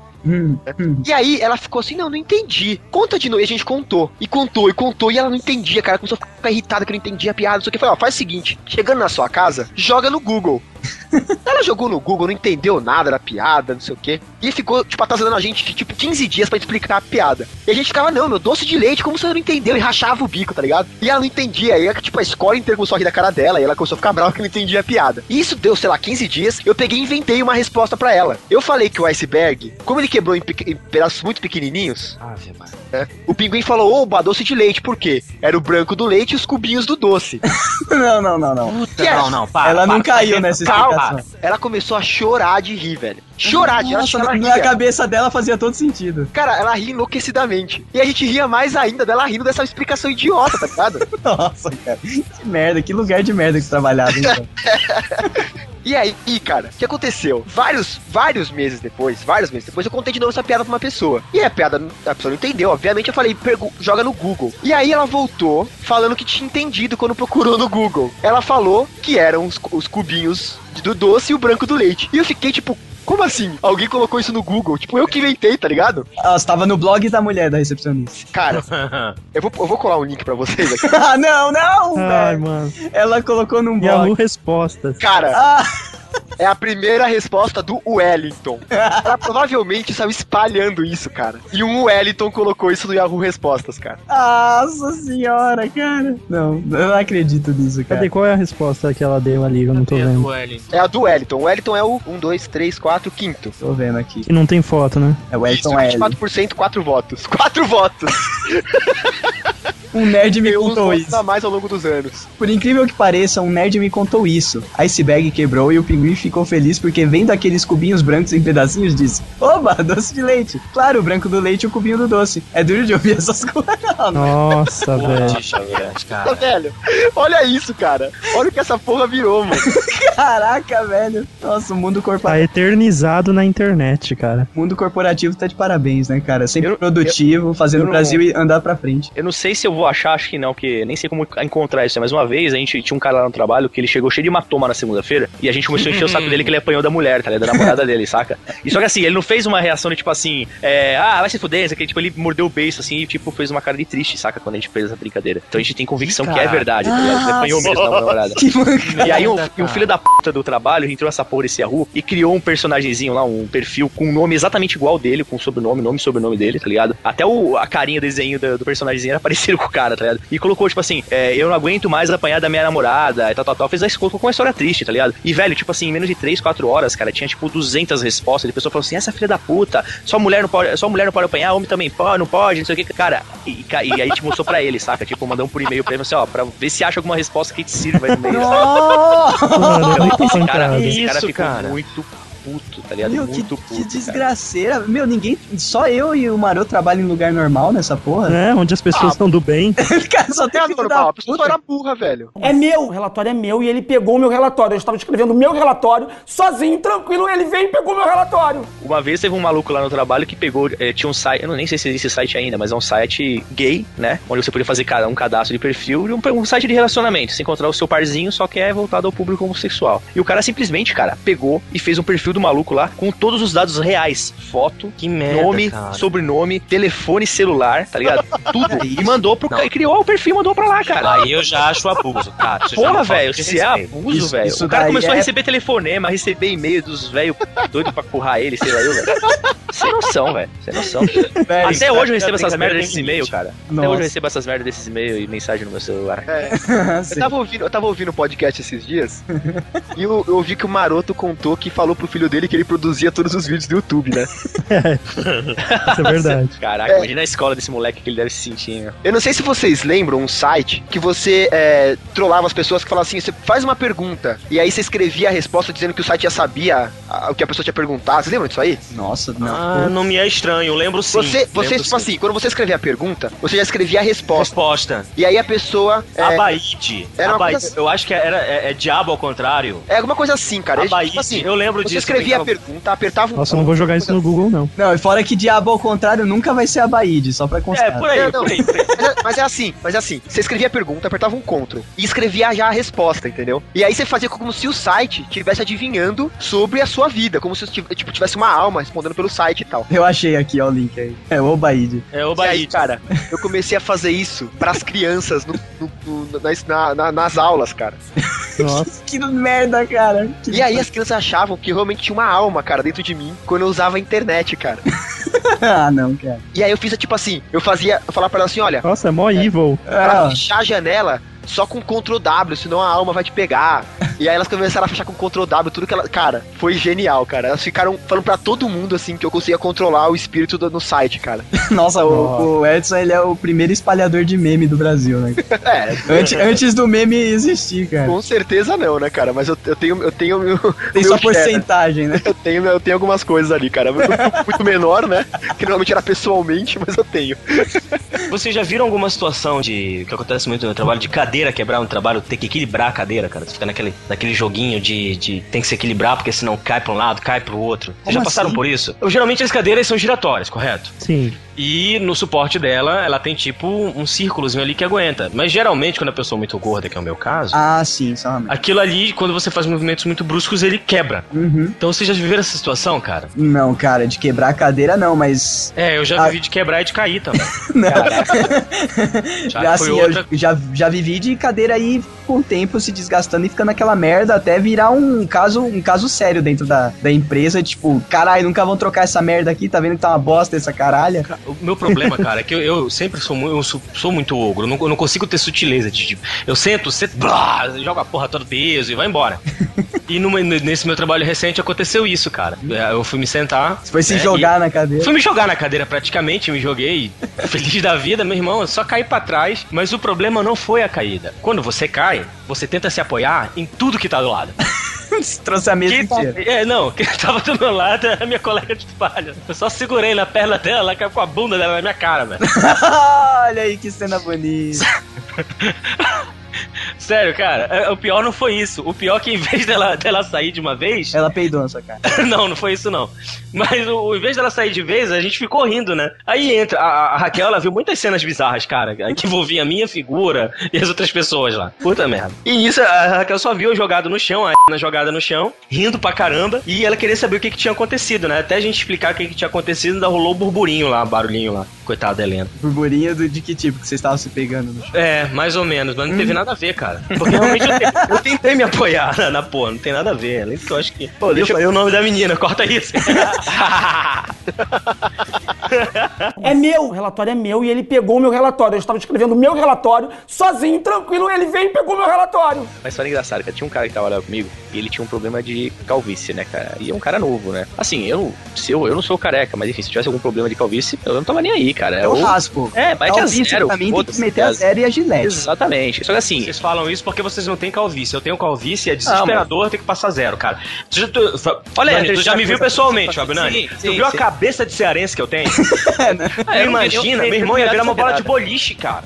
E aí ela ficou assim, não entendi. Conta de novo. E a gente contou. E contou. E ela não entendia, cara. Começou a ficar irritada que não entendia a piada. Só que falei, ó, faz o seguinte. Chegando na sua casa, joga no Google. Ela jogou no Google, não entendeu nada da piada, não sei o quê. E ficou, tipo, atazanando a gente, tipo, 15 dias pra explicar a piada. E a gente ficava, não, meu, doce de leite, como você não entendeu? E rachava o bico, tá ligado? E ela não entendia. Aí, tipo, a escola inteira começou a rir da cara dela. E ela começou a ficar brava que não entendia a piada. E isso deu, sei lá, 15 dias. Eu peguei e inventei uma resposta pra ela. Eu falei que o iceberg, como ele quebrou em pedaços muito pequenininhos, né, o pinguim falou, oba, doce de leite. Por quê? Era o branco do leite e os cubinhos do doce. Não. Não, para. Ela não caiu nessa explicação. Ela começou a chorar de rir, velho. Chorar de rir. Nossa, Ela na ria. cabeça dela fazia todo sentido. Cara, ela ria enlouquecidamente. E a gente ria mais ainda dela rindo dessa explicação idiota, tá ligado? Nossa, cara. Que merda, que lugar de merda que você trabalhava, então. E aí, cara, o que aconteceu? Vários meses depois, eu contei de novo essa piada pra uma pessoa. E a piada, a pessoa não entendeu, obviamente. Eu falei, joga no Google. E aí ela voltou falando que tinha entendido quando procurou no Google. Ela falou que eram os cubinhos do doce e o branco do leite. E eu fiquei tipo, como assim? Alguém colocou isso no Google? Tipo, eu que inventei, tá ligado? Ela estava no blog da mulher da recepcionista. Cara, eu vou colar um link pra vocês aqui. Ah, não, Ai, velho. mano. Ela colocou num Yahoo blog. Respostas. Cara, Ah, é a primeira resposta do Wellington. Ela provavelmente saiu espalhando isso, cara. E um Wellington colocou isso no Yahoo Respostas, cara. nossa senhora, cara. Não, eu não acredito nisso, cara. Cadê? Qual é a resposta que ela deu ali? Eu não tô vendo. É a do Wellington. O Wellington é o 1, 2, 3, 4, quinto. Tô vendo aqui. Que não tem foto, né? É o Isso, Elton L. 24%, 4 votos. 4 votos! Um nerd me Eu uns contou votos isso. a mais ao longo dos anos. Por incrível que pareça, um nerd me contou isso. A iceberg quebrou e o pinguim ficou feliz porque vendo aqueles cubinhos brancos em pedacinhos disse: oba, doce de leite. Claro, o branco do leite e o cubinho do doce. É duro de ouvir essas coisas. Nossa, velho. Tá, velho? Olha isso, cara. Olha o que essa porra virou, mano. Caraca, velho. Nossa, o mundo Tá corporativo. eternizado na internet, cara. O mundo corporativo tá de parabéns, né, cara? Sempre produtivo, fazendo eu o Brasil andar pra frente. Eu não sei se eu vou achar, acho que não, porque nem sei como encontrar isso. Mas uma vez a gente tinha um cara lá no trabalho que ele chegou cheio de hematoma na segunda-feira e a gente começou a encher o saco dele que ele apanhou da mulher, tá ligado? Da namorada dele, saca? E só que assim, ele não fez uma reação de tipo assim, vai se fuder, que tipo, ele mordeu o beiço assim e tipo, fez uma cara de triste, saca? Quando a gente fez essa brincadeira. Então a gente tem convicção que é verdade, tá ligado? Ele apanhou mesmo da namorada. Que mancada. E aí um filho da puta do trabalho entrou nessa porra desse Yahoo e criou um personagemzinho lá, um perfil com um nome exatamente igual dele, com sobrenome, nome e sobrenome dele, tá ligado? Até a carinha, o desenho do personagemzinho era parecido com o cara, tá ligado? E colocou, tipo assim, eu não aguento mais apanhar da minha namorada, e tal. Fez a colocou uma história triste, tá ligado? E, velho, tipo assim, em menos de 3, 4 horas, cara, tinha tipo 200 respostas. E a pessoa falou assim, essa filha da puta, só mulher não pode apanhar, homem também pode, não pode, não sei o que. Cara, e aí a gente mostrou pra ele, saca? Tipo, mandamos por e-mail pra ele, assim, ó, pra ver se acha alguma resposta que te sirva aí no meio. Mano, é muito Esse pancada. cara ficou muito puto, tá ligado? Meu, Muito que puto. desgraceira. Meu, ninguém. Só eu e o Maroto trabalham em lugar normal nessa porra. É, onde as pessoas estão do bem. Cara, só tem filho da normal, a pessoa puta. era burra, velho. É meu, o relatório é meu e ele pegou o meu relatório. Eu estava escrevendo o meu relatório, sozinho, tranquilo, ele veio e pegou o meu relatório. Uma vez teve um maluco lá no trabalho que pegou, tinha um site, eu nem sei se existe esse site ainda, mas é um site gay, né? Onde você podia fazer um cadastro de perfil e um site de relacionamento. Você encontrar o seu parzinho, só que é voltado ao público homossexual. E o cara simplesmente, cara, pegou e fez um perfil do maluco lá com todos os dados reais. Foto, Que merda, nome, cara. sobrenome, telefone celular, tá ligado? Tudo. E mandou pro cara, criou o perfil e mandou pra lá, cara. Aí eu já acho abuso, cara. Isso já Porra, é falta velho, de se é respeito. abuso, velho. isso O cara daí começou a é- receber telefonema, a receber e-mail dos velhos doidos pra currar ele, sei lá eu, velho. Sem noção, velho. Sem noção. Velho, Até hoje eu recebo essas brincadeira merdas tem desses e-mails, cara. Até Nossa. hoje eu recebo essas merdas desses e-mails e mensagem no meu celular. Sim. Eu tava ouvindo o podcast esses dias e eu ouvi que o Maroto contou que falou pro filho dele que ele produzia todos os vídeos do YouTube, né? Isso é verdade. Caraca, imagina a escola desse moleque que ele deve se sentir, né? Eu não sei se vocês lembram um site que você trollava as pessoas que falavam assim, você faz uma pergunta e aí você escrevia a resposta dizendo que o site já sabia o que a pessoa tinha perguntado. Vocês lembram disso aí? Nossa, não. Ah, não me é estranho, eu lembro sim. Você Lembro tipo sim. assim, quando você escrevia a pergunta, você já escrevia a resposta. Resposta. E aí a pessoa... Abaíde. era uma Abaíde. coisa- Eu acho que é diabo ao contrário. É alguma coisa assim, cara. Abaíde. Tipo assim, Eu lembro você disso. escrevia a brincava- pergunta, apertava um... Nossa, eu não vou jogar isso no Google, não. Não, e fora que diabo ao contrário nunca vai ser Abaíde, só pra constar. É, por aí, Não, por aí. Mas é assim, você escrevia a pergunta, apertava um Ctrl e escrevia já a resposta, entendeu? E aí você fazia como se o site estivesse adivinhando sobre a sua vida, como se tivesse uma alma respondendo pelo site e tal. Eu achei aqui, ó, o link aí. É o Obaíde. É o E aí, Baíde. cara, eu comecei a fazer isso pras crianças nas aulas, cara. Nossa. Que merda, cara. E aí as crianças achavam que realmente tinha uma alma, cara, dentro de mim, quando eu usava a internet, cara. Ah, não, cara. E aí eu fiz tipo assim, eu falava pra ela assim, olha, Nossa, é mó evil. pra Ah, fechar a janela só com Ctrl W, senão a alma vai te pegar. E aí elas começaram a fechar com Ctrl W, tudo que ela... Cara, foi genial, cara. Elas ficaram falando pra todo mundo, assim, que eu conseguia controlar o espírito no site, cara. nossa, o Edson, ele é o primeiro espalhador de meme do Brasil, né? Antes do meme existir, cara. Com certeza não, né, cara? Mas eu tenho meu... Tem meu só share, né? porcentagem, né? Eu tenho algumas coisas ali, cara. Muito menor, né? Que normalmente era pessoalmente, mas eu tenho. Vocês já viram alguma situação que acontece muito no trabalho, de cadeira quebrar no trabalho, ter que equilibrar a cadeira, cara? Você fica naquele joguinho de tem que se equilibrar, porque senão cai pra um lado, cai pro outro. Vocês já Como passaram assim? por isso? Geralmente as cadeiras são giratórias, correto? Sim. E no suporte dela, ela tem tipo um círculozinho ali que aguenta. Mas geralmente, quando a pessoa é muito gorda, que é o meu caso, Ah, sim, só uma merda. aquilo ali, quando você faz movimentos muito bruscos, ele quebra. Uhum. Então vocês já viveram essa situação, cara? Não, cara, de quebrar a cadeira não, mas... É, eu já Ah. vivi de quebrar e de cair também. Não. Já foi assim, outra- eu já vivi de cadeira aí com o tempo se desgastando e ficando aquela merda até virar um caso sério dentro da empresa, tipo, caralho, nunca vão trocar essa merda aqui, tá vendo que tá uma bosta essa caralha? O meu problema, cara, é que eu sempre sou muito ogro. Eu não consigo ter sutileza de tipo. Eu sento, blá, jogo a porra todo peso e vai embora. E nesse meu trabalho recente aconteceu isso, cara. Eu fui me sentar. Você foi se né, jogar na cadeira. Fui me jogar na cadeira praticamente, me joguei feliz da vida, meu irmão, eu só caí pra trás, mas o problema não foi a caída. Quando você cai, você tenta se apoiar em tudo que tá do lado. Trouxe a mesa inteira. Quem tava do meu lado era a minha colega de trabalho. Eu só segurei na perna dela, ela caiu com a bunda dela na minha cara, velho. Olha aí que cena bonita. Sério, cara, o pior não foi isso. O pior é que em vez dela sair de uma vez... Ela peidou na sua cara. Não foi isso não. Mas em vez dela sair de vez, a gente ficou rindo, né? Aí entra, a Raquel, ela viu muitas cenas bizarras, cara, que envolvia a minha figura e as outras pessoas lá. Puta merda. E isso, a Raquel só viu eu jogado no chão, a Ana jogada no chão, rindo pra caramba, e ela queria saber o que tinha acontecido, né? Até a gente explicar o que tinha acontecido, ainda rolou o burburinho lá, barulhinho lá. Coitada da Helena. Burburinho de que tipo? Que vocês estavam se pegando no chão? É, mais ou menos, mas não teve nada a ver, cara. Porque realmente eu tentei me apoiar na porra, não tem nada a ver. Além do que eu acho que. Pô, deixa eu falei o nome da menina, corta isso. É meu, o relatório é meu e ele pegou o meu relatório. Eu estava escrevendo o meu relatório sozinho, tranquilo, ele veio e pegou meu relatório. Mas foi engraçado, cara. Tinha um cara que trabalhava comigo e ele tinha um problema de calvície, né, cara? E é um cara novo, né? Assim, eu não sou careca, mas enfim, se tivesse algum problema de calvície, eu não tava nem aí, cara. Eu raspo. Vai que é zero. Pra mim tem que meter a zero e a gilete. Exatamente. Só que assim... Vocês falam isso porque vocês não têm calvície. Eu tenho calvície, é desesperador ter que passar zero, cara. Olha aí, tu já me viu pessoalmente, Fábio Nani. Tu viu a cabeça de cearense que eu tenho? Imagina, meu irmão ia virar uma bola de boliche, cara.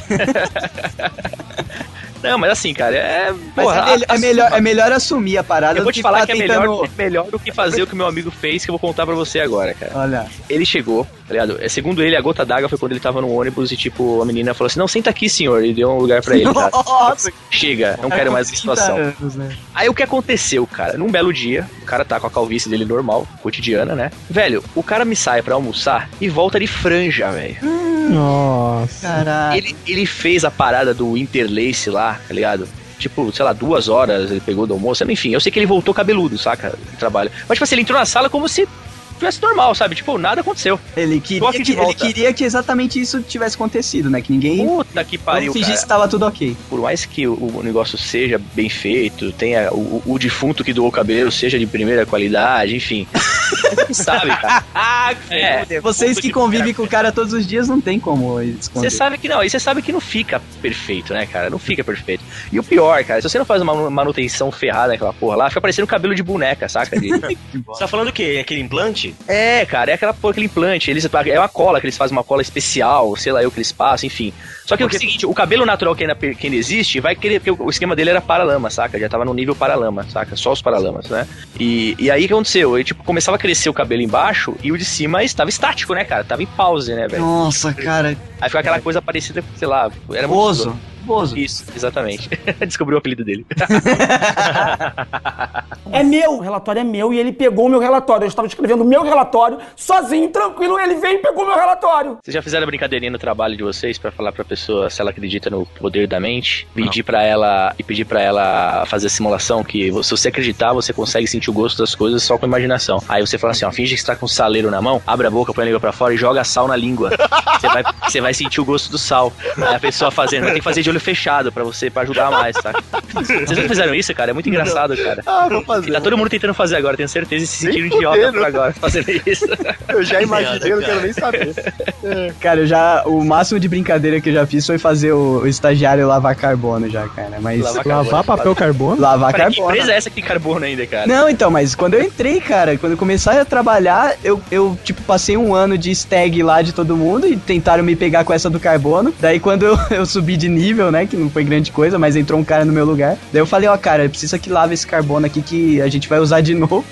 Não, mas assim, cara, é melhor assumir a parada. Eu vou te falar que é melhor do que fazer o que meu amigo fez, que eu vou contar pra você agora, cara. Olha. Ele chegou, tá ligado? Segundo ele, a gota d'água foi quando ele tava no ônibus e, tipo, a menina falou assim, não, senta aqui, senhor, e deu um lugar pra ele, tá? Nossa! Chega, não quero mais essa situação. Anos, né? Aí o que aconteceu, cara? Num belo dia, o cara tá com a calvície dele normal, cotidiana, né? Velho, o cara me sai pra almoçar e volta de franja, velho. Nossa. Caralho. Ele fez a parada do interlace lá, tá ligado? Tipo, sei lá, 2 horas ele pegou do almoço. Enfim, eu sei que ele voltou cabeludo, saca? De trabalho. Mas, tipo assim, ele entrou na sala como se tivesse normal, sabe? Tipo, nada aconteceu. Ele queria que exatamente isso tivesse acontecido, né? Que ninguém... Puta que pariu, fingisse que tava tudo ok. Por mais que o negócio seja bem feito, tenha o defunto que doou o cabelo seja de primeira qualidade, enfim... Sabe, cara? Vocês que convivem com o cara todos os dias não tem como esconder. Você sabe que não, e você sabe que não fica perfeito, né, cara? Não fica perfeito. E o pior, cara, se você não faz uma manutenção ferrada naquela porra lá, fica parecendo cabelo de boneca, saca? Você tá falando o quê? Aquele implante? É, cara, é aquela porra, aquele implante. É uma cola que eles fazem, uma cola especial, sei lá eu que eles passam, enfim. Só que é o seguinte, o cabelo natural que ainda existe vai querer, porque o esquema dele era paralama, saca? Já tava no nível paralama, saca? Só os paralamas, né? E aí o que aconteceu? Ele, tipo, começava a crescer o cabelo embaixo e o de cima estava estático, né, cara? Tava em pause, né, velho? Nossa, cara. Aí ficou aquela coisa parecida, sei lá, era Bozo. Isso, exatamente. Descobriu o apelido dele. É meu, o relatório é meu e ele pegou o meu relatório. Eu estava escrevendo o meu relatório sozinho, tranquilo, ele veio e pegou o meu relatório. Vocês já fizeram a brincadeirinha no trabalho de vocês pra falar pra pessoa se ela acredita no poder da mente? Pedir pra ela fazer a simulação que se você acreditar, você consegue sentir o gosto das coisas só com imaginação. Aí você fala assim, ó, finge que você tá com um saleiro na mão, abre a boca, põe a língua pra fora e joga sal na língua. Você vai sentir o gosto do sal. Aí a pessoa fazendo, vai ter que fazer de olho fechado pra ajudar mais, tá? Vocês não fizeram isso, cara? É muito engraçado, cara. Vou fazer. E tá todo mundo tentando fazer agora, tenho certeza, e se sentindo idiota por agora fazendo isso. Eu já imaginei, não quero nem saber. Cara, o máximo de brincadeira que eu já fiz foi fazer o estagiário lavar carbono já, cara. Mas lavar papel carbono? Lavar Cara, carbono. que empresa é essa que tem carbono ainda, cara? Não, então, mas quando eu entrei, cara, quando eu comecei a trabalhar, eu tipo, passei um ano de stag lá de todo mundo e tentaram me pegar com essa do carbono. Daí quando eu subi de nível, né, que não foi grande coisa, mas entrou um cara no meu lugar. Daí eu falei, ó, cara, precisa que lave esse carbono aqui que a gente vai usar de novo.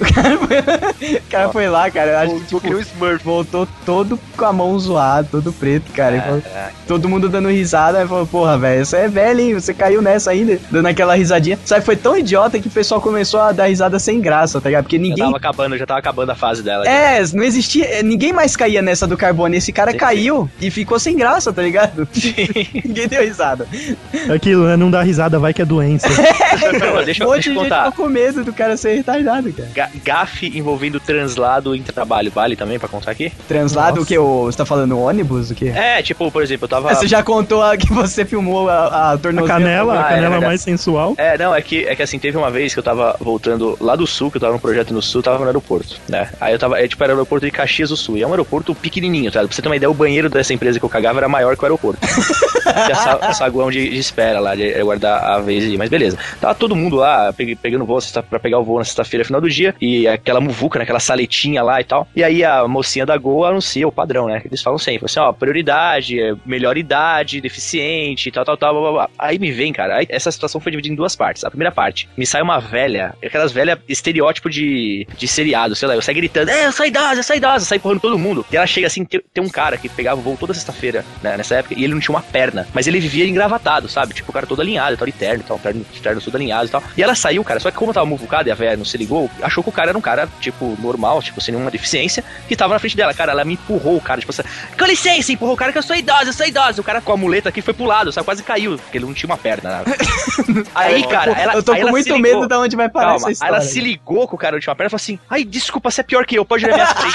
O cara foi lá, cara, acho que tipo, o Smurf voltou todo com a mão zoada, todo preto, cara. Falou, todo mundo dando risada, aí falou, porra, velho, você é velho, hein? Você caiu nessa ainda, dando aquela risadinha. Sabe, foi tão idiota que o pessoal começou a dar risada sem graça, tá ligado? Porque ninguém... Já tava acabando a fase dela. Não existia, ninguém mais caía nessa do carbono. Esse cara caiu e ficou sem graça, tá ligado? Ninguém deu risada. Aquilo, né? Não dá risada, vai que é doença. Deixa Um monte eu de gente contar. ficou com medo do cara ser retardado, cara. Gafe envolvendo translado em trabalho, vale também pra contar aqui? Translado, o que? Você tá falando ônibus, o que? É, tipo, por exemplo, eu tava... Você já contou que você filmou a tornozela? A canela mais sensual. Não, é que assim, teve uma vez que eu tava voltando lá do sul, que eu tava num projeto no sul, tava no aeroporto, né? Aí eu tava, tipo, era o aeroporto de Caxias do Sul, e é um aeroporto pequenininho, tá? Pra você ter uma ideia, o banheiro dessa empresa que eu cagava era maior que o aeroporto. Tinha saguão de espera lá, de guardar a vez aí, mas beleza. Tava todo mundo lá, pegando voo pra pegar o voo na sexta-feira, final do dia, e aquela muvuca, né, aquela saletinha lá e tal. E aí a mocinha da Gol anuncia o padrão, né? Eles falam sempre, assim, ó, prioridade, melhor idade, deficiente, tal, blá, blá, blá. Aí me vem, cara, essa situação foi dividida em 2 partes. A primeira parte, me sai uma velha, aquelas velhas estereótipo de seriado, sei lá, eu saio gritando, eu sou idosa, saio empurrando todo mundo. E ela chega assim, tem um cara que pegava o voo toda sexta-feira, né, nessa época, e ele não tinha uma perna, mas ele vivia engravatado, sabe? Tipo, o cara todo alinhado, tal, de terno, tal, terno todo alinhado e tal. E ela saiu, cara, só que como tava muvucado, sentada e a velha não se ligou, achou que o cara era um cara, tipo, normal, tipo, sem nenhuma deficiência, que tava na frente dela. Cara, ela me empurrou o cara, tipo assim, com licença, empurrou o cara que eu sou idosa. O cara com a muleta aqui foi pro lado, sabe, quase caiu, porque ele não tinha uma perna. Aí, cara, eu tô com muito medo de onde vai parar essa história. Aí ela se ligou com o cara não tinha uma perna e falou assim, ai, desculpa, você é pior que eu, pode olhar minha frente.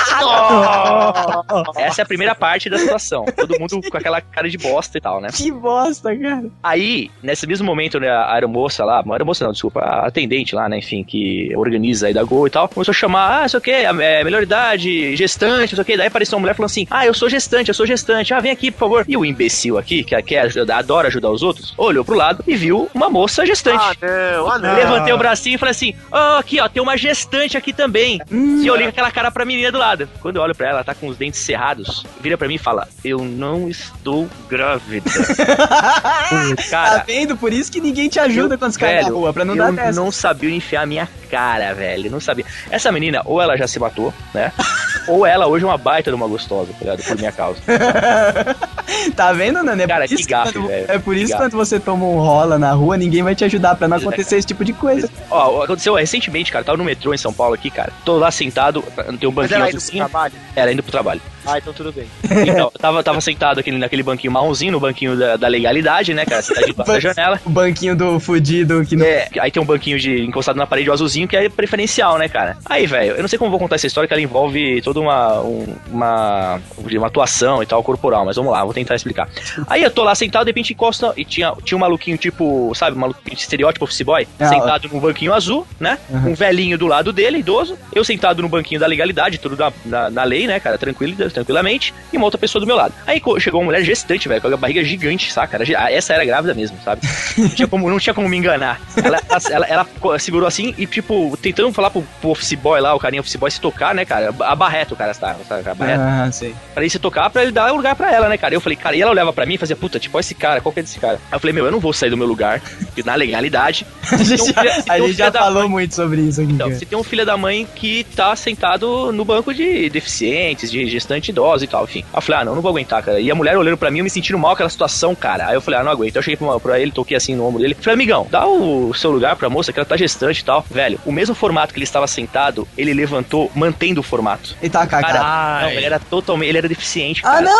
Essa é a primeira parte da situação. Todo mundo com aquela cara de bosta e tal, né? Que bosta, cara. Aí, nesse mesmo momento, né, a aeromoça lá, não, aeromoça não, desculpa, a atendente lá, né, enfim, que organiza aí da Gol e tal, começou a chamar, sei o que, melhor idade, gestante, não sei o que, daí apareceu uma mulher falando assim, eu sou gestante, vem aqui, por favor. E o imbecil aqui, que adora ajudar os outros, olhou pro lado e viu uma moça gestante. Não. Levantei o bracinho e falei assim, aqui, ó, tem uma gestante aqui também. E eu olhei com aquela cara pra menina do lado. Quando eu olho pra ela tá com os dentes cerrados, vira pra mim e fala, eu não estou grávida. Cara, tá vendo? Por isso que ninguém te ajuda quando você cai na rua, pra não dar dessa. Eu não sabia enfiar a minha cara, velho, não sabia. Essa menina, ou ela já se matou, né? Ou ela hoje é uma baita de uma gostosa, tá ligado? Por minha causa. Tá vendo, Nana? Cara, que gafe, velho. É por isso que quando você toma um rola na rua, ninguém vai te ajudar pra não acontecer esse tipo de coisa. Ó, aconteceu recentemente, cara, tava no metrô em São Paulo aqui, cara. Tô lá sentado, tem um banquinho azulzinho. Era indo pro trabalho. Então tudo bem. Então, tava sentado naquele banquinho marronzinho, no banquinho da legalidade, né, cara? Sentadinho da janela. O banquinho do fudido que não... Aí tem um banquinho encostado na parede azulzinho que é preferencial, né, cara? Aí, velho, eu não sei como vou contar essa história, que ela envolve toda uma atuação e tal, corporal, mas vamos lá, vou tentar explicar. Aí eu tô lá sentado, de repente encosta, e tinha um maluquinho tipo, sabe, um maluquinho de estereótipo office boy, sentado num banquinho azul, né? Um velhinho do lado dele, idoso, eu sentado no banquinho da legalidade, tudo na lei, né, cara, tranquilamente, e uma outra pessoa do meu lado. Aí chegou uma mulher gestante, velho, com a barriga gigante, saca? Essa era grávida mesmo, sabe? Não tinha como me enganar. Ela segurou assim e, tipo, tentando falar pro office boy lá, o carinha office boy se tocar, né, cara? A Barreto, o cara está, sabe? A Barreto. Sei. Pra ele se tocar, pra ele dar um lugar pra ela, né, cara? Eu falei, cara, e ela olhava pra mim e fazia, puta, tipo, esse cara, qual que é desse cara? Aí eu falei, eu não vou sair do meu lugar, na legalidade. A gente já falou muito sobre isso aqui. Então, se tem um filho da mãe que tá sentado no banco de deficientes, de gestante idosa e tal, enfim. Aí eu falei, não vou aguentar, cara. E a mulher olhando pra mim, eu me sentindo mal aquela situação, cara. Aí eu falei, não aguento. Eu cheguei pra ele, toquei assim no ombro dele. Falei, amigão, dá o seu lugar pra moça, que ela tá gestante e tal. Velho, o mesmo formato que ele estava sentado, ele levantou, mantendo o formato. E tá cagado. Não, ele era totalmente, ele era deficiente, cara. Não!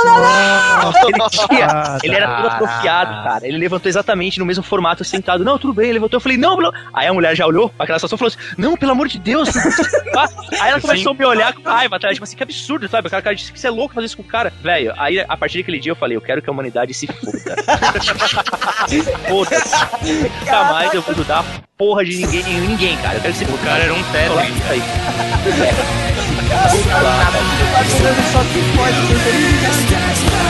Ele era todo atrofiado, cara. Ele levantou exatamente no mesmo formato, sentado. Não, tudo bem, ele levantou. Eu falei, não. Aí a mulher já olhou pra aquela situação e falou assim, não, pelo amor de Deus. Aí ela começou a me olhar com raiva, tá? Tipo assim, que absurdo, sabe? O cara disse que você é louco fazer isso com o cara. Velho, aí a partir daquele dia eu falei, eu quero que a humanidade se foda. Foda-se. Nunca mais eu vou ajudar a porra de ninguém, cara. Eu quero que se foda. O cara era um Tetris. Aí. Só que pode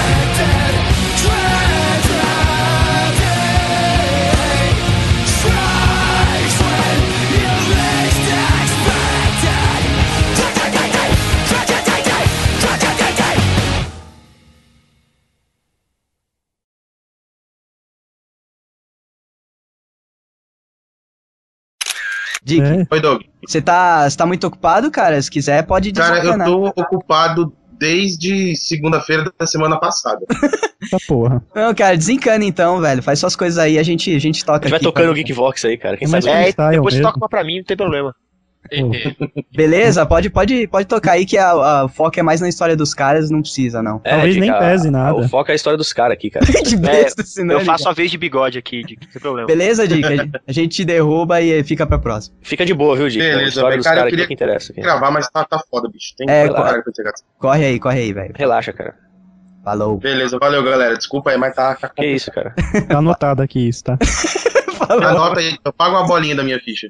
Dick, Oi, Doug. Você tá muito ocupado, cara? Se quiser, pode dizer. Cara, eu tô ocupado desde segunda-feira da semana passada. Essa porra. Não, cara, desencana então, velho. Faz suas coisas aí, a gente toca. A gente vai tocando o Geekvox aí, cara. Quem sabe? Depois você toca uma pra mim, não tem problema. Beleza, pode tocar aí que a foco é mais na história dos caras, não precisa, não. Talvez nem pese nada. O foco é a história dos caras aqui, cara. Que besta, senão eu faço a vez de bigode aqui, Dick, não tem problema. Beleza, Dick? A gente te derruba e fica pra próxima. Fica de boa, viu, Dick? Beleza, a história dos caras aqui que interessa. Aqui. Gravar, mas tá foda, bicho. Tem corre aí, velho. Relaxa, cara. Falou. Beleza, valeu, galera. Desculpa aí, mas tá que isso, cara? Tá anotado aqui isso, tá? Anota aí, eu pago uma bolinha da minha ficha.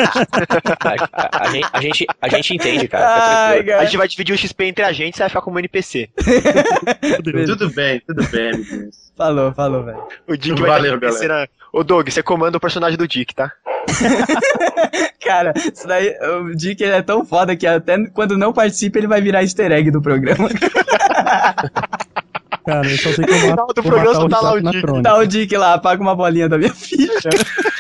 A gente entende, cara. A gente vai dividir o XP entre a gente, você vai ficar como NPC. Tudo bem, amiguinhos. Falou, velho. O Dick vai ter galera. Ô, Doug, você comanda o personagem do Dick, tá? Cara, isso daí, o Dick ele é tão foda que até quando não participa ele vai virar easter egg do programa. Cara, eu só sei que eu mato, do programa só tá lá o Dick. Tá o Dick lá, apaga uma bolinha da minha ficha.